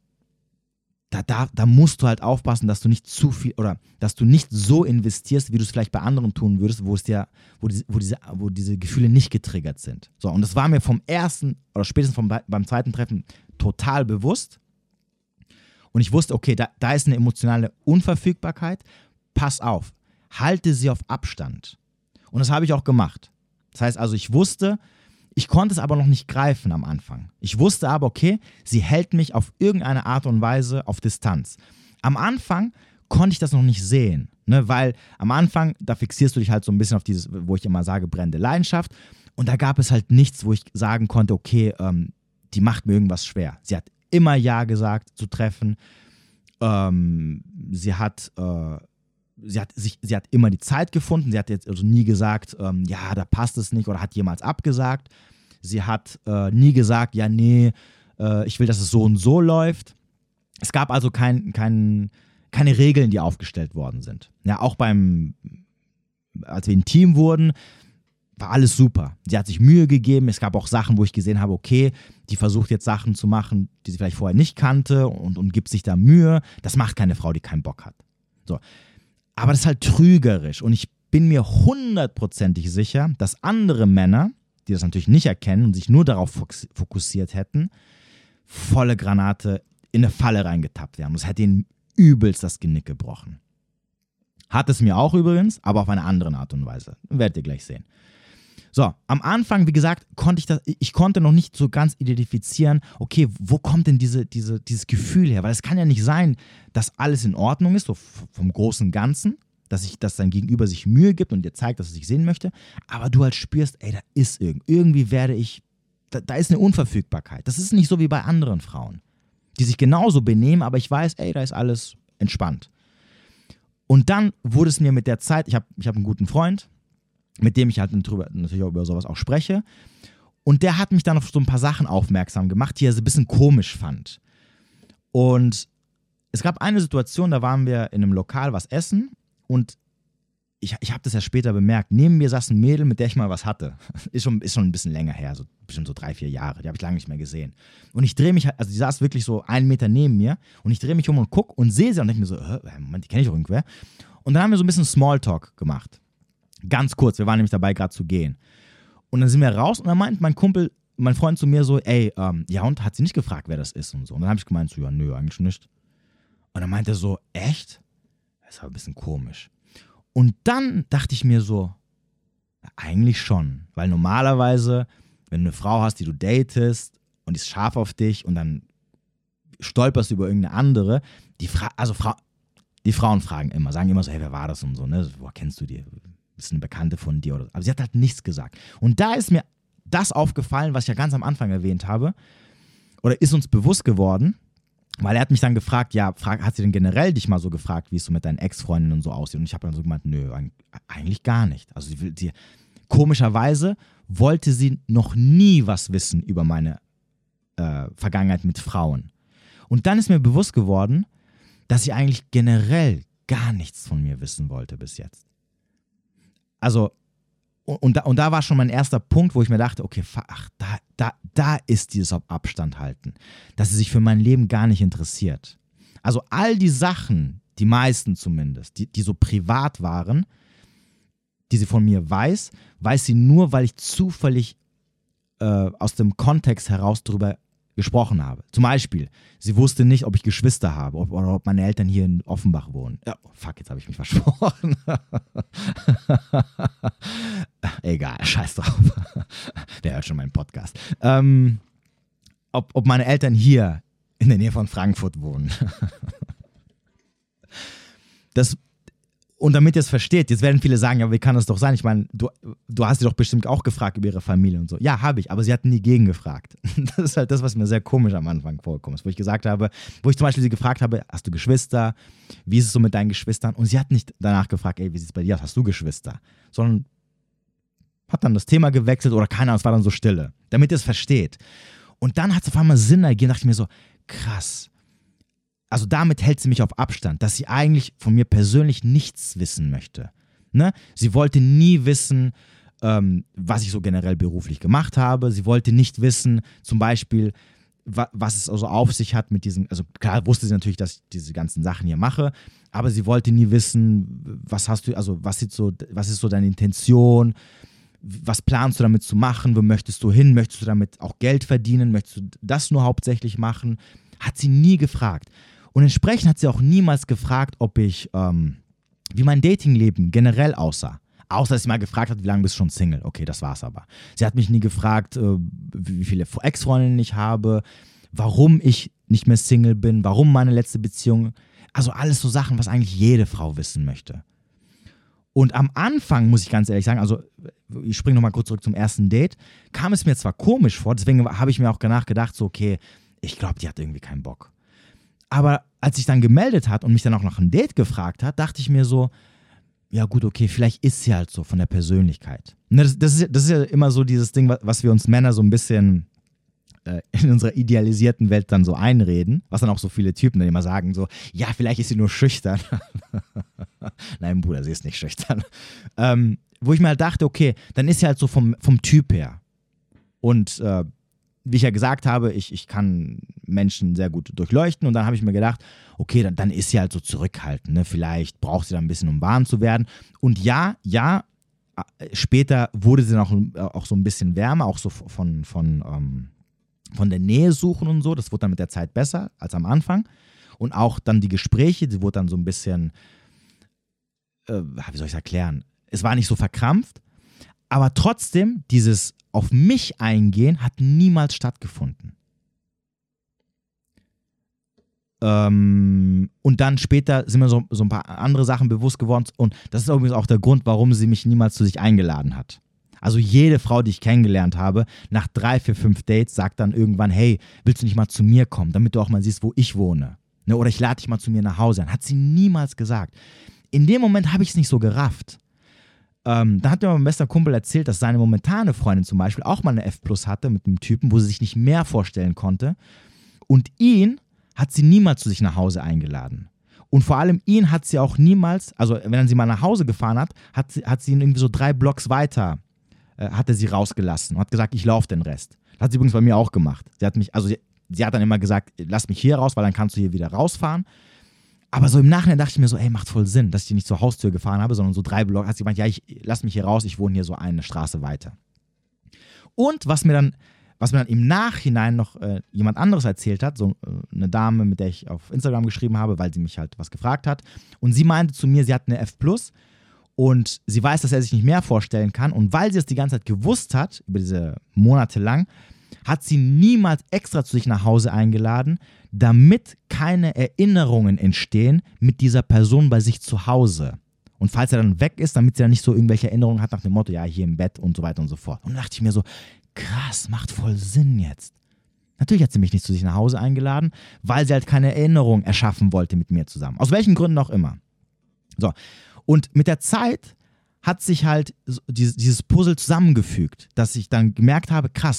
S1: da musst du halt aufpassen, dass du nicht zu viel oder dass du nicht so investierst, wie du es vielleicht bei anderen tun würdest, wo diese Gefühle nicht getriggert sind. So, und das war mir vom ersten oder spätestens beim zweiten Treffen total bewusst. Und ich wusste, okay, da ist eine emotionale Unverfügbarkeit. Pass auf, halte sie auf Abstand. Und das habe ich auch gemacht. Das heißt also, ich konnte es aber noch nicht greifen am Anfang. Ich wusste aber, okay, sie hält mich auf irgendeine Art und Weise auf Distanz. Am Anfang konnte ich das noch nicht sehen, ne? Weil am Anfang, da fixierst du dich halt so ein bisschen auf dieses, wo ich immer sage, brennende Leidenschaft. Und da gab es halt nichts, wo ich sagen konnte, okay, die macht mir irgendwas schwer. Sie hat immer Ja gesagt zu treffen. Sie hat immer die Zeit gefunden. Sie hat jetzt also nie gesagt, ja, da passt es nicht oder hat jemals abgesagt. Sie hat nie gesagt, ja, nee, ich will, dass es so und so läuft. Es gab also keine Regeln, die aufgestellt worden sind. Ja, auch als wir ein Team wurden, war alles super. Sie hat sich Mühe gegeben. Es gab auch Sachen, wo ich gesehen habe, okay, die versucht jetzt Sachen zu machen, die sie vielleicht vorher nicht kannte und gibt sich da Mühe. Das macht keine Frau, die keinen Bock hat. So. Aber das ist halt trügerisch und ich bin mir 100%ig sicher, dass andere Männer, die das natürlich nicht erkennen und sich nur darauf fokussiert hätten, volle Granate in eine Falle reingetappt wären. Das hätte ihnen übelst das Genick gebrochen. Hat es mir auch übrigens, aber auf eine andere Art und Weise. Werdet ihr gleich sehen. So, am Anfang, wie gesagt, ich konnte noch nicht so ganz identifizieren, okay, wo kommt denn dieses Gefühl her? Weil es kann ja nicht sein, dass alles in Ordnung ist, so vom großen Ganzen, dass dein Gegenüber sich Mühe gibt und dir zeigt, dass er sich sehen möchte, aber du halt spürst, ey, da ist irgendwie da ist eine Unverfügbarkeit. Das ist nicht so wie bei anderen Frauen, die sich genauso benehmen, aber ich weiß, ey, da ist alles entspannt. Und dann wurde es mir mit der Zeit, ich hab einen guten Freund, mit dem ich halt natürlich auch über sowas auch spreche. Und der hat mich dann auf so ein paar Sachen aufmerksam gemacht, die er so ein bisschen komisch fand. Und es gab eine Situation, da waren wir in einem Lokal was essen und ich habe das ja später bemerkt, neben mir saß ein Mädel, mit der ich mal was hatte. Ist schon ein bisschen länger her, so bestimmt so 3-4 Jahre. Die habe ich lange nicht mehr gesehen. Und ich drehe mich, also die saß wirklich so 1 Meter neben mir und ich drehe mich um und gucke und sehe sie und denke mir so, Moment, die kenne ich doch irgendwer. Und dann haben wir so ein bisschen Smalltalk gemacht. Ganz kurz, wir waren nämlich dabei, gerade zu gehen. Und dann sind wir raus und dann meint mein Freund zu mir so, ja und, hat sie nicht gefragt, wer das ist und so. Und dann habe ich gemeint so, ja, nö, eigentlich nicht. Und dann meinte er so, echt? Das ist aber ein bisschen komisch. Und dann dachte ich mir so, eigentlich schon. Weil normalerweise, wenn du eine Frau hast, die du datest und die ist scharf auf dich und dann stolperst du über irgendeine andere, die Frauen fragen immer, sagen immer so, hey, wer war das und so, ne? Woher kennst du die? Ist eine Bekannte von dir oder so. Aber sie hat halt nichts gesagt. Und da ist mir das aufgefallen, was ich ja ganz am Anfang erwähnt habe, oder ist uns bewusst geworden, weil er hat mich dann gefragt, ja, hat sie denn generell dich mal so gefragt, wie es so mit deinen Ex-Freundinnen und so aussieht? Und ich habe dann so gemeint, nö, eigentlich gar nicht. Also komischerweise wollte sie noch nie was wissen über meine Vergangenheit mit Frauen. Und dann ist mir bewusst geworden, dass sie eigentlich generell gar nichts von mir wissen wollte bis jetzt. Also, und da war schon mein erster Punkt, wo ich mir dachte, okay, da ist dieses auf Abstand halten, dass sie sich für mein Leben gar nicht interessiert. Also all die Sachen, die meisten zumindest, die so privat waren, die sie von mir weiß sie nur, weil ich zufällig aus dem Kontext heraus darüber gesprochen habe. Zum Beispiel, sie wusste nicht, ob ich Geschwister habe oder ob meine Eltern hier in Offenbach wohnen. Ja, fuck, jetzt habe ich mich versprochen. Egal, scheiß drauf. Der hört schon meinen Podcast. Ob meine Eltern hier in der Nähe von Frankfurt wohnen. Und damit ihr es versteht, jetzt werden viele sagen, ja, wie kann das doch sein? Ich meine, du hast sie doch bestimmt auch gefragt über ihre Familie und so. Ja, habe ich, aber sie hat nie gegengefragt. Das ist halt das, was mir sehr komisch am Anfang vorkommt. Wo ich gesagt habe, wo ich zum Beispiel sie gefragt habe, hast du Geschwister? Wie ist es so mit deinen Geschwistern? Und sie hat nicht danach gefragt, ey, wie sieht es bei dir aus? Hast du Geschwister? Sondern hat dann das Thema gewechselt oder keine Ahnung, es war dann so Stille. Damit ihr es versteht. Und dann hat es auf einmal Sinn ergeben, dachte ich mir so, krass. Also damit hält sie mich auf Abstand, dass sie eigentlich von mir persönlich nichts wissen möchte. Ne? Sie wollte nie wissen, was ich so generell beruflich gemacht habe. Sie wollte nicht wissen, zum Beispiel, was es also auf sich hat mit diesen, also klar wusste sie natürlich, dass ich diese ganzen Sachen hier mache, aber sie wollte nie wissen, was ist so deine Intention, was planst du damit zu machen, wo möchtest du hin, möchtest du damit auch Geld verdienen, möchtest du das nur hauptsächlich machen, hat sie nie gefragt. Und entsprechend hat sie auch niemals gefragt, ob ich, wie mein Datingleben generell aussah. Außer, dass sie mal gefragt hat, wie lange bist du schon Single? Okay, das war's aber. Sie hat mich nie gefragt, wie viele Ex-Freundinnen ich habe, warum ich nicht mehr Single bin, warum meine letzte Beziehung. Also alles so Sachen, was eigentlich jede Frau wissen möchte. Und am Anfang, muss ich ganz ehrlich sagen, also ich springe nochmal kurz zurück zum ersten Date, kam es mir zwar komisch vor, deswegen habe ich mir auch danach gedacht, so okay, ich glaube, die hat irgendwie keinen Bock. Aber als sich dann gemeldet hat und mich dann auch nach einem Date gefragt hat, dachte ich mir so, ja gut, okay, vielleicht ist sie halt so von der Persönlichkeit. Das ist ja immer so dieses Ding, was wir uns Männer so ein bisschen in unserer idealisierten Welt dann so einreden, was dann auch so viele Typen dann immer sagen, so, ja, vielleicht ist sie nur schüchtern. Nein, Bruder, sie ist nicht schüchtern. Wo ich mir halt dachte, okay, dann ist sie halt so vom Typ her. Und wie ich ja gesagt habe, ich kann Menschen sehr gut durchleuchten und dann habe ich mir gedacht, okay, dann ist sie halt so zurückhaltend, ne? Vielleicht braucht sie dann ein bisschen, um warm zu werden. Und ja, später wurde sie dann auch so ein bisschen wärmer, auch so von der Nähe suchen und so. Das wurde dann mit der Zeit besser als am Anfang. Und auch dann die Gespräche, die wurde dann so ein bisschen, wie soll ich es erklären? Es war nicht so verkrampft, aber trotzdem, dieses auf mich eingehen hat niemals stattgefunden. Und dann später sind mir so ein paar andere Sachen bewusst geworden und das ist übrigens auch der Grund, warum sie mich niemals zu sich eingeladen hat. Also jede Frau, die ich kennengelernt habe, nach 3, 4, 5 Dates sagt dann irgendwann, hey, willst du nicht mal zu mir kommen, damit du auch mal siehst, wo ich wohne? Ne? Oder ich lade dich mal zu mir nach Hause an. Hat sie niemals gesagt. In dem Moment habe ich es nicht so gerafft. Da hat mir mein bester Kumpel erzählt, dass seine momentane Freundin zum Beispiel auch mal eine F+ hatte mit einem Typen, wo sie sich nicht mehr vorstellen konnte. Und ihn hat sie niemals zu sich nach Hause eingeladen. Und vor allem ihn hat sie auch niemals, also wenn sie mal nach Hause gefahren hat sie ihn irgendwie so 3 Blocks weiter, hat er sie rausgelassen und hat gesagt, ich laufe den Rest. Das hat sie übrigens bei mir auch gemacht. Sie hat dann immer gesagt, lass mich hier raus, weil dann kannst du hier wieder rausfahren. Aber so im Nachhinein dachte ich mir so, ey, macht voll Sinn, dass ich die nicht zur Haustür gefahren habe, sondern so 3 Blocks. Hat sie gemeint, ja, lass mich hier raus, ich wohne hier so eine Straße weiter. Und was mir dann im Nachhinein noch jemand anderes erzählt hat, so eine Dame, mit der ich auf Instagram geschrieben habe, weil sie mich halt was gefragt hat. Und sie meinte zu mir, sie hat eine F+ und sie weiß, dass er sich nicht mehr vorstellen kann. Und weil sie es die ganze Zeit gewusst hat, über diese Monate lang, hat sie niemals extra zu sich nach Hause eingeladen, damit keine Erinnerungen entstehen mit dieser Person bei sich zu Hause. Und falls er dann weg ist, damit sie dann nicht so irgendwelche Erinnerungen hat nach dem Motto, ja, hier im Bett und so weiter und so fort. Und dann dachte ich mir so, krass, macht voll Sinn jetzt. Natürlich hat sie mich nicht zu sich nach Hause eingeladen, weil sie halt keine Erinnerung erschaffen wollte mit mir zusammen. Aus welchen Gründen auch immer. So, und mit der Zeit hat sich halt dieses Puzzle zusammengefügt, dass ich dann gemerkt habe, krass,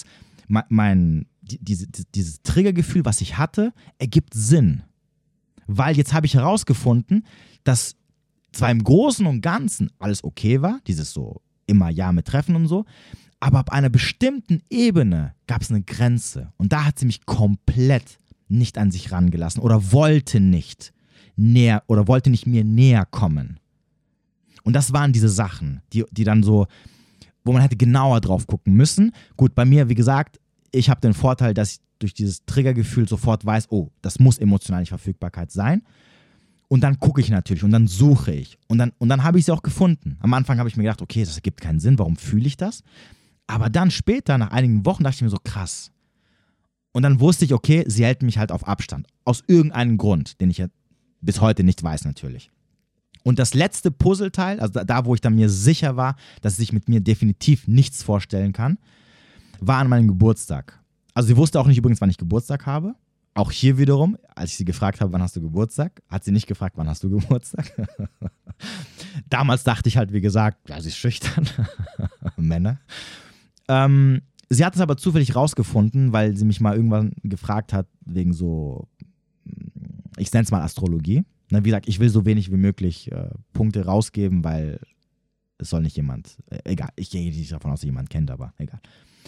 S1: dieses Triggergefühl, was ich hatte, ergibt Sinn. Weil jetzt habe ich herausgefunden, dass zwar im Großen und Ganzen alles okay war, dieses so immer Ja mit Treffen und so, aber ab einer bestimmten Ebene gab es eine Grenze. Und da hat sie mich komplett nicht an sich rangelassen oder wollte nicht mir näher kommen. Und das waren diese Sachen, die dann so, wo man hätte genauer drauf gucken müssen. Gut, bei mir, wie gesagt, ich habe den Vorteil, dass ich durch dieses Triggergefühl sofort weiß, oh, das muss emotionale Verfügbarkeit sein. Und dann gucke ich natürlich und dann suche ich. Und dann habe ich sie auch gefunden. Am Anfang habe ich mir gedacht, okay, das ergibt keinen Sinn, warum fühle ich das? Aber dann später, nach einigen Wochen, dachte ich mir so, krass. Und dann wusste ich, okay, sie hält mich halt auf Abstand. Aus irgendeinem Grund, den ich ja bis heute nicht weiß natürlich. Und das letzte Puzzleteil, also da, wo ich dann mir sicher war, dass sie sich mit mir definitiv nichts vorstellen kann, war an meinem Geburtstag. Also sie wusste auch nicht übrigens, wann ich Geburtstag habe. Auch hier wiederum, als ich sie gefragt habe, wann hast du Geburtstag, hat sie nicht gefragt, wann hast du Geburtstag. Damals dachte ich halt, wie gesagt, ja, sie ist schüchtern. Männer. Sie hat es aber zufällig rausgefunden, weil sie mich mal irgendwann gefragt hat, wegen so, ich nenne es mal Astrologie. Wie gesagt, ich will so wenig wie möglich Punkte rausgeben, weil es soll nicht jemand, egal, ich gehe nicht davon aus, dass jemand kennt, aber egal.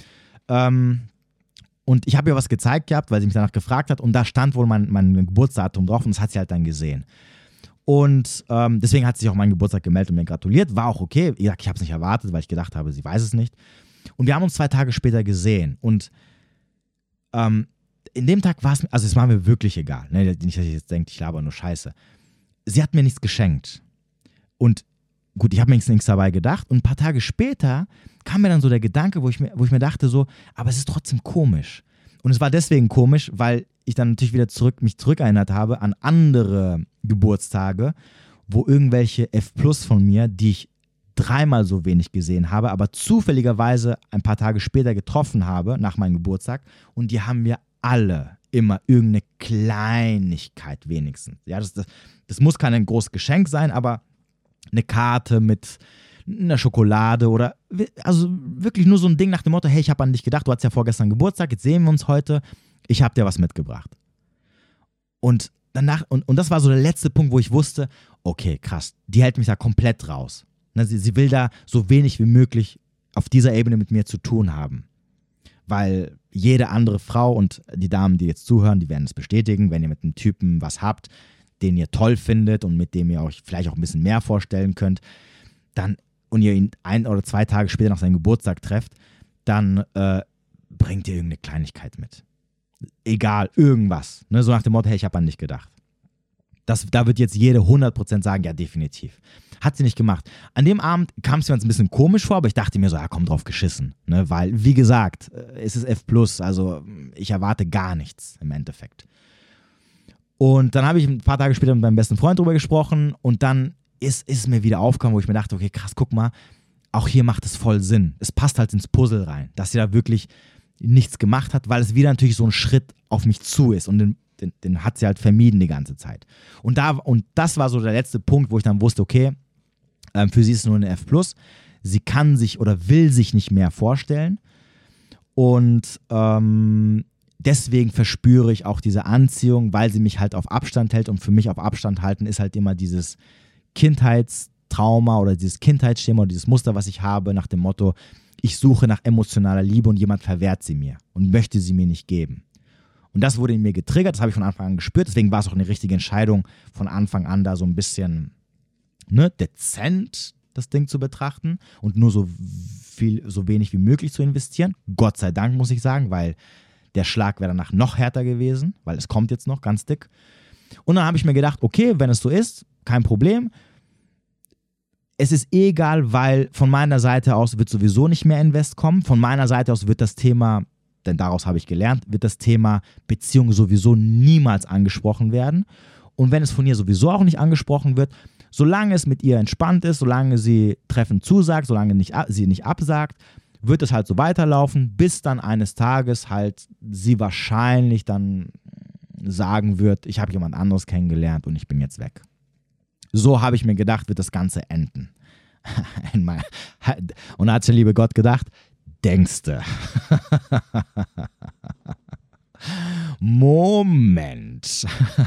S1: Und ich habe ihr was gezeigt gehabt, weil sie mich danach gefragt hat und da stand wohl mein Geburtsdatum drauf und das hat sie halt dann gesehen. Und deswegen hat sie sich auch meinen Geburtstag gemeldet und mir gratuliert, war auch okay. Ich habe es nicht erwartet, weil ich gedacht habe, sie weiß es nicht. Und wir haben uns 2 Tage später gesehen und in dem Tag war es, also es war mir wirklich egal. Ne? Nicht, dass ich jetzt denke, ich laber nur Scheiße. Sie hat mir nichts geschenkt. Und gut, ich habe mir nichts dabei gedacht. Und ein paar Tage später kam mir dann so der Gedanke, wo ich mir dachte so, aber es ist trotzdem komisch. Und es war deswegen komisch, weil ich dann natürlich wieder mich zurückerinnert habe an andere Geburtstage, wo irgendwelche F+ von mir, die ich 3-mal so wenig gesehen habe, aber zufälligerweise ein paar Tage später getroffen habe, nach meinem Geburtstag. Und die haben mir alle immer irgendeine Kleinigkeit wenigstens. Ja, das muss kein großes Geschenk sein, aber eine Karte mit einer Schokolade oder also wirklich nur so ein Ding nach dem Motto, hey, ich habe an dich gedacht, du hattest ja vorgestern Geburtstag, jetzt sehen wir uns heute, ich habe dir was mitgebracht. Und danach, und das war so der letzte Punkt, wo ich wusste, okay, krass, die hält mich da komplett raus. Sie will da so wenig wie möglich auf dieser Ebene mit mir zu tun haben. Weil jede andere Frau und die Damen, die jetzt zuhören, die werden es bestätigen, wenn ihr mit einem Typen was habt, den ihr toll findet und mit dem ihr euch vielleicht auch ein bisschen mehr vorstellen könnt, dann und ihr ihn 1 oder 2 Tage später nach seinem Geburtstag trefft, dann bringt ihr irgendeine Kleinigkeit mit. Egal, irgendwas. Ne? So nach dem Motto, hey, ich habe an dich gedacht. Da wird jetzt jede 100% sagen, ja, definitiv. Hat sie nicht gemacht. An dem Abend kam es mir jetzt ein bisschen komisch vor, aber ich dachte mir so, ja, komm, drauf geschissen. Ne? Weil, wie gesagt, es ist F+, also ich erwarte gar nichts im Endeffekt. Und dann habe ich ein paar Tage später mit meinem besten Freund drüber gesprochen und dann ist es mir wieder aufgekommen, wo ich mir dachte, okay, krass, guck mal, auch hier macht es voll Sinn. Es passt halt ins Puzzle rein, dass sie da wirklich nichts gemacht hat, weil es wieder natürlich so ein Schritt auf mich zu ist und den hat sie halt vermieden die ganze Zeit. Und das war so der letzte Punkt, wo ich dann wusste, okay, für sie ist es nur eine F+, sie kann sich oder will sich nicht mehr vorstellen und deswegen verspüre ich auch diese Anziehung, weil sie mich halt auf Abstand hält. Und für mich auf Abstand halten ist halt immer dieses Kindheitstrauma oder dieses Kindheitsschema oder dieses Muster, was ich habe, nach dem Motto, ich suche nach emotionaler Liebe und jemand verwehrt sie mir und möchte sie mir nicht geben. Und das wurde in mir getriggert, das habe ich von Anfang an gespürt. Deswegen war es auch eine richtige Entscheidung, von Anfang an da so ein bisschen dezent das Ding zu betrachten und nur so wenig wie möglich zu investieren. Gott sei Dank, muss ich sagen, weil der Schlag wäre danach noch härter gewesen, weil es kommt jetzt noch ganz dick. Und dann habe ich mir gedacht, okay, wenn es so ist, kein Problem. Es ist egal, weil von meiner Seite aus wird sowieso nicht mehr Invest kommen. Von meiner Seite aus wird das Thema, denn daraus habe ich gelernt, wird das Thema Beziehung sowieso niemals angesprochen werden. Und wenn es von ihr sowieso auch nicht angesprochen wird, solange es mit ihr entspannt ist, solange sie Treffen zusagt, solange sie nicht absagt, wird es halt so weiterlaufen, bis dann eines Tages halt sie wahrscheinlich dann sagen wird, ich habe jemand anderes kennengelernt und ich bin jetzt weg. So habe ich mir gedacht, wird das Ganze enden. Und da hat der liebe Gott gedacht, denkste. Moment.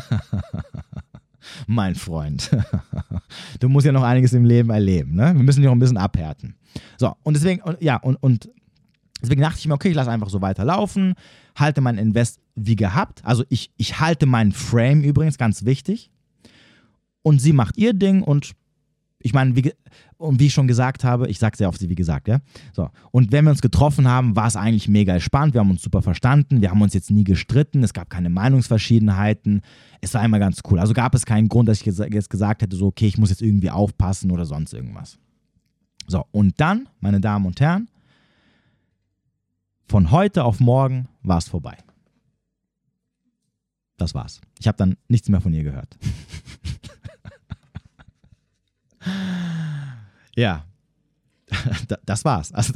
S1: Mein Freund. Du musst ja noch einiges im Leben erleben, ne? Wir müssen dich auch ein bisschen abhärten. So, und deswegen, deswegen dachte ich mir, okay, ich lasse einfach so weiterlaufen, halte mein Invest wie gehabt. Also ich halte meinen Frame übrigens, ganz wichtig. Und sie macht ihr Ding und ich meine, wie ich schon gesagt habe, ich sage sehr oft sie wie gesagt, ja. So. Und wenn wir uns getroffen haben, war es eigentlich mega entspannt. Wir haben uns super verstanden. Wir haben uns jetzt nie gestritten. Es gab keine Meinungsverschiedenheiten. Es war immer ganz cool. Also gab es keinen Grund, dass ich jetzt gesagt hätte, so, okay, ich muss jetzt irgendwie aufpassen oder sonst irgendwas. So, und dann, meine Damen und Herren, von heute auf morgen war es vorbei. Das war's. Ich habe dann nichts mehr von ihr gehört. Ja, das war's. Also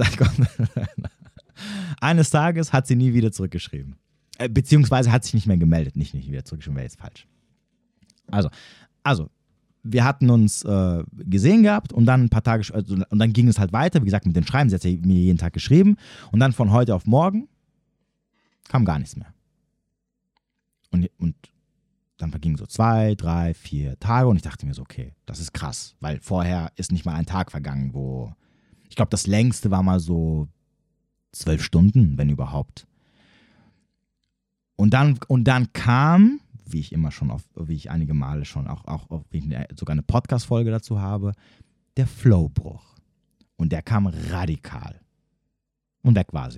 S1: eines Tages hat sie nie wieder zurückgeschrieben. Beziehungsweise hat sich nicht mehr gemeldet. Nicht wieder zurückgeschrieben, wäre jetzt falsch. Also wir hatten uns gesehen gehabt und dann ein paar Tage, und dann ging es halt weiter, wie gesagt, mit den Schreiben. Sie hat ja mir jeden Tag geschrieben und dann von heute auf morgen kam gar nichts mehr. Und dann vergingen so 2, 3, 4 Tage und ich dachte mir so, okay, das ist krass, weil vorher ist nicht mal ein Tag vergangen, wo, ich glaube, das längste war mal so 12 Stunden, wenn überhaupt. Und dann kam, wie ich einige Male schon wie ich sogar eine Podcast-Folge dazu habe, der Flowbruch. Und der kam radikal. Und weg war sie.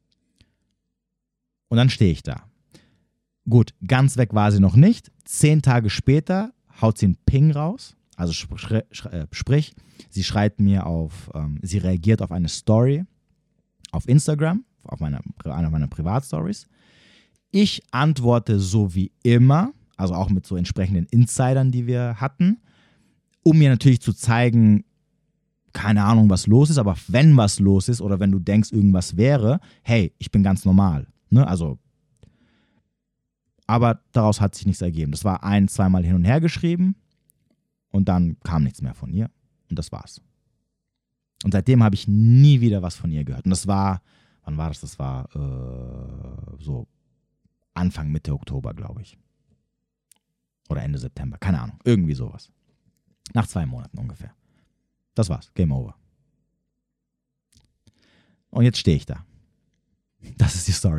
S1: Und dann stehe ich da. Gut, ganz weg war sie noch nicht. 10 Tage später haut sie einen Ping raus. Also sprich, sie schreibt mir sie reagiert auf eine Story auf Instagram, auf einer meiner Privatstories. Ich antworte so wie immer, also auch mit so entsprechenden Insidern, die wir hatten, um mir natürlich zu zeigen, keine Ahnung, was los ist, aber wenn was los ist oder wenn du denkst, irgendwas wäre, hey, ich bin ganz normal. Ne? Also aber daraus hat sich nichts ergeben. Das war 1-2 Mal hin und her geschrieben und dann kam nichts mehr von ihr und das war's. Und seitdem habe ich nie wieder was von ihr gehört. Und das war, wann war das? Das war so Anfang, Mitte Oktober, glaube ich. Oder Ende September, keine Ahnung. Irgendwie sowas. Nach 2 Monaten ungefähr. Das war's, Game over. Und jetzt stehe ich da. Das ist die Story.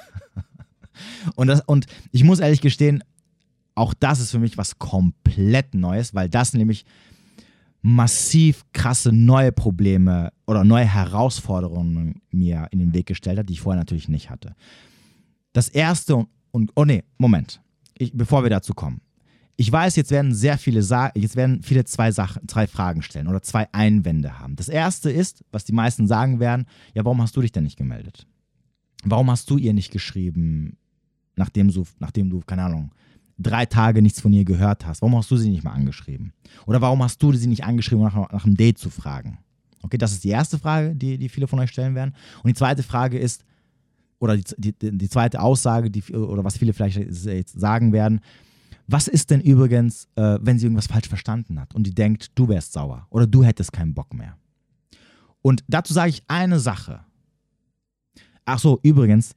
S1: Und ich muss ehrlich gestehen, auch das ist für mich was komplett Neues, weil das nämlich massiv krasse neue Probleme oder neue Herausforderungen mir in den Weg gestellt hat, die ich vorher natürlich nicht hatte. Das erste bevor wir dazu kommen. Ich weiß, jetzt werden viele 2 Fragen stellen oder 2 Einwände haben. Das erste ist, was die meisten sagen werden, ja, warum hast du dich denn nicht gemeldet? Warum hast du ihr nicht geschrieben, nachdem du, keine Ahnung, 3 Tage nichts von ihr gehört hast? Warum hast du sie nicht mal angeschrieben? Oder warum hast du sie nicht angeschrieben, um nach einem Date zu fragen? Okay, das ist die erste Frage, die viele von euch stellen werden. Und die zweite Frage ist, oder die zweite Aussage, oder was viele vielleicht jetzt sagen werden, was ist denn übrigens, wenn sie irgendwas falsch verstanden hat und die denkt, du wärst sauer oder du hättest keinen Bock mehr? Und dazu sage ich eine Sache. Ach so, übrigens,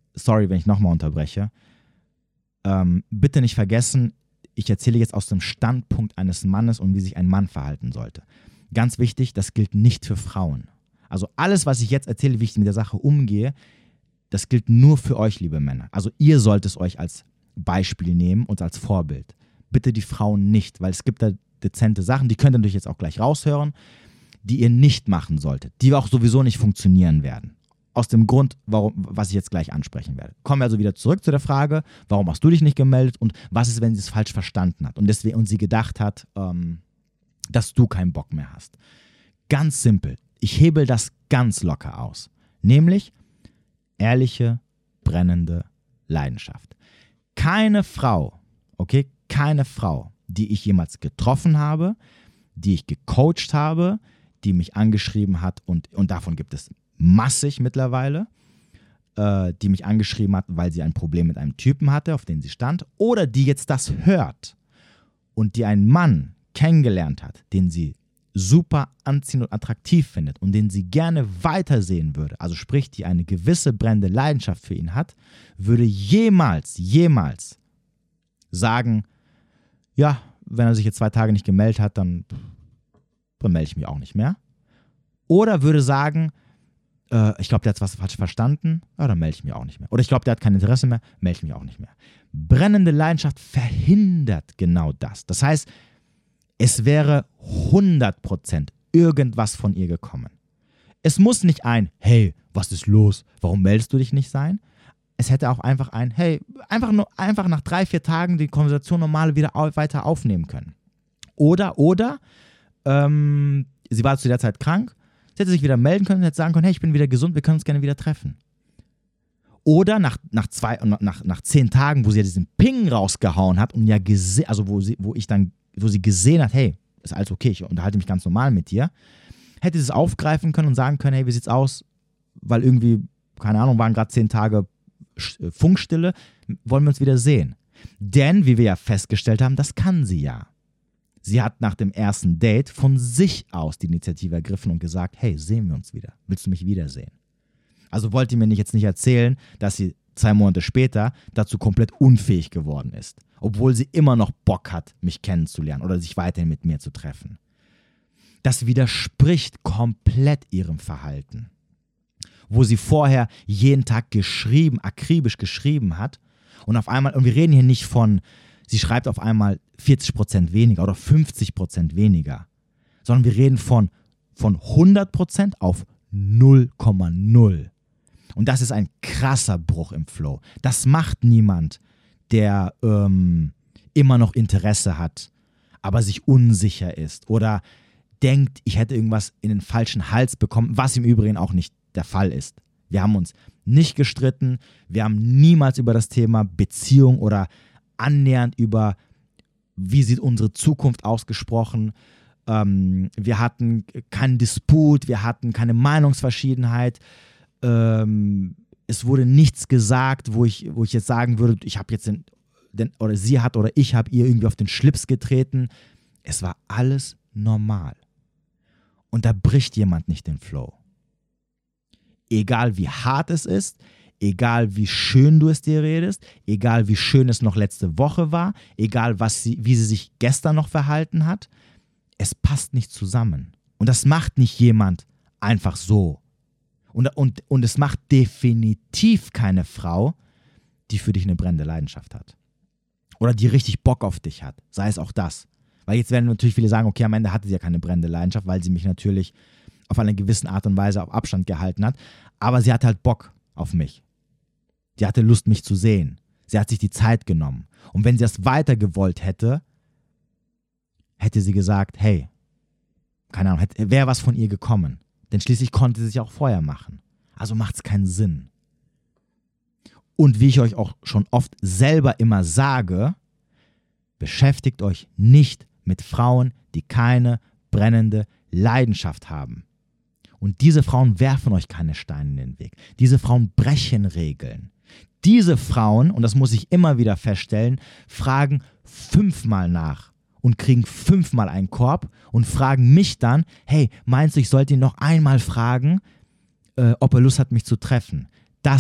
S1: sorry, wenn ich nochmal unterbreche, bitte nicht vergessen, ich erzähle jetzt aus dem Standpunkt eines Mannes und wie sich ein Mann verhalten sollte. Ganz wichtig, das gilt nicht für Frauen. Also alles, was ich jetzt erzähle, wie ich mit der Sache umgehe, das gilt nur für euch, liebe Männer. Also ihr sollt es euch als Beispiel nehmen und als Vorbild. Bitte die Frauen nicht, weil es gibt da dezente Sachen, die könnt ihr natürlich jetzt auch gleich raushören, die ihr nicht machen solltet, die auch sowieso nicht funktionieren werden. Aus dem Grund, was ich jetzt gleich ansprechen werde. Kommen wir also wieder zurück zu der Frage, warum hast du dich nicht gemeldet und was ist, wenn sie es falsch verstanden hat und sie gedacht hat, dass du keinen Bock mehr hast. Ganz simpel. Ich hebel das ganz locker aus. Nämlich ehrliche, brennende Leidenschaft. Keine Frau, die ich jemals getroffen habe, die ich gecoacht habe, die mich angeschrieben hat und davon gibt es massig mittlerweile, die mich angeschrieben hat, weil sie ein Problem mit einem Typen hatte, auf den sie stand, oder die jetzt das hört und die einen Mann kennengelernt hat, den sie super anziehend und attraktiv findet und den sie gerne weitersehen würde, also sprich, die eine gewisse brennende Leidenschaft für ihn hat, würde jemals sagen, ja, wenn er sich jetzt 2 Tage nicht gemeldet hat, dann melde ich mich auch nicht mehr. Oder würde sagen, ich glaube, der hat was falsch verstanden, ja, dann melde ich mich auch nicht mehr. Oder ich glaube, der hat kein Interesse mehr, melde ich mich auch nicht mehr. Brennende Leidenschaft verhindert genau das. Das heißt, es wäre 100% irgendwas von ihr gekommen. Es muss nicht ein, hey, was ist los, warum meldest du dich nicht sein? Es hätte auch einfach ein, hey, einfach nach 3-4 Tagen die Konversation normal wieder weiter aufnehmen können. Oder, sie war zu der Zeit krank, sie hätte sich wieder melden können und hätte sagen können, hey, ich bin wieder gesund, wir können uns gerne wieder treffen. Oder nach 10 Tagen, wo sie ja diesen Ping rausgehauen hat und ja wo sie gesehen hat, hey, ist alles okay, ich unterhalte mich ganz normal mit dir, hätte sie es aufgreifen können und sagen können, hey, wie sieht's aus? Weil irgendwie, keine Ahnung, waren gerade 10 Tage Funkstille, wollen wir uns wieder sehen. Denn, wie wir ja festgestellt haben, das kann sie ja. Sie hat nach dem ersten Date von sich aus die Initiative ergriffen und gesagt, hey, sehen wir uns wieder? Willst du mich wiedersehen? Also wollt ihr mir jetzt nicht erzählen, dass sie 2 Monate später dazu komplett unfähig geworden ist, obwohl sie immer noch Bock hat, mich kennenzulernen oder sich weiterhin mit mir zu treffen. Das widerspricht komplett ihrem Verhalten. Wo sie vorher jeden Tag akribisch geschrieben hat und auf einmal, und wir reden hier nicht von, sie schreibt auf einmal 40% weniger oder 50% weniger, sondern wir reden von 100% auf 0,0. Und das ist ein krasser Bruch im Flow. Das macht niemand, der immer noch Interesse hat, aber sich unsicher ist oder denkt, ich hätte irgendwas in den falschen Hals bekommen, was im Übrigen auch nicht der Fall ist. Wir haben uns nicht gestritten, wir haben niemals über das Thema Beziehung oder annähernd über, wie sieht unsere Zukunft ausgesprochen. Wir hatten keinen Disput, wir hatten keine Meinungsverschiedenheit. Es wurde nichts gesagt, wo ich jetzt sagen würde, ich habe jetzt oder sie hat oder ich habe ihr irgendwie auf den Schlips getreten. Es war alles normal. Und da bricht jemand nicht den Flow. Egal wie hart es ist, egal wie schön du es dir redest, egal wie schön es noch letzte Woche war, egal wie sie sich gestern noch verhalten hat, es passt nicht zusammen. Und das macht nicht jemand einfach so. Und es macht definitiv keine Frau, die für dich eine brennende Leidenschaft hat. Oder die richtig Bock auf dich hat. Sei es auch das. Weil jetzt werden natürlich viele sagen, okay, am Ende hatte sie ja keine brennende Leidenschaft, weil sie mich natürlich auf eine gewisse Art und Weise auf Abstand gehalten hat. Aber sie hatte halt Bock auf mich. Sie hatte Lust, mich zu sehen. Sie hat sich die Zeit genommen. Und wenn sie das weiter gewollt hätte, hätte sie gesagt, hey, keine Ahnung, wäre was von ihr gekommen. Denn schließlich konnte sie es ja auch vorher machen. Also macht es keinen Sinn. Und wie ich euch auch schon oft selber immer sage, beschäftigt euch nicht mit Frauen, die keine brennende Leidenschaft haben. Und diese Frauen werfen euch keine Steine in den Weg. Diese Frauen brechen Regeln. Diese Frauen, und das muss ich immer wieder feststellen, fragen 5-mal nach und kriegen 5-mal einen Korb und fragen mich dann, hey, meinst du, ich sollte ihn noch einmal fragen, ob er Lust hat, mich zu treffen? Das,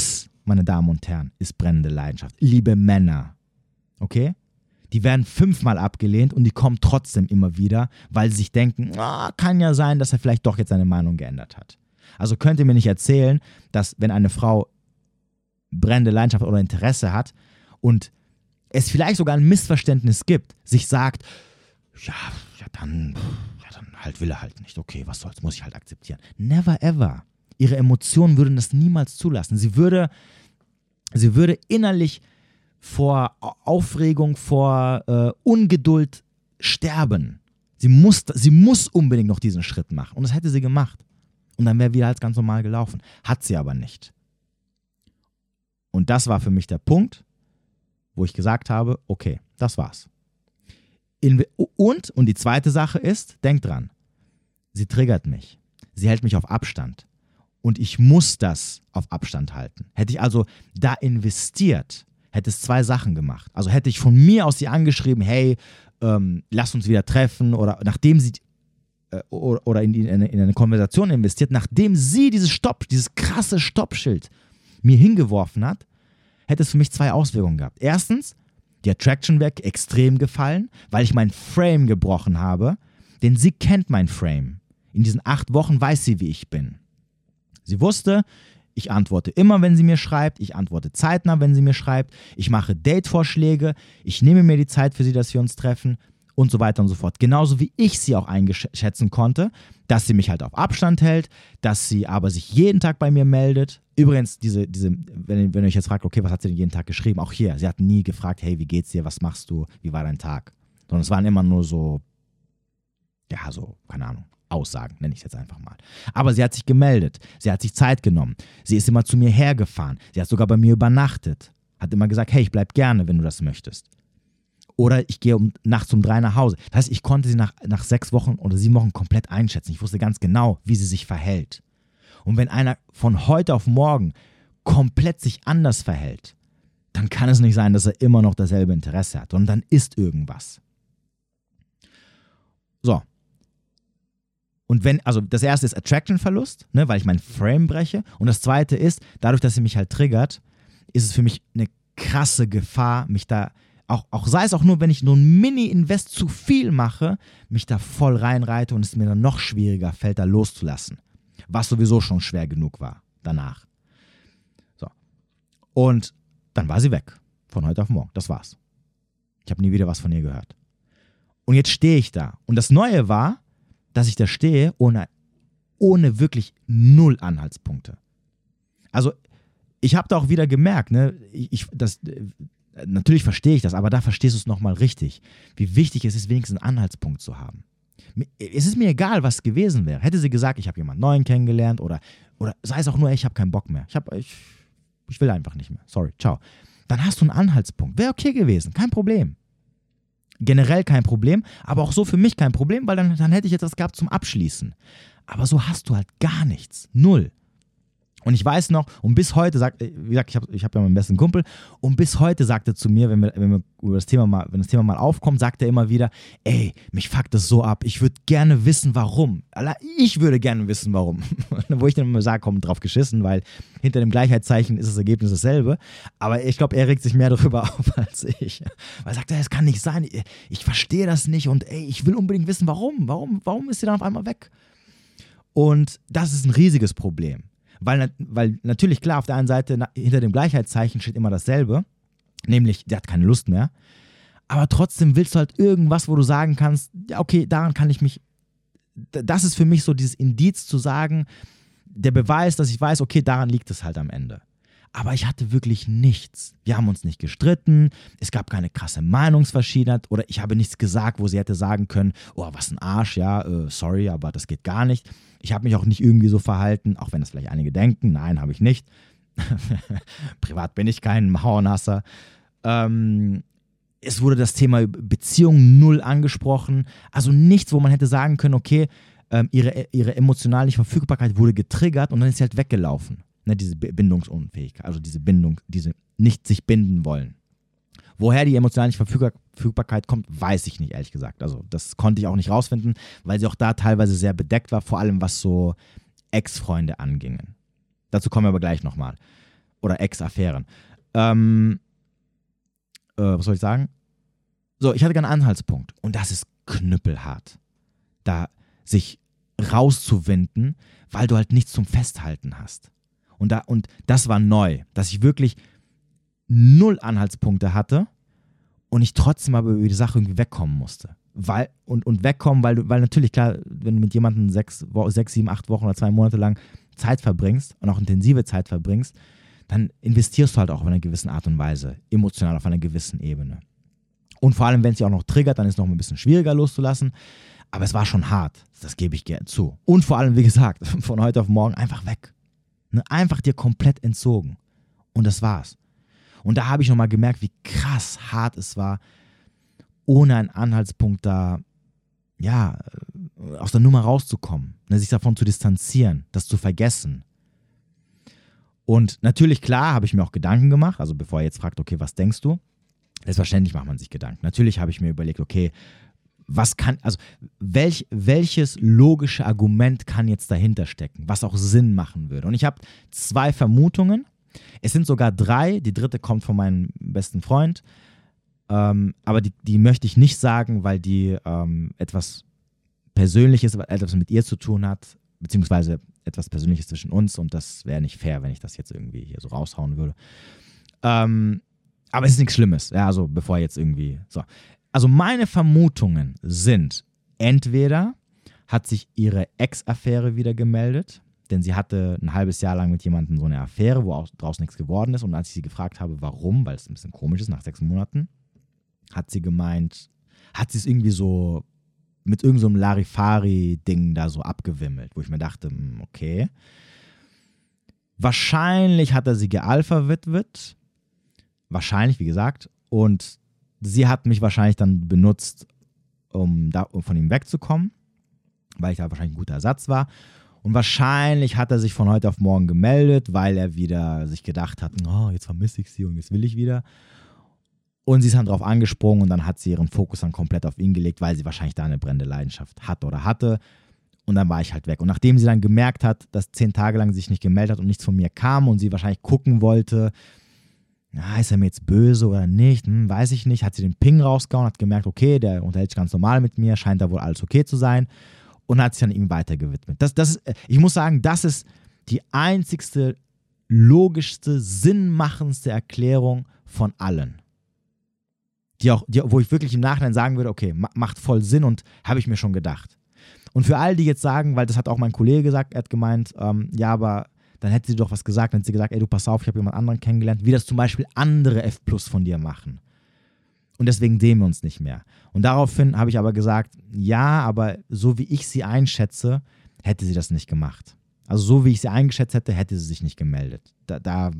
S1: meine Damen und Herren, ist brennende Leidenschaft. Liebe Männer, okay? Die werden 5-mal abgelehnt und die kommen trotzdem immer wieder, weil sie sich denken, kann ja sein, dass er vielleicht doch jetzt seine Meinung geändert hat. Also könnt ihr mir nicht erzählen, dass wenn eine Frau brennende Leidenschaft oder Interesse hat und es vielleicht sogar ein Missverständnis gibt, sich sagt, ja, dann halt will er halt nicht. Okay, was soll's, muss ich halt akzeptieren. Never ever. Ihre Emotionen würden das niemals zulassen. Sie würde innerlich vor Aufregung, vor Ungeduld sterben. Sie muss unbedingt noch diesen Schritt machen. Und das hätte sie gemacht. Und dann wäre wieder alles ganz normal gelaufen. Hat sie aber nicht. Und das war für mich der Punkt, wo ich gesagt habe, okay, das war's. Und die zweite Sache ist, denk dran, sie triggert mich. Sie hält mich auf Abstand. Und ich muss das auf Abstand halten. Hätte ich also da investiert, hätte es 2 Sachen gemacht. Also hätte ich von mir aus sie angeschrieben, hey, lass uns wieder treffen, oder nachdem sie oder in eine Konversation investiert, nachdem sie dieses krasse Stoppschild mir hingeworfen hat, hätte es für mich 2 Auswirkungen gehabt. Erstens, die Attraction wäre extrem gefallen, weil ich mein Frame gebrochen habe, denn sie kennt mein Frame. In diesen 8 Wochen weiß sie, wie ich bin. Sie wusste, ich antworte immer, wenn sie mir schreibt, ich antworte zeitnah, wenn sie mir schreibt, ich mache Date-Vorschläge, ich nehme mir die Zeit für sie, dass wir uns treffen und so weiter und so fort. Genauso wie ich sie auch einschätzen konnte, dass sie mich halt auf Abstand hält, dass sie aber sich jeden Tag bei mir meldet. Übrigens, wenn ihr euch jetzt fragt, okay, was hat sie denn jeden Tag geschrieben? Auch hier, sie hat nie gefragt, hey, wie geht's dir, was machst du, wie war dein Tag? Sondern es waren immer nur so, keine Ahnung, Aussagen, nenne ich es jetzt einfach mal. Aber sie hat sich gemeldet, sie hat sich Zeit genommen, sie ist immer zu mir hergefahren, sie hat sogar bei mir übernachtet, hat immer gesagt, hey, ich bleib gerne, wenn du das möchtest. Oder ich gehe nachts um 3 nach Hause. Das heißt, ich konnte sie nach 6 Wochen oder 7 Wochen komplett einschätzen. Ich wusste ganz genau, wie sie sich verhält. Und wenn einer von heute auf morgen komplett sich anders verhält, dann kann es nicht sein, dass er immer noch dasselbe Interesse hat, sondern dann ist irgendwas. So. Und also das erste ist Attraction-Verlust, ne, weil ich meinen Frame breche. Und das zweite ist, dadurch, dass sie mich halt triggert, ist es für mich eine krasse Gefahr, mich da, auch sei es auch nur, wenn ich nur ein Mini-Invest zu viel mache, mich da voll reinreite und es mir dann noch schwieriger fällt, da loszulassen. Was sowieso schon schwer genug war danach. So. Und dann war sie weg. Von heute auf morgen. Das war's. Ich habe nie wieder was von ihr gehört. Und jetzt stehe ich da. Und das Neue war, dass ich da stehe ohne wirklich 0 Anhaltspunkte. Also ich habe da auch wieder gemerkt, ne, natürlich verstehe ich das, aber da verstehst du es nochmal richtig, wie wichtig es ist, wenigstens einen Anhaltspunkt zu haben. Es ist mir egal, was gewesen wäre. Hätte sie gesagt, ich habe jemanden Neuen kennengelernt oder sei es auch nur, ich habe keinen Bock mehr. Ich will einfach nicht mehr. Sorry, ciao. Dann hast du einen Anhaltspunkt. Wäre okay gewesen, kein Problem. Generell kein Problem, aber auch so für mich kein Problem, weil dann hätte ich jetzt was gehabt zum Abschließen. Aber so hast du halt gar nichts. 0. Und ich weiß noch, und bis heute wie gesagt, ich hab ja meinen besten Kumpel, und bis heute sagt er zu mir, wenn wir über das Thema mal aufkommt, sagt er immer wieder, ey, mich fuckt das so ab, ich würde gerne wissen, warum. Ich würde gerne wissen, warum. Wo ich dann immer sage, komm, drauf geschissen, weil hinter dem Gleichheitszeichen ist das Ergebnis dasselbe. Aber ich glaube, er regt sich mehr darüber auf als ich. Weil er sagt, es kann nicht sein, ich verstehe das nicht und ey, ich will unbedingt wissen, warum. Warum ist sie dann auf einmal weg? Und das ist ein riesiges Problem. Weil natürlich, klar, auf der einen Seite hinter dem Gleichheitszeichen steht immer dasselbe, nämlich, der hat keine Lust mehr, aber trotzdem willst du halt irgendwas, wo du sagen kannst, ja okay, daran kann ich mich, das ist für mich so dieses Indiz zu sagen, der Beweis, dass ich weiß, okay, daran liegt es halt am Ende. Aber ich hatte wirklich nichts. Wir haben uns nicht gestritten, es gab keine krasse Meinungsverschiedenheit oder ich habe nichts gesagt, wo sie hätte sagen können, oh, was ein Arsch, ja, sorry, aber das geht gar nicht. Ich habe mich auch nicht irgendwie so verhalten, auch wenn das vielleicht einige denken, nein, habe ich nicht. Privat bin ich kein Mauernasser. Es wurde das Thema Beziehung 0 angesprochen, also nichts, wo man hätte sagen können, okay, ihre emotionale Verfügbarkeit wurde getriggert und dann ist sie halt weggelaufen. Ne, diese Bindungsunfähigkeit, also diese nicht sich binden wollen. Woher die emotionale Verfügbarkeit kommt, weiß ich nicht, ehrlich gesagt. Also das konnte ich auch nicht rausfinden, weil sie auch da teilweise sehr bedeckt war, vor allem was so Ex-Freunde angingen. Dazu kommen wir aber gleich nochmal. Oder Ex-Affären. Was soll ich sagen? So, ich hatte einen Anhaltspunkt. Und das ist knüppelhart. Da sich rauszuwinden, weil du halt nichts zum Festhalten hast. Und das war neu, dass ich wirklich 0 Anhaltspunkte hatte und ich trotzdem aber über die Sache irgendwie wegkommen musste. Wegkommen, weil natürlich, klar, wenn du mit jemandem 6, 7, 8 Wochen oder 2 Monate lang Zeit verbringst und auch intensive Zeit verbringst, dann investierst du halt auch auf einer gewissen Art und Weise, emotional auf einer gewissen Ebene. Und vor allem, wenn es dich auch noch triggert, dann ist es noch ein bisschen schwieriger loszulassen. Aber es war schon hart, das gebe ich gerne zu. Und vor allem, wie gesagt, von heute auf morgen einfach weg. Ne? Einfach dir komplett entzogen. Und das war's. Und da habe ich nochmal gemerkt, wie krass hart es war, ohne einen Anhaltspunkt da, ja, aus der Nummer rauszukommen, ne? Sich davon zu distanzieren, das zu vergessen. Und natürlich, klar, habe ich mir auch Gedanken gemacht, also bevor ihr jetzt fragt, okay, was denkst du? Selbstverständlich macht man sich Gedanken. Natürlich habe ich mir überlegt, okay, welches logische Argument kann jetzt dahinter stecken, was auch Sinn machen würde? Und ich habe 2 Vermutungen. Es sind sogar 3. Die 3. kommt von meinem besten Freund. Aber die möchte ich nicht sagen, weil die etwas Persönliches, etwas mit ihr zu tun hat, beziehungsweise etwas Persönliches zwischen uns. Und das wäre nicht fair, wenn ich das jetzt irgendwie hier so raushauen würde. Aber es ist nichts Schlimmes. Ja, also bevor jetzt irgendwie so. Also meine Vermutungen sind, entweder hat sich ihre Ex-Affäre wieder gemeldet, denn sie hatte ein halbes Jahr lang mit jemandem so eine Affäre, wo auch draußen nichts geworden ist. Und als ich sie gefragt habe, warum, weil es ein bisschen komisch ist, nach 6 Monaten, hat sie gemeint, hat sie es irgendwie so mit irgendeinem so Larifari-Ding da so abgewimmelt, wo ich mir dachte, okay. Wahrscheinlich hat er sie gealpha-witwet, wahrscheinlich, wie gesagt, und sie hat mich wahrscheinlich dann benutzt, um von ihm wegzukommen, weil ich da wahrscheinlich ein guter Ersatz war. Und wahrscheinlich hat er sich von heute auf morgen gemeldet, weil er wieder sich gedacht hat, oh, jetzt vermisse ich sie und jetzt will ich wieder. Und sie ist dann drauf angesprungen und dann hat sie ihren Fokus dann komplett auf ihn gelegt, weil sie wahrscheinlich da eine brennende Leidenschaft hat oder hatte. Und dann war ich halt weg. Und nachdem sie dann gemerkt hat, dass 10 Tage lang sich nicht gemeldet hat und nichts von mir kam und sie wahrscheinlich gucken wollte, ist er mir jetzt böse oder nicht, weiß ich nicht, hat sie den Ping rausgehauen, hat gemerkt, okay, der unterhält sich ganz normal mit mir, scheint da wohl alles okay zu sein und hat sich dann ihm weitergewidmet. Ich muss sagen, das ist die einzigste, logischste, sinnmachendste Erklärung von allen. Wo ich wirklich im Nachhinein sagen würde, okay, macht voll Sinn und habe ich mir schon gedacht. Und für alle, die jetzt sagen, weil das hat auch mein Kollege gesagt, er hat gemeint, ja, aber dann hätte sie doch was gesagt, dann hätte sie gesagt, ey, du pass auf, ich habe jemand anderen kennengelernt, wie das zum Beispiel andere F+ von dir machen. Und deswegen sehen wir uns nicht mehr. Und daraufhin habe ich aber gesagt, ja, aber so wie ich sie einschätze, hätte sie das nicht gemacht. Also so wie ich sie eingeschätzt hätte, hätte sie sich nicht gemeldet. Da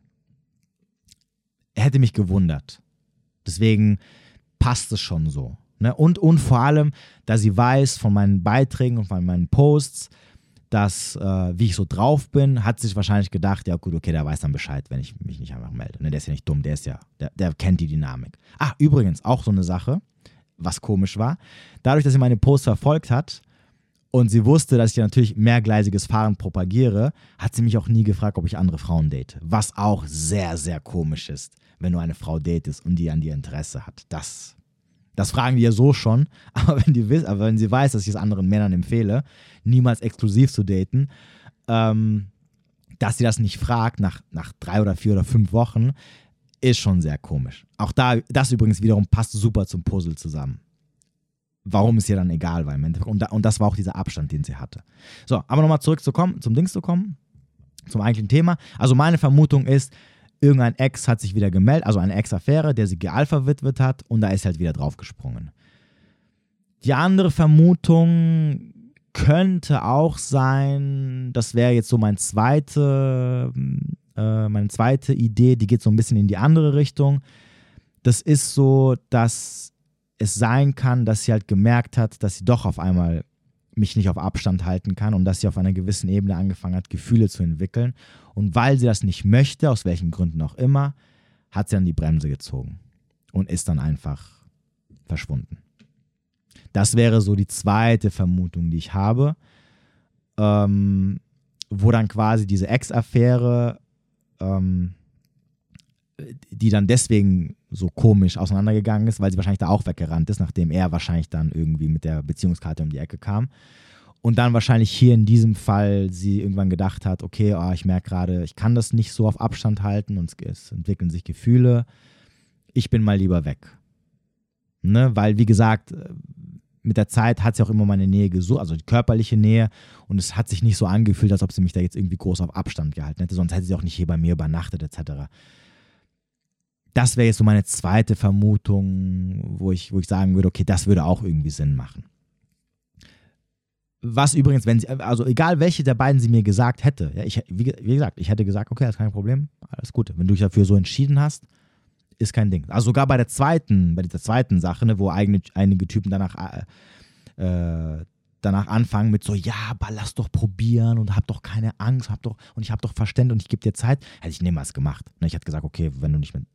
S1: hätte mich gewundert. Deswegen passt es schon so. Ne? Und vor allem, da sie weiß von meinen Beiträgen und von meinen Posts, dass, wie ich so drauf bin, hat sich wahrscheinlich gedacht, ja gut, okay, der weiß dann Bescheid, wenn ich mich nicht einfach melde. Ne, der ist ja nicht dumm, der kennt die Dynamik. Übrigens, auch so eine Sache, was komisch war. Dadurch, dass sie meine Posts verfolgt hat und sie wusste, dass ich ja natürlich mehrgleisiges Fahren propagiere, hat sie mich auch nie gefragt, ob ich andere Frauen date. Was auch sehr, sehr komisch ist, wenn du eine Frau datest und die an dir Interesse hat. Das fragen die ja so schon, aber wenn sie weiß, dass ich es anderen Männern empfehle, niemals exklusiv zu daten, dass sie das nicht fragt nach 3 oder 4 oder 5 Wochen, ist schon sehr komisch. Auch das übrigens wiederum passt super zum Puzzle zusammen. Warum es ihr dann egal war im Endeffekt. Und das war auch dieser Abstand, den sie hatte. So, aber nochmal zum Dings zu kommen, zum eigentlichen Thema. Also meine Vermutung ist, irgendein Ex hat sich wieder gemeldet, also eine Ex-Affäre, der sie gealpha-witwet hat und da ist halt wieder draufgesprungen. Die andere Vermutung könnte auch sein, das wäre jetzt so meine zweite Idee, die geht so ein bisschen in die andere Richtung. Das ist so, dass es sein kann, dass sie halt gemerkt hat, dass sie doch auf einmal mich nicht auf Abstand halten kann und dass sie auf einer gewissen Ebene angefangen hat, Gefühle zu entwickeln. Und weil sie das nicht möchte, aus welchen Gründen auch immer, hat sie dann die Bremse gezogen und ist dann einfach verschwunden. Das wäre so die zweite Vermutung, die ich habe, wo dann quasi diese Ex-Affäre die dann deswegen so komisch auseinandergegangen ist, weil sie wahrscheinlich da auch weggerannt ist, nachdem er wahrscheinlich dann irgendwie mit der Beziehungskarte um die Ecke kam. Und dann wahrscheinlich hier in diesem Fall sie irgendwann gedacht hat, okay, ich merke gerade, ich kann das nicht so auf Abstand halten und es entwickeln sich Gefühle. Ich bin mal lieber weg. Ne? Weil, wie gesagt, mit der Zeit hat sie auch immer meine Nähe gesucht, also die körperliche Nähe, und es hat sich nicht so angefühlt, als ob sie mich da jetzt irgendwie groß auf Abstand gehalten hätte, sonst hätte sie auch nicht hier bei mir übernachtet etc. Das wäre jetzt so meine zweite Vermutung, wo ich sagen würde, okay, das würde auch irgendwie Sinn machen. Was übrigens, wenn sie, also egal welche der beiden sie mir gesagt hätte, ja, wie gesagt, ich hätte gesagt, okay, das ist kein Problem, alles gut. Wenn du dich dafür so entschieden hast, ist kein Ding. Also sogar bei dieser zweiten Sache, ne, wo einige Typen danach anfangen mit so, ja, aber lass doch probieren und hab doch keine Angst, und ich hab doch Verständnis und ich gebe dir Zeit, hätte ich niemals gemacht. Ne, ich hätte gesagt, okay, wenn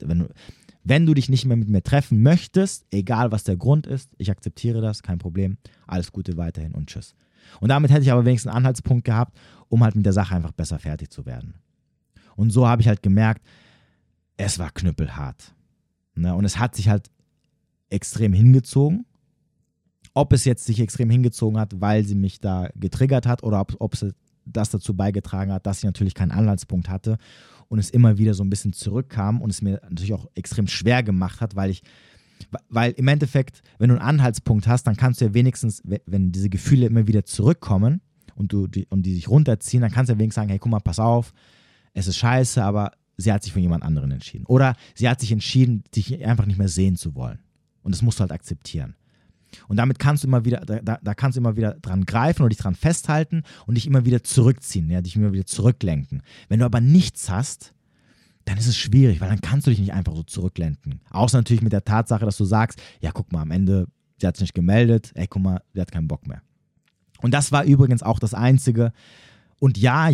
S1: du dich nicht mehr mit mir treffen möchtest, egal was der Grund ist, ich akzeptiere das, kein Problem, alles Gute weiterhin und tschüss. Und damit hätte ich aber wenigstens einen Anhaltspunkt gehabt, um halt mit der Sache einfach besser fertig zu werden. Und so habe ich halt gemerkt, es war knüppelhart. Ne? Und es hat sich halt extrem hingezogen. Ob es jetzt sich extrem hingezogen hat, weil sie mich da getriggert hat oder ob es das dazu beigetragen hat, dass ich natürlich keinen Anhaltspunkt hatte und es immer wieder so ein bisschen zurückkam und es mir natürlich auch extrem schwer gemacht hat, weil im Endeffekt, wenn du einen Anhaltspunkt hast, dann kannst du ja wenigstens, wenn diese Gefühle immer wieder zurückkommen und die sich runterziehen, dann kannst du ja wenigstens sagen, hey, guck mal, pass auf, es ist scheiße, aber sie hat sich für jemand anderen entschieden. Oder sie hat sich entschieden, dich einfach nicht mehr sehen zu wollen. Und das musst du halt akzeptieren. Und damit kannst du immer wieder, da kannst du immer wieder dran greifen oder dich dran festhalten und dich immer wieder zurückziehen, ja, dich immer wieder zurücklenken. Wenn du aber nichts hast, dann ist es schwierig, weil dann kannst du dich nicht einfach so zurücklenken. Außer natürlich mit der Tatsache, dass du sagst, ja, guck mal, am Ende, sie hat sich nicht gemeldet, ey, guck mal, sie hat keinen Bock mehr. Und das war übrigens auch das Einzige. Und ja,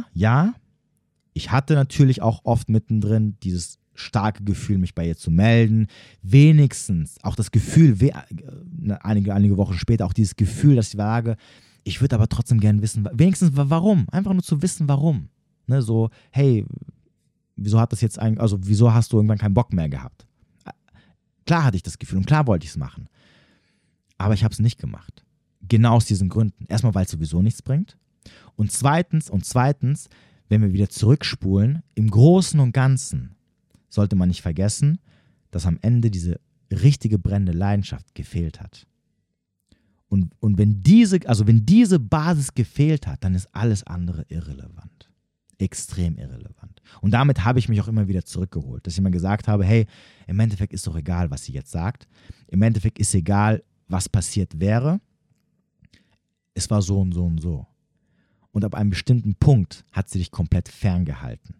S1: ich hatte natürlich auch oft mittendrin dieses starke Gefühl, mich bei ihr zu melden. Wenigstens auch das Gefühl, einige Wochen später, auch dieses Gefühl, dass ich sage, ich würde aber trotzdem gerne wissen, wenigstens warum. Einfach nur zu wissen, warum. Ne, so, hey, wieso hast du irgendwann keinen Bock mehr gehabt? Klar hatte ich das Gefühl und klar wollte ich es machen. Aber ich habe es nicht gemacht. Genau aus diesen Gründen. Erstmal, weil es sowieso nichts bringt. Und zweitens, wenn wir wieder zurückspulen, im Großen und Ganzen sollte man nicht vergessen, dass am Ende diese richtige brennende Leidenschaft gefehlt hat. Und wenn diese Basis gefehlt hat, dann ist alles andere irrelevant. Extrem irrelevant. Und damit habe ich mich auch immer wieder zurückgeholt, dass ich immer gesagt habe, hey, im Endeffekt ist doch egal, was sie jetzt sagt. Im Endeffekt ist egal, was passiert wäre. Es war so und so und so. Und ab einem bestimmten Punkt hat sie dich komplett ferngehalten.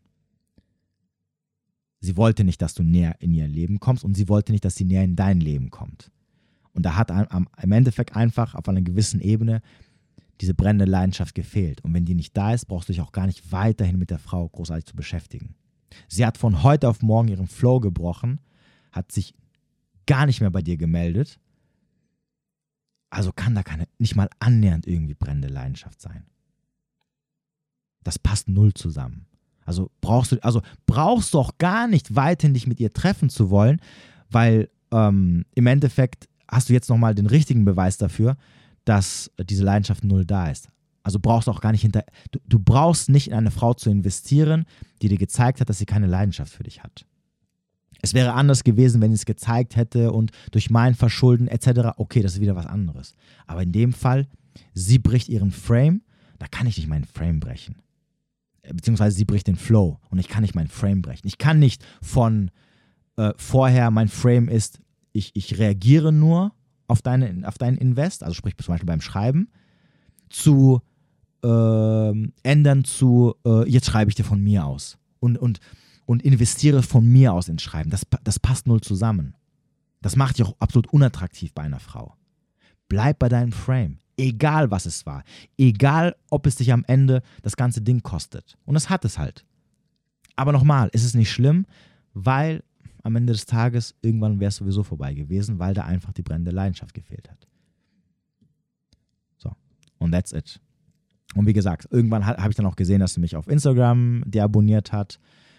S1: Sie wollte nicht, dass du näher in ihr Leben kommst und sie wollte nicht, dass sie näher in dein Leben kommt. Und da hat im Endeffekt einfach auf einer gewissen Ebene diese brennende Leidenschaft gefehlt. Und wenn die nicht da ist, brauchst du dich auch gar nicht weiterhin mit der Frau großartig zu beschäftigen. Sie hat von heute auf morgen ihren Flow gebrochen, hat sich gar nicht mehr bei dir gemeldet. Also kann da nicht mal annähernd irgendwie brennende Leidenschaft sein. Das passt null zusammen. Also brauchst du auch gar nicht weiterhin dich mit ihr treffen zu wollen, weil im Endeffekt hast du jetzt nochmal den richtigen Beweis dafür, dass diese Leidenschaft null da ist. Also brauchst du auch gar nicht du brauchst nicht in eine Frau zu investieren, die dir gezeigt hat, dass sie keine Leidenschaft für dich hat. Es wäre anders gewesen, wenn sie es gezeigt hätte und durch mein Verschulden etc. Okay, das ist wieder was anderes. Aber in dem Fall, sie bricht ihren Frame, da kann ich nicht meinen Frame brechen. Beziehungsweise sie bricht den Flow und ich kann nicht meinen Frame brechen. Ich kann nicht von vorher, mein Frame ist, ich reagiere nur auf deinen Invest, also sprich zum Beispiel beim Schreiben, zu ändern zu, jetzt schreibe ich dir von mir aus und investiere von mir aus ins Schreiben. Das passt null zusammen. Das macht dich auch absolut unattraktiv bei einer Frau. Bleib bei deinem Frame. Egal, was es war. Egal, ob es dich am Ende das ganze Ding kostet. Und es hat es halt. Aber nochmal, es ist nicht schlimm, weil am Ende des Tages irgendwann wäre es sowieso vorbei gewesen, weil da einfach die brennende Leidenschaft gefehlt hat. So. Und that's it. Und wie gesagt, irgendwann habe ich dann auch gesehen, dass sie mich auf Instagram deabonniert hat.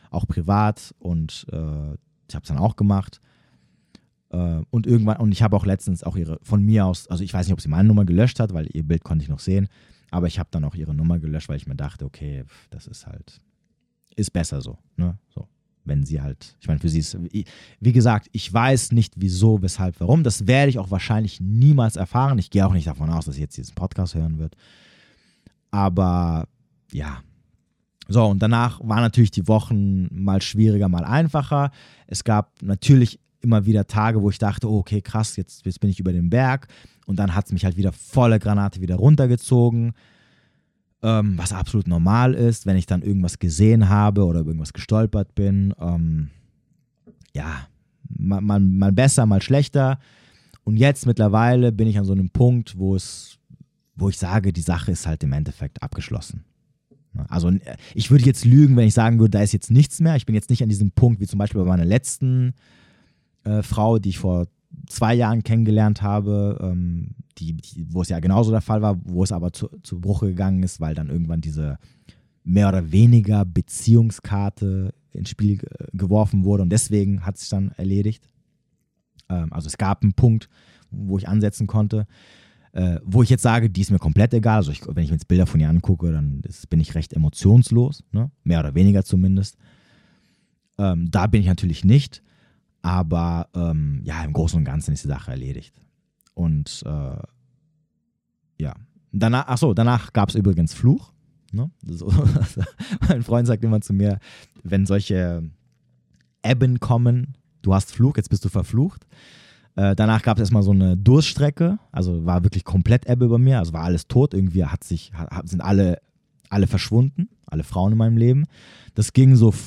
S1: auch privat und ich habe es dann auch gemacht. Und irgendwann, und ich habe auch letztens auch von mir aus, also ich weiß nicht, ob sie meine Nummer gelöscht hat, weil ihr Bild konnte ich noch sehen, aber ich habe dann auch ihre Nummer gelöscht, weil ich mir dachte, okay, das ist besser so, ne? So, wenn sie halt, ich meine, für sie ist, wie gesagt, ich weiß nicht wieso, weshalb, warum, das werde ich auch wahrscheinlich niemals erfahren, ich gehe auch nicht davon aus, dass sie jetzt diesen Podcast hören wird, aber ja. So, und danach waren natürlich die Wochen mal schwieriger, mal einfacher. Es gab natürlich immer wieder Tage, wo ich dachte, oh, okay, krass, jetzt bin ich über den Berg. Und dann hat es mich halt wieder volle Granate wieder runtergezogen, was absolut normal ist, wenn ich dann irgendwas gesehen habe oder über irgendwas gestolpert bin. Ja, mal besser, mal schlechter. Und jetzt mittlerweile bin ich an so einem Punkt, wo ich sage, die Sache ist halt im Endeffekt abgeschlossen. Also ich würde jetzt lügen, wenn ich sagen würde, da ist jetzt nichts mehr. Ich bin jetzt nicht an diesem Punkt, wie zum Beispiel bei meiner letzten Frau, die ich vor 2 Jahren kennengelernt habe, wo es ja genauso der Fall war, wo es aber zu Bruche gegangen ist, weil dann irgendwann diese mehr oder weniger Beziehungskarte ins Spiel geworfen wurde und deswegen hat es sich dann erledigt. Also es gab einen Punkt, wo ich ansetzen konnte. Wo ich jetzt sage, die ist mir komplett egal. Also wenn ich mir jetzt Bilder von ihr angucke, dann bin ich recht emotionslos, ne? Mehr oder weniger zumindest. Da bin ich natürlich nicht, aber ja, im Großen und Ganzen ist die Sache erledigt. Und ja, danach gab es übrigens Fluch. Ne? So, mein Freund sagt immer zu mir, wenn solche Ebben kommen, du hast Fluch, jetzt bist du verflucht. Danach gab es erstmal so eine Durststrecke, also war wirklich komplett Ebbe bei mir, also war alles tot, irgendwie sind alle verschwunden, alle Frauen in meinem Leben. Das ging so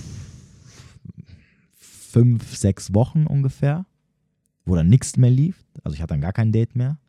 S1: 5, 6 Wochen ungefähr, wo dann nichts mehr lief, also ich hatte dann gar kein Date mehr.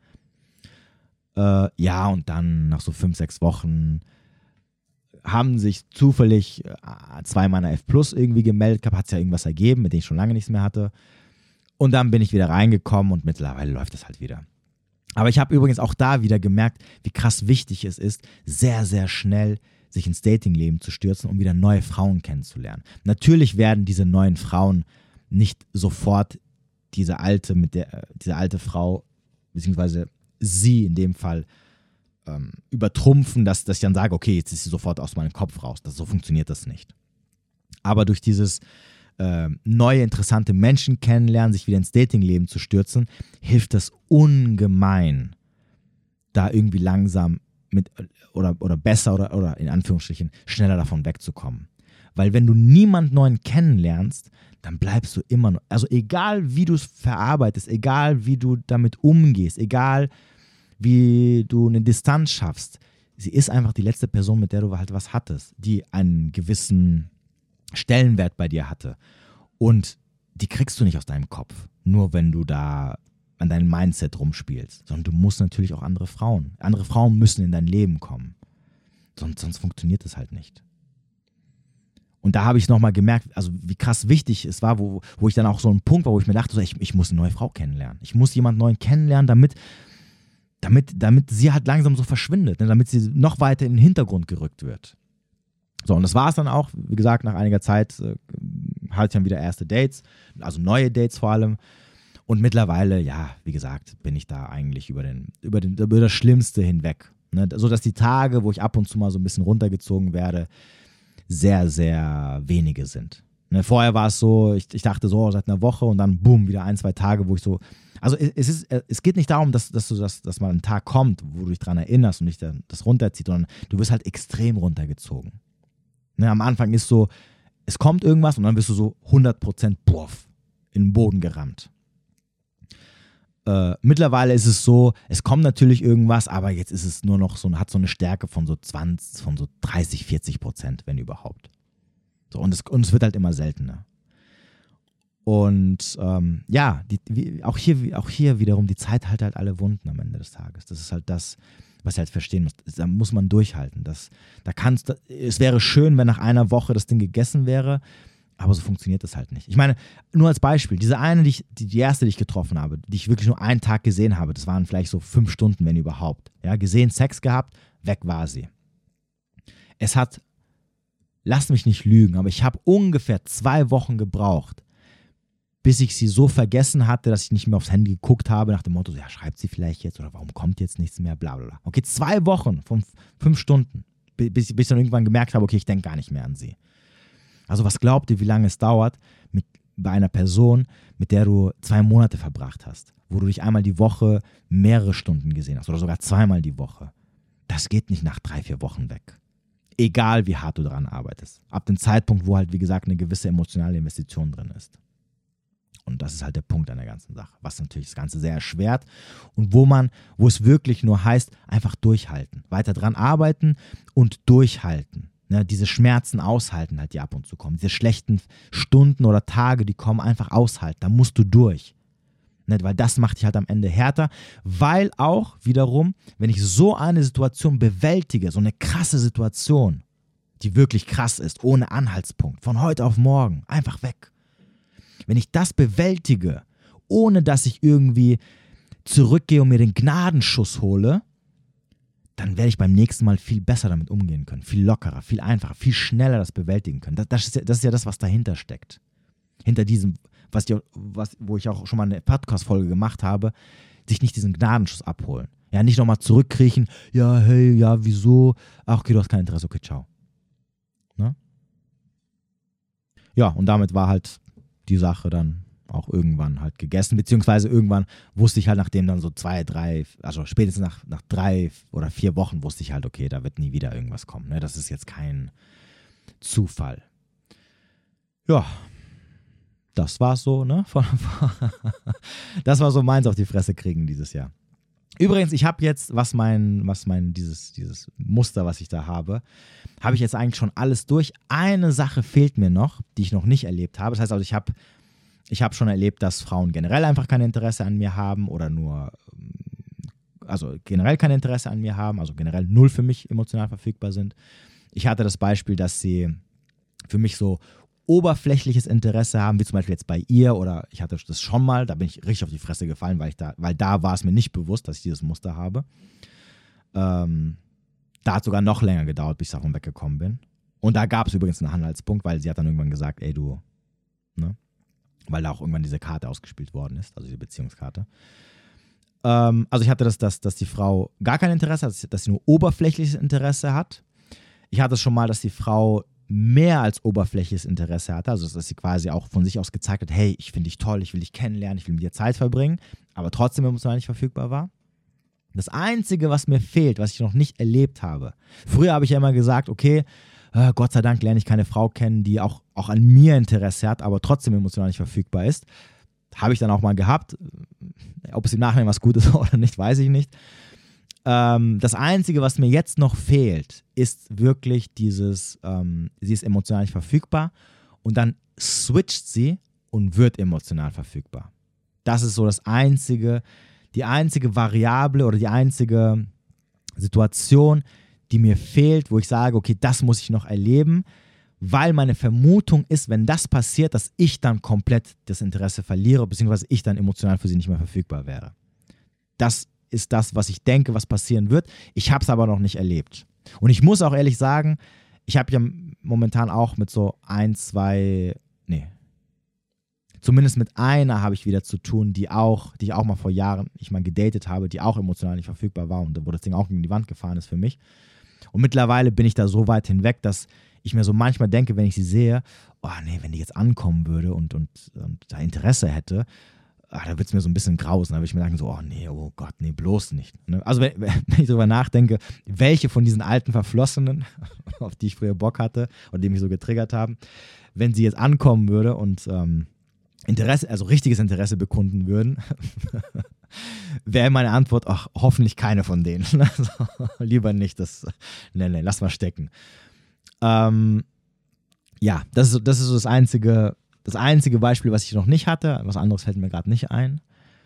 S1: Ja, und dann nach so 5, 6 Wochen haben sich zufällig 2 meiner F+ irgendwie gemeldet, hat es ja irgendwas ergeben, mit denen ich schon lange nichts mehr hatte. Und dann bin ich wieder reingekommen und mittlerweile läuft es halt wieder. Aber ich habe übrigens auch da wieder gemerkt, wie krass wichtig es ist, sehr, sehr schnell sich ins Datingleben zu stürzen, um wieder neue Frauen kennenzulernen. Natürlich werden diese neuen Frauen nicht sofort diese alte Frau, beziehungsweise sie in dem Fall, übertrumpfen, dass ich dann sage, okay, jetzt ist sie sofort aus meinem Kopf raus. So funktioniert das nicht. Aber durch dieses neue, interessante Menschen kennenlernen, sich wieder ins Datingleben zu stürzen, hilft das ungemein, da irgendwie langsam oder besser oder in Anführungsstrichen schneller davon wegzukommen. Weil wenn du niemand Neuen kennenlernst, dann bleibst du immer noch, also egal wie du es verarbeitest, egal wie du damit umgehst, egal wie du eine Distanz schaffst, sie ist einfach die letzte Person, mit der du halt was hattest, die einen gewissen Stellenwert bei dir hatte. Und die kriegst du nicht aus deinem Kopf, nur wenn du da an deinem Mindset rumspielst. Sondern du musst natürlich auch andere Frauen müssen in dein Leben kommen. Sonst funktioniert das halt nicht. Und da habe ich nochmal gemerkt, also wie krass wichtig es war, wo ich dann auch so einen Punkt war, wo ich mir dachte, so, ich muss eine neue Frau kennenlernen. Ich muss jemanden neuen kennenlernen, damit sie halt langsam so verschwindet, ne? Damit sie noch weiter in den Hintergrund gerückt wird. So, und das war es dann auch. Wie gesagt, nach einiger Zeit hatte ich dann wieder erste Dates, also neue Dates vor allem. Und mittlerweile, ja, wie gesagt, bin ich da eigentlich über das Schlimmste hinweg. Ne? So dass die Tage, wo ich ab und zu mal so ein bisschen runtergezogen werde, sehr, sehr wenige sind. Ne? Vorher war es so, ich dachte so, seit einer Woche und dann boom, wieder 1, 2 Tage, wo ich so. Also es geht nicht darum, dass mal ein Tag kommt, wo du dich dran erinnerst und dich dann das runterzieht, sondern du wirst halt extrem runtergezogen. Ne, am Anfang ist so, es kommt irgendwas und dann wirst du so 100% in den Boden gerammt. Mittlerweile ist es so, es kommt natürlich irgendwas, aber jetzt ist es nur noch hat so eine Stärke von so 30, 40%, wenn überhaupt. So, und es wird halt immer seltener. Und ja, auch hier wiederum, die Zeit halt alle Wunden am Ende des Tages. Das ist halt das, was ihr halt verstehen müsst. Da muss man durchhalten. Es wäre schön, wenn nach einer Woche das Ding gegessen wäre, aber so funktioniert das halt nicht. Ich meine, nur als Beispiel, diese eine, die erste, die ich getroffen habe, die ich wirklich nur einen Tag gesehen habe, das waren vielleicht so 5 Stunden, wenn überhaupt. Ja, gesehen, Sex gehabt, weg war sie. Es hat lass mich nicht lügen, aber ich habe ungefähr 2 Wochen gebraucht, bis ich sie so vergessen hatte, dass ich nicht mehr aufs Handy geguckt habe, nach dem Motto, ja, schreibt sie vielleicht jetzt oder warum kommt jetzt nichts mehr, bla bla bla. Okay, 2 Wochen von 5 Stunden, bis ich dann irgendwann gemerkt habe, okay, ich denke gar nicht mehr an sie. Also was glaubt ihr, wie lange es dauert bei einer Person, mit der du 2 Monate verbracht hast, wo du dich einmal die Woche mehrere Stunden gesehen hast oder sogar zweimal die Woche? Das geht nicht nach 3-4 Wochen weg. Egal, wie hart du daran arbeitest. Ab dem Zeitpunkt, wo halt, wie gesagt, eine gewisse emotionale Investition drin ist. Und das ist halt der Punkt an der ganzen Sache, was natürlich das Ganze sehr erschwert und wo es wirklich nur heißt, einfach durchhalten. Weiter dran arbeiten und durchhalten. Ne, diese Schmerzen aushalten halt, die ab und zu kommen. Diese schlechten Stunden oder Tage, die kommen, einfach aushalten. Da musst du durch. Ne, weil das macht dich halt am Ende härter. Weil auch wiederum, wenn ich so eine Situation bewältige, so eine krasse Situation, die wirklich krass ist, ohne Anhaltspunkt, von heute auf morgen, einfach weg. Wenn ich das bewältige, ohne dass ich irgendwie zurückgehe und mir den Gnadenschuss hole, dann werde ich beim nächsten Mal viel besser damit umgehen können. Viel lockerer, viel einfacher, viel schneller das bewältigen können. Das ist ja das, was dahinter steckt. Hinter diesem, wo ich auch schon mal eine Podcast-Folge gemacht habe, sich nicht diesen Gnadenschuss abholen. Ja, nicht nochmal zurückkriechen, ja, hey, ja, wieso? Ach, okay, du hast kein Interesse, okay, ciao. Ne? Ja, und damit war halt die Sache dann auch irgendwann halt gegessen, beziehungsweise irgendwann wusste ich halt, nachdem dann so 2, 3, also spätestens nach 3 oder 4 Wochen wusste ich halt, okay, da wird nie wieder irgendwas kommen. Ne? Das ist jetzt kein Zufall. Ja, das war's so, ne? Das war so meins auf die Fresse kriegen dieses Jahr. Übrigens, ich habe jetzt, dieses Muster, was ich da habe ich jetzt eigentlich schon alles durch. Eine Sache fehlt mir noch, die ich noch nicht erlebt habe. Das heißt also, ich habe schon erlebt, dass Frauen generell einfach kein Interesse an mir haben oder also generell kein Interesse an mir haben, also generell null für mich emotional verfügbar sind. Ich hatte das Beispiel, dass sie für mich so oberflächliches Interesse haben, wie zum Beispiel jetzt bei ihr, oder ich hatte das schon mal, da bin ich richtig auf die Fresse gefallen, weil da war es mir nicht bewusst, dass ich dieses Muster habe. Da hat es sogar noch länger gedauert, bis ich davon weggekommen bin. Und da gab es übrigens einen Anhaltspunkt, weil sie hat dann irgendwann gesagt, ey du, ne? Weil da auch irgendwann diese Karte ausgespielt worden ist, also diese Beziehungskarte. Also ich hatte dass die Frau gar kein Interesse hat, dass sie nur oberflächliches Interesse hat. Ich hatte es schon mal, dass die Frau mehr als oberflächliches Interesse hatte, also dass sie quasi auch von sich aus gezeigt hat, hey, ich finde dich toll, ich will dich kennenlernen, ich will mit dir Zeit verbringen, aber trotzdem emotional nicht verfügbar war. Das Einzige, was mir fehlt, was ich noch nicht erlebt habe, früher habe ich ja immer gesagt, okay, Gott sei Dank lerne ich keine Frau kennen, die auch an mir Interesse hat, aber trotzdem emotional nicht verfügbar ist. Habe ich dann auch mal gehabt. Ob es im Nachhinein was Gutes ist oder nicht, weiß ich nicht. Das Einzige, was mir jetzt noch fehlt, ist wirklich dieses, sie ist emotional nicht verfügbar und dann switcht sie und wird emotional verfügbar. Das ist so die einzige Variable oder die einzige Situation, die mir fehlt, wo ich sage, okay, das muss ich noch erleben, weil meine Vermutung ist, wenn das passiert, dass ich dann komplett das Interesse verliere, beziehungsweise ich dann emotional für sie nicht mehr verfügbar wäre. Das ist das, was ich denke, was passieren wird. Ich habe es aber noch nicht erlebt. Und ich muss auch ehrlich sagen, ich habe ja momentan auch mit so zumindest mit einer habe ich wieder zu tun, die ich auch mal vor Jahren gedatet habe, die auch emotional nicht verfügbar war und wo das Ding auch gegen die Wand gefahren ist für mich. Und mittlerweile bin ich da so weit hinweg, dass ich mir so manchmal denke, wenn ich sie sehe, oh nee, wenn die jetzt ankommen würde und da Interesse hätte, da wird es mir so ein bisschen grausen. Da würde ich mir denken so, oh nee, oh Gott, nee, bloß nicht. Ne? Also wenn ich darüber nachdenke, welche von diesen alten Verflossenen, auf die ich früher Bock hatte und die mich so getriggert haben, wenn sie jetzt ankommen würde und Interesse, also richtiges Interesse bekunden würden, wäre meine Antwort, ach, hoffentlich keine von denen. Also, lieber nicht, nee, lass mal stecken. Ja, das ist so das einzige Beispiel, was ich noch nicht hatte. Was anderes fällt mir gerade nicht ein.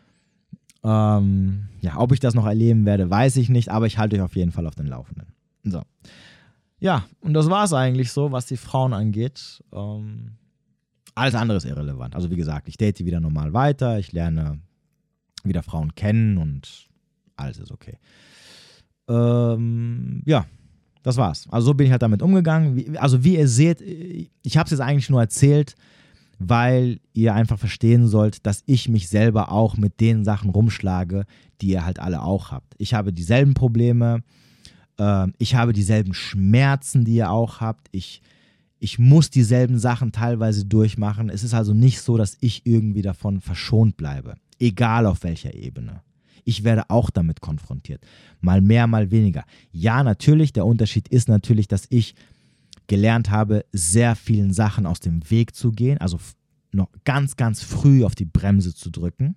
S1: Ja, ob ich das noch erleben werde, weiß ich nicht, aber ich halte euch auf jeden Fall auf den Laufenden. So. Ja, und das war es eigentlich so, was die Frauen angeht. Alles andere ist irrelevant. Also wie gesagt, ich date wieder normal weiter, ich lerne wieder Frauen kennen und alles ist okay. Ja, Das war's. Also so bin ich halt damit umgegangen. Wie ihr seht, ich habe es jetzt eigentlich nur erzählt, weil ihr einfach verstehen sollt, dass ich mich selber auch mit den Sachen rumschlage, die ihr halt alle auch habt. Ich habe dieselben Probleme, ich habe dieselben Schmerzen, die ihr auch habt. Ich muss dieselben Sachen teilweise durchmachen. Es ist also nicht so, dass ich irgendwie davon verschont bleibe, egal auf welcher Ebene. Ich werde auch damit konfrontiert, mal mehr, mal weniger. Ja, natürlich, der Unterschied ist natürlich, dass ich gelernt habe, sehr vielen Sachen aus dem Weg zu gehen, also noch ganz, ganz früh auf die Bremse zu drücken.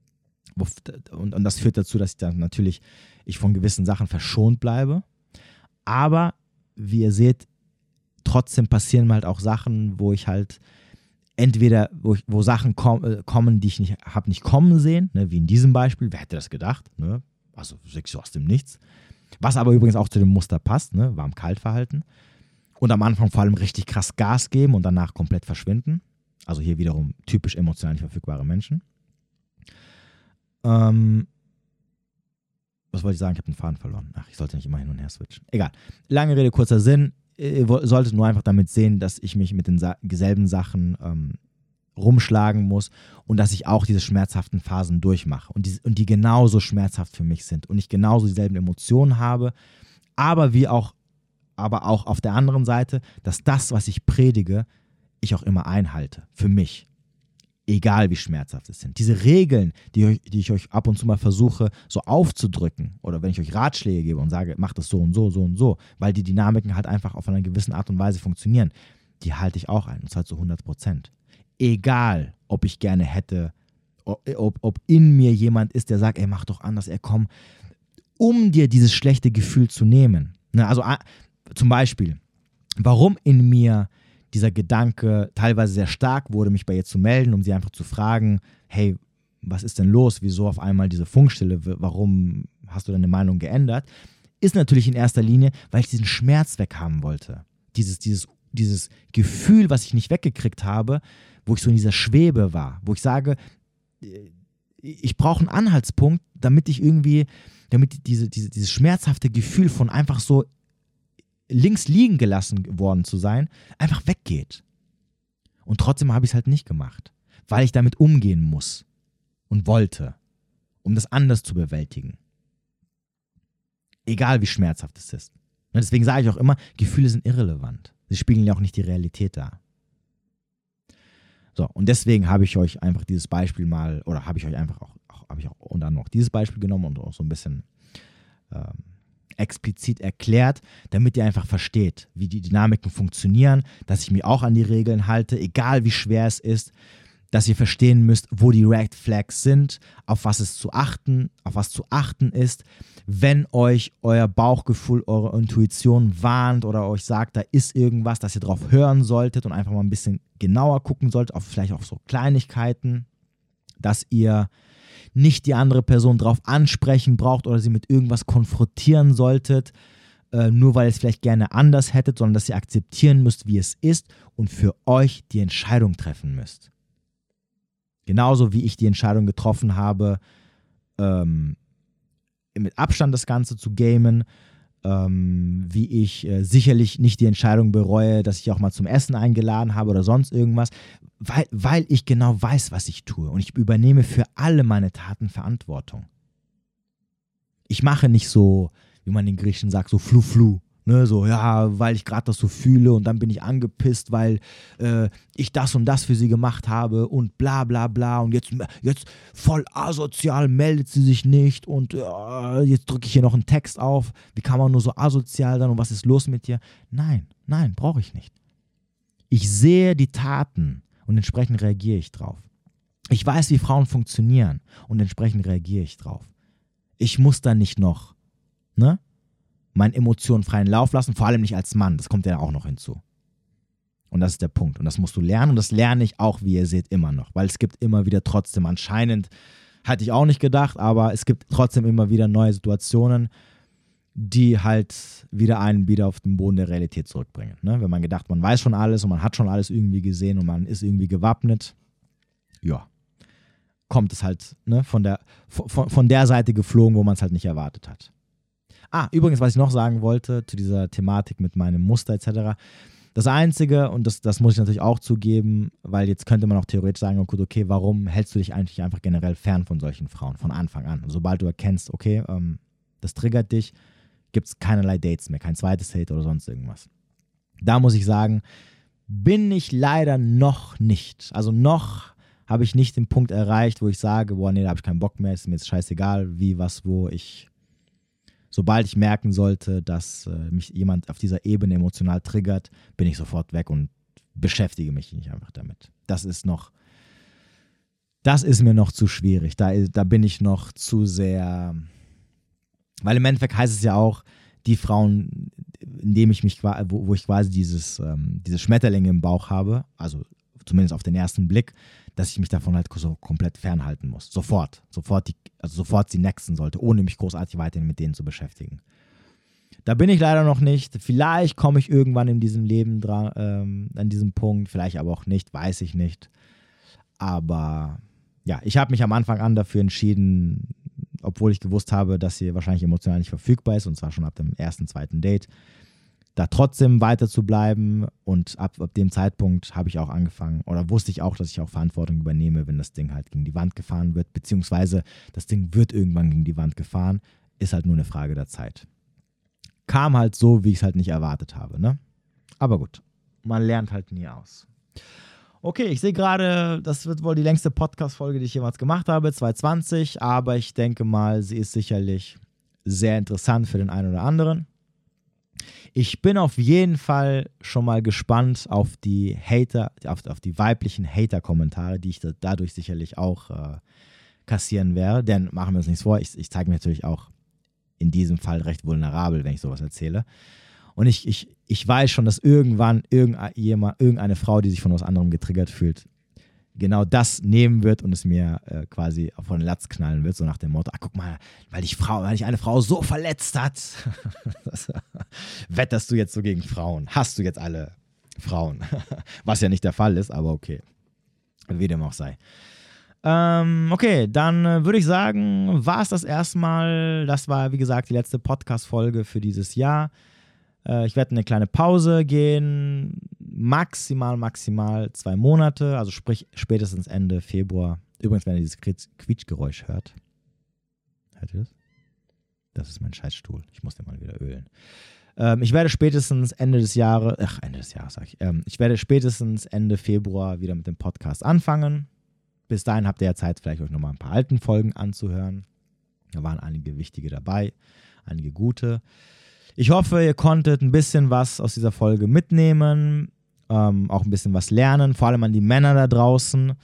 S1: Und das führt dazu, dass ich dann natürlich von gewissen Sachen verschont bleibe. Aber wie ihr seht, trotzdem passieren halt auch Sachen, wo ich halt entweder, wo Sachen kommen, die ich nicht kommen sehen, ne, wie in diesem Beispiel, wer hätte das gedacht, ne? Also so aus dem Nichts. Was aber übrigens auch zu dem Muster passt, ne? Warm-Kalt-Verhalten. Und am Anfang vor allem richtig krass Gas geben und danach komplett verschwinden. Also hier wiederum typisch emotional nicht verfügbare Menschen. Was wollte ich sagen? Ich habe den Faden verloren. Ach, ich sollte nicht immer hin und her switchen. Egal. Lange Rede, kurzer Sinn. Ihr solltet nur einfach damit sehen, dass ich mich mit denselben Sachen rumschlagen muss und dass ich auch diese schmerzhaften Phasen durchmache und die genauso schmerzhaft für mich sind und ich genauso dieselben Emotionen habe, aber auch auf der anderen Seite, dass das, was ich predige, ich auch immer einhalte, für mich. Egal wie schmerzhaft es sind. Diese Regeln, die ich euch ab und zu mal versuche so aufzudrücken oder wenn ich euch Ratschläge gebe und sage, macht das so und so, so und so, weil die Dynamiken halt einfach auf einer gewissen Art und Weise funktionieren, die halte ich auch ein und zwar zu 100%. Egal, ob ich gerne hätte, ob in mir jemand ist, der sagt, ey, mach doch anders, komm, um dir dieses schlechte Gefühl zu nehmen. Ne, also zum Beispiel, warum in mir dieser Gedanke teilweise sehr stark wurde, mich bei ihr zu melden, um sie einfach zu fragen, hey, was ist denn los? Wieso auf einmal diese Funkstille? Warum hast du deine Meinung geändert? Ist natürlich in erster Linie, weil ich diesen Schmerz weghaben wollte. Dieses Gefühl, was ich nicht weggekriegt habe, wo ich so in dieser Schwebe war, wo ich sage, ich brauche einen Anhaltspunkt, damit dieses schmerzhafte Gefühl von einfach so links liegen gelassen worden zu sein, einfach weggeht. Und trotzdem habe ich es halt nicht gemacht, weil ich damit umgehen muss und wollte, um das anders zu bewältigen. Egal wie schmerzhaft es ist. Und deswegen sage ich auch immer, Gefühle sind irrelevant. Sie spiegeln ja auch nicht die Realität dar. So, und deswegen habe ich euch einfach dieses Beispiel mal, oder habe ich euch einfach auch unter anderem auch dieses Beispiel genommen und auch so ein bisschen explizit erklärt, damit ihr einfach versteht, wie die Dynamiken funktionieren, dass ich mich auch an die Regeln halte, egal wie schwer es ist, dass ihr verstehen müsst, wo die Red Flags sind, auf was zu achten ist, wenn euch euer Bauchgefühl, eure Intuition warnt oder euch sagt, da ist irgendwas, dass ihr drauf hören solltet und einfach mal ein bisschen genauer gucken solltet, vielleicht auf so Kleinigkeiten, dass ihr nicht die andere Person drauf ansprechen braucht oder sie mit irgendwas konfrontieren solltet, nur weil ihr es vielleicht gerne anders hättet, sondern dass ihr akzeptieren müsst, wie es ist und für euch die Entscheidung treffen müsst. Genauso wie ich die Entscheidung getroffen habe, mit Abstand das Ganze zu gamen, wie ich sicherlich nicht die Entscheidung bereue, dass ich auch mal zum Essen eingeladen habe oder sonst irgendwas, weil ich genau weiß, was ich tue und ich übernehme für alle meine Taten Verantwortung. Ich mache nicht so, wie man in Griechen sagt, so flu-flu, ne, so, ja, weil ich gerade das so fühle und dann bin ich angepisst, weil ich das und das für sie gemacht habe und bla bla bla und jetzt voll asozial meldet sie sich nicht und jetzt drücke ich hier noch einen Text auf, wie kann man nur so asozial sein und was ist los mit dir? Nein, brauche ich nicht. Ich sehe die Taten und entsprechend reagiere ich drauf. Ich weiß, wie Frauen funktionieren und entsprechend reagiere ich drauf. Ich muss da nicht noch, meinen Emotionen freien Lauf lassen, vor allem nicht als Mann, das kommt ja auch noch hinzu. Und das ist der Punkt und das musst du lernen und das lerne ich auch, wie ihr seht, immer noch, weil es gibt immer wieder trotzdem anscheinend, hatte ich auch nicht gedacht, aber es gibt trotzdem immer wieder neue Situationen, die halt wieder auf den Boden der Realität zurückbringen. Ne? Wenn man gedacht, man weiß schon alles und man hat schon alles irgendwie gesehen und man ist irgendwie gewappnet, ja, kommt es halt von der Seite geflogen, wo man es halt nicht erwartet hat.
S2: Übrigens, was ich noch sagen wollte zu dieser Thematik mit meinem Muster etc. Das Einzige, und das muss ich natürlich auch zugeben, weil jetzt könnte man auch theoretisch sagen, oh gut, okay, warum hältst du dich eigentlich einfach generell fern von solchen Frauen von Anfang an? Sobald du erkennst, okay, das triggert dich, gibt es keinerlei Dates mehr, kein zweites Date oder sonst irgendwas. Da muss ich sagen, bin ich leider noch nicht. Also noch habe ich nicht den Punkt erreicht, wo ich sage, boah, nee, da habe ich keinen Bock mehr, ist mir jetzt scheißegal, wie, was, wo. Sobald ich merken sollte, dass mich jemand auf dieser Ebene emotional triggert, bin ich sofort weg und beschäftige mich nicht einfach damit. Das ist mir noch zu schwierig. Da bin ich noch zu sehr, weil im Endeffekt heißt es ja auch, die Frauen, indem ich mich, wo ich quasi diese Schmetterlinge im Bauch habe, also zumindest auf den ersten Blick, dass ich mich davon halt so komplett fernhalten muss. Sofort sie nexten sollte, ohne mich großartig weiterhin mit denen zu beschäftigen. Da bin ich leider noch nicht. Vielleicht komme ich irgendwann in diesem Leben an diesem Punkt, vielleicht aber auch nicht, weiß ich nicht. Aber ja, ich habe mich am Anfang an dafür entschieden, obwohl ich gewusst habe, dass sie wahrscheinlich emotional nicht verfügbar ist, und zwar schon ab dem ersten, zweiten Date, da trotzdem weiter zu bleiben, und ab dem Zeitpunkt habe ich auch angefangen, oder wusste ich auch, dass ich auch Verantwortung übernehme, wenn das Ding halt gegen die Wand gefahren wird, beziehungsweise das Ding wird irgendwann gegen die Wand gefahren, ist halt nur eine Frage der Zeit. Kam halt so, wie ich es halt nicht erwartet habe, ne? Aber gut, man lernt halt nie aus. Okay, ich sehe gerade, das wird wohl die längste Podcast-Folge, die ich jemals gemacht habe, 220, aber ich denke mal, sie ist sicherlich sehr interessant für den einen oder anderen. Ich bin auf jeden Fall schon mal gespannt auf die auf die weiblichen Hater-Kommentare, die ich dadurch sicherlich auch kassieren werde. Denn machen wir uns nichts vor, ich zeige mich natürlich auch in diesem Fall recht vulnerabel, wenn ich sowas erzähle. Und ich weiß schon, dass irgendwann irgendeine Frau, die sich von was anderem getriggert fühlt, genau das nehmen wird und es mir quasi von den Latz knallen wird, so nach dem Motto, guck mal, weil dich eine Frau so verletzt hat, wetterst du jetzt so gegen Frauen, hast du jetzt alle Frauen, was ja nicht der Fall ist, aber okay, wie dem auch sei. Okay, dann würde ich sagen, war es das erstmal. Das war, wie gesagt, die letzte Podcast-Folge für dieses Jahr. Ich werde eine kleine Pause gehen, maximal 2 Monate, also sprich spätestens Ende Februar. Übrigens, wenn ihr dieses Quietschgeräusch hört ihr das? Das ist mein Scheißstuhl, ich muss den mal wieder ölen. Ich werde spätestens Ende des Jahres sag ich. Ich werde spätestens Ende Februar wieder mit dem Podcast anfangen. Bis dahin habt ihr ja Zeit, vielleicht euch nochmal ein paar alten Folgen anzuhören. Da waren einige wichtige dabei, einige gute. Ich hoffe, ihr konntet ein bisschen was aus dieser Folge mitnehmen, auch ein bisschen was lernen, vor allem an die Männer da draußen.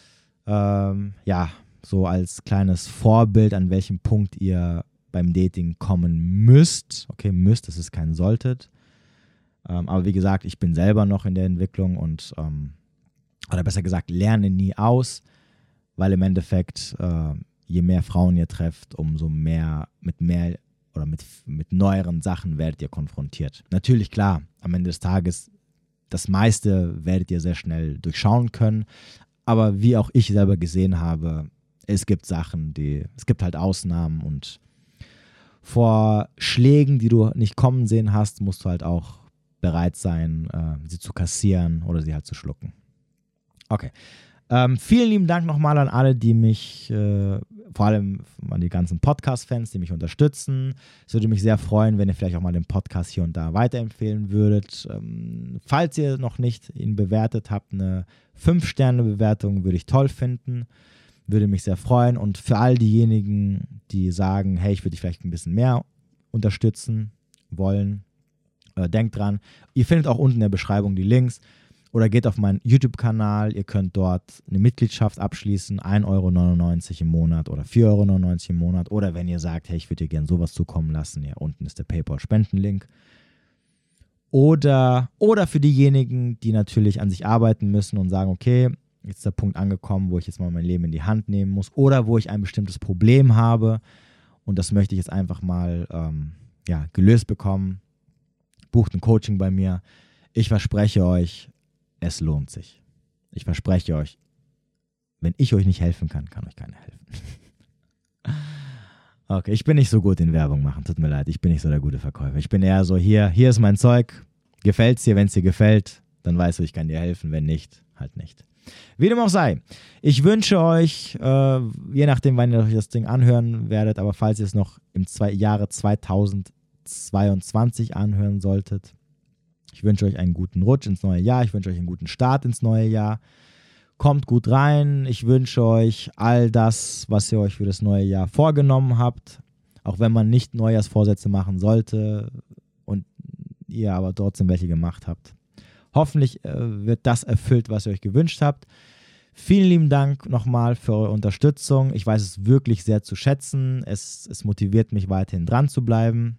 S2: So als kleines Vorbild, an welchem Punkt ihr beim Dating kommen müsst. Okay, müsst, das ist kein solltet. Aber wie gesagt, ich bin selber noch in der Entwicklung und, oder besser gesagt, lerne nie aus, weil im Endeffekt, je mehr Frauen ihr trefft, umso mehr oder mit neueren Sachen werdet ihr konfrontiert. Natürlich, klar, am Ende des Tages, das meiste werdet ihr sehr schnell durchschauen können, aber wie auch ich selber gesehen habe, es gibt es gibt halt Ausnahmen, und vor Schlägen, die du nicht kommen sehen hast, musst du halt auch bereit sein, sie zu kassieren oder sie halt zu schlucken. Okay. Vielen lieben Dank nochmal an alle, die mich, vor allem an die ganzen Podcast-Fans, die mich unterstützen. Es würde mich sehr freuen, wenn ihr vielleicht auch mal den Podcast hier und da weiterempfehlen würdet. Falls ihr noch nicht ihn bewertet habt, eine 5-Sterne-Bewertung würde ich toll finden. Würde mich sehr freuen. Und für all diejenigen, die sagen, hey, ich würde dich vielleicht ein bisschen mehr unterstützen wollen, denkt dran, ihr findet auch unten in der Beschreibung die Links. Oder geht auf meinen YouTube-Kanal, ihr könnt dort eine Mitgliedschaft abschließen, 1,99 € im Monat oder 4,99 € im Monat. Oder wenn ihr sagt, hey, ich würde dir gerne sowas zukommen lassen, ja, unten ist der PayPal-Spendenlink. Oder für diejenigen, die natürlich an sich arbeiten müssen und sagen, okay, jetzt ist der Punkt angekommen, wo ich jetzt mal mein Leben in die Hand nehmen muss oder wo ich ein bestimmtes Problem habe und das möchte ich jetzt einfach mal gelöst bekommen. Bucht ein Coaching bei mir. Ich verspreche euch, es lohnt sich. Ich verspreche euch, wenn ich euch nicht helfen kann, kann euch keiner helfen. Okay, ich bin nicht so gut in Werbung machen, tut mir leid, ich bin nicht so der gute Verkäufer. Ich bin eher so, hier ist mein Zeug, gefällt's dir, wenn es dir gefällt, dann weißt du, ich kann dir helfen, wenn nicht, halt nicht. Wie dem auch sei, ich wünsche euch, je nachdem, wann ihr euch das Ding anhören werdet, aber falls ihr es noch im Jahre 2022 anhören solltet, ich wünsche euch einen guten Rutsch ins neue Jahr, ich wünsche euch einen guten Start ins neue Jahr. Kommt gut rein. Ich wünsche euch all das, was ihr euch für das neue Jahr vorgenommen habt. Auch wenn man nicht Neujahrsvorsätze machen sollte und ihr aber trotzdem welche gemacht habt. Hoffentlich wird das erfüllt, was ihr euch gewünscht habt. Vielen lieben Dank nochmal für eure Unterstützung. Ich weiß es wirklich sehr zu schätzen. Es motiviert mich weiterhin dran zu bleiben.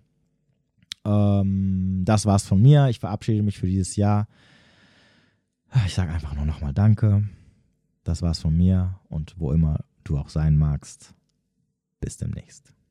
S2: Das war's von mir. Ich verabschiede mich für dieses Jahr. Ich sage einfach nur nochmal Danke. Das war's von mir und wo immer du auch sein magst, bis demnächst.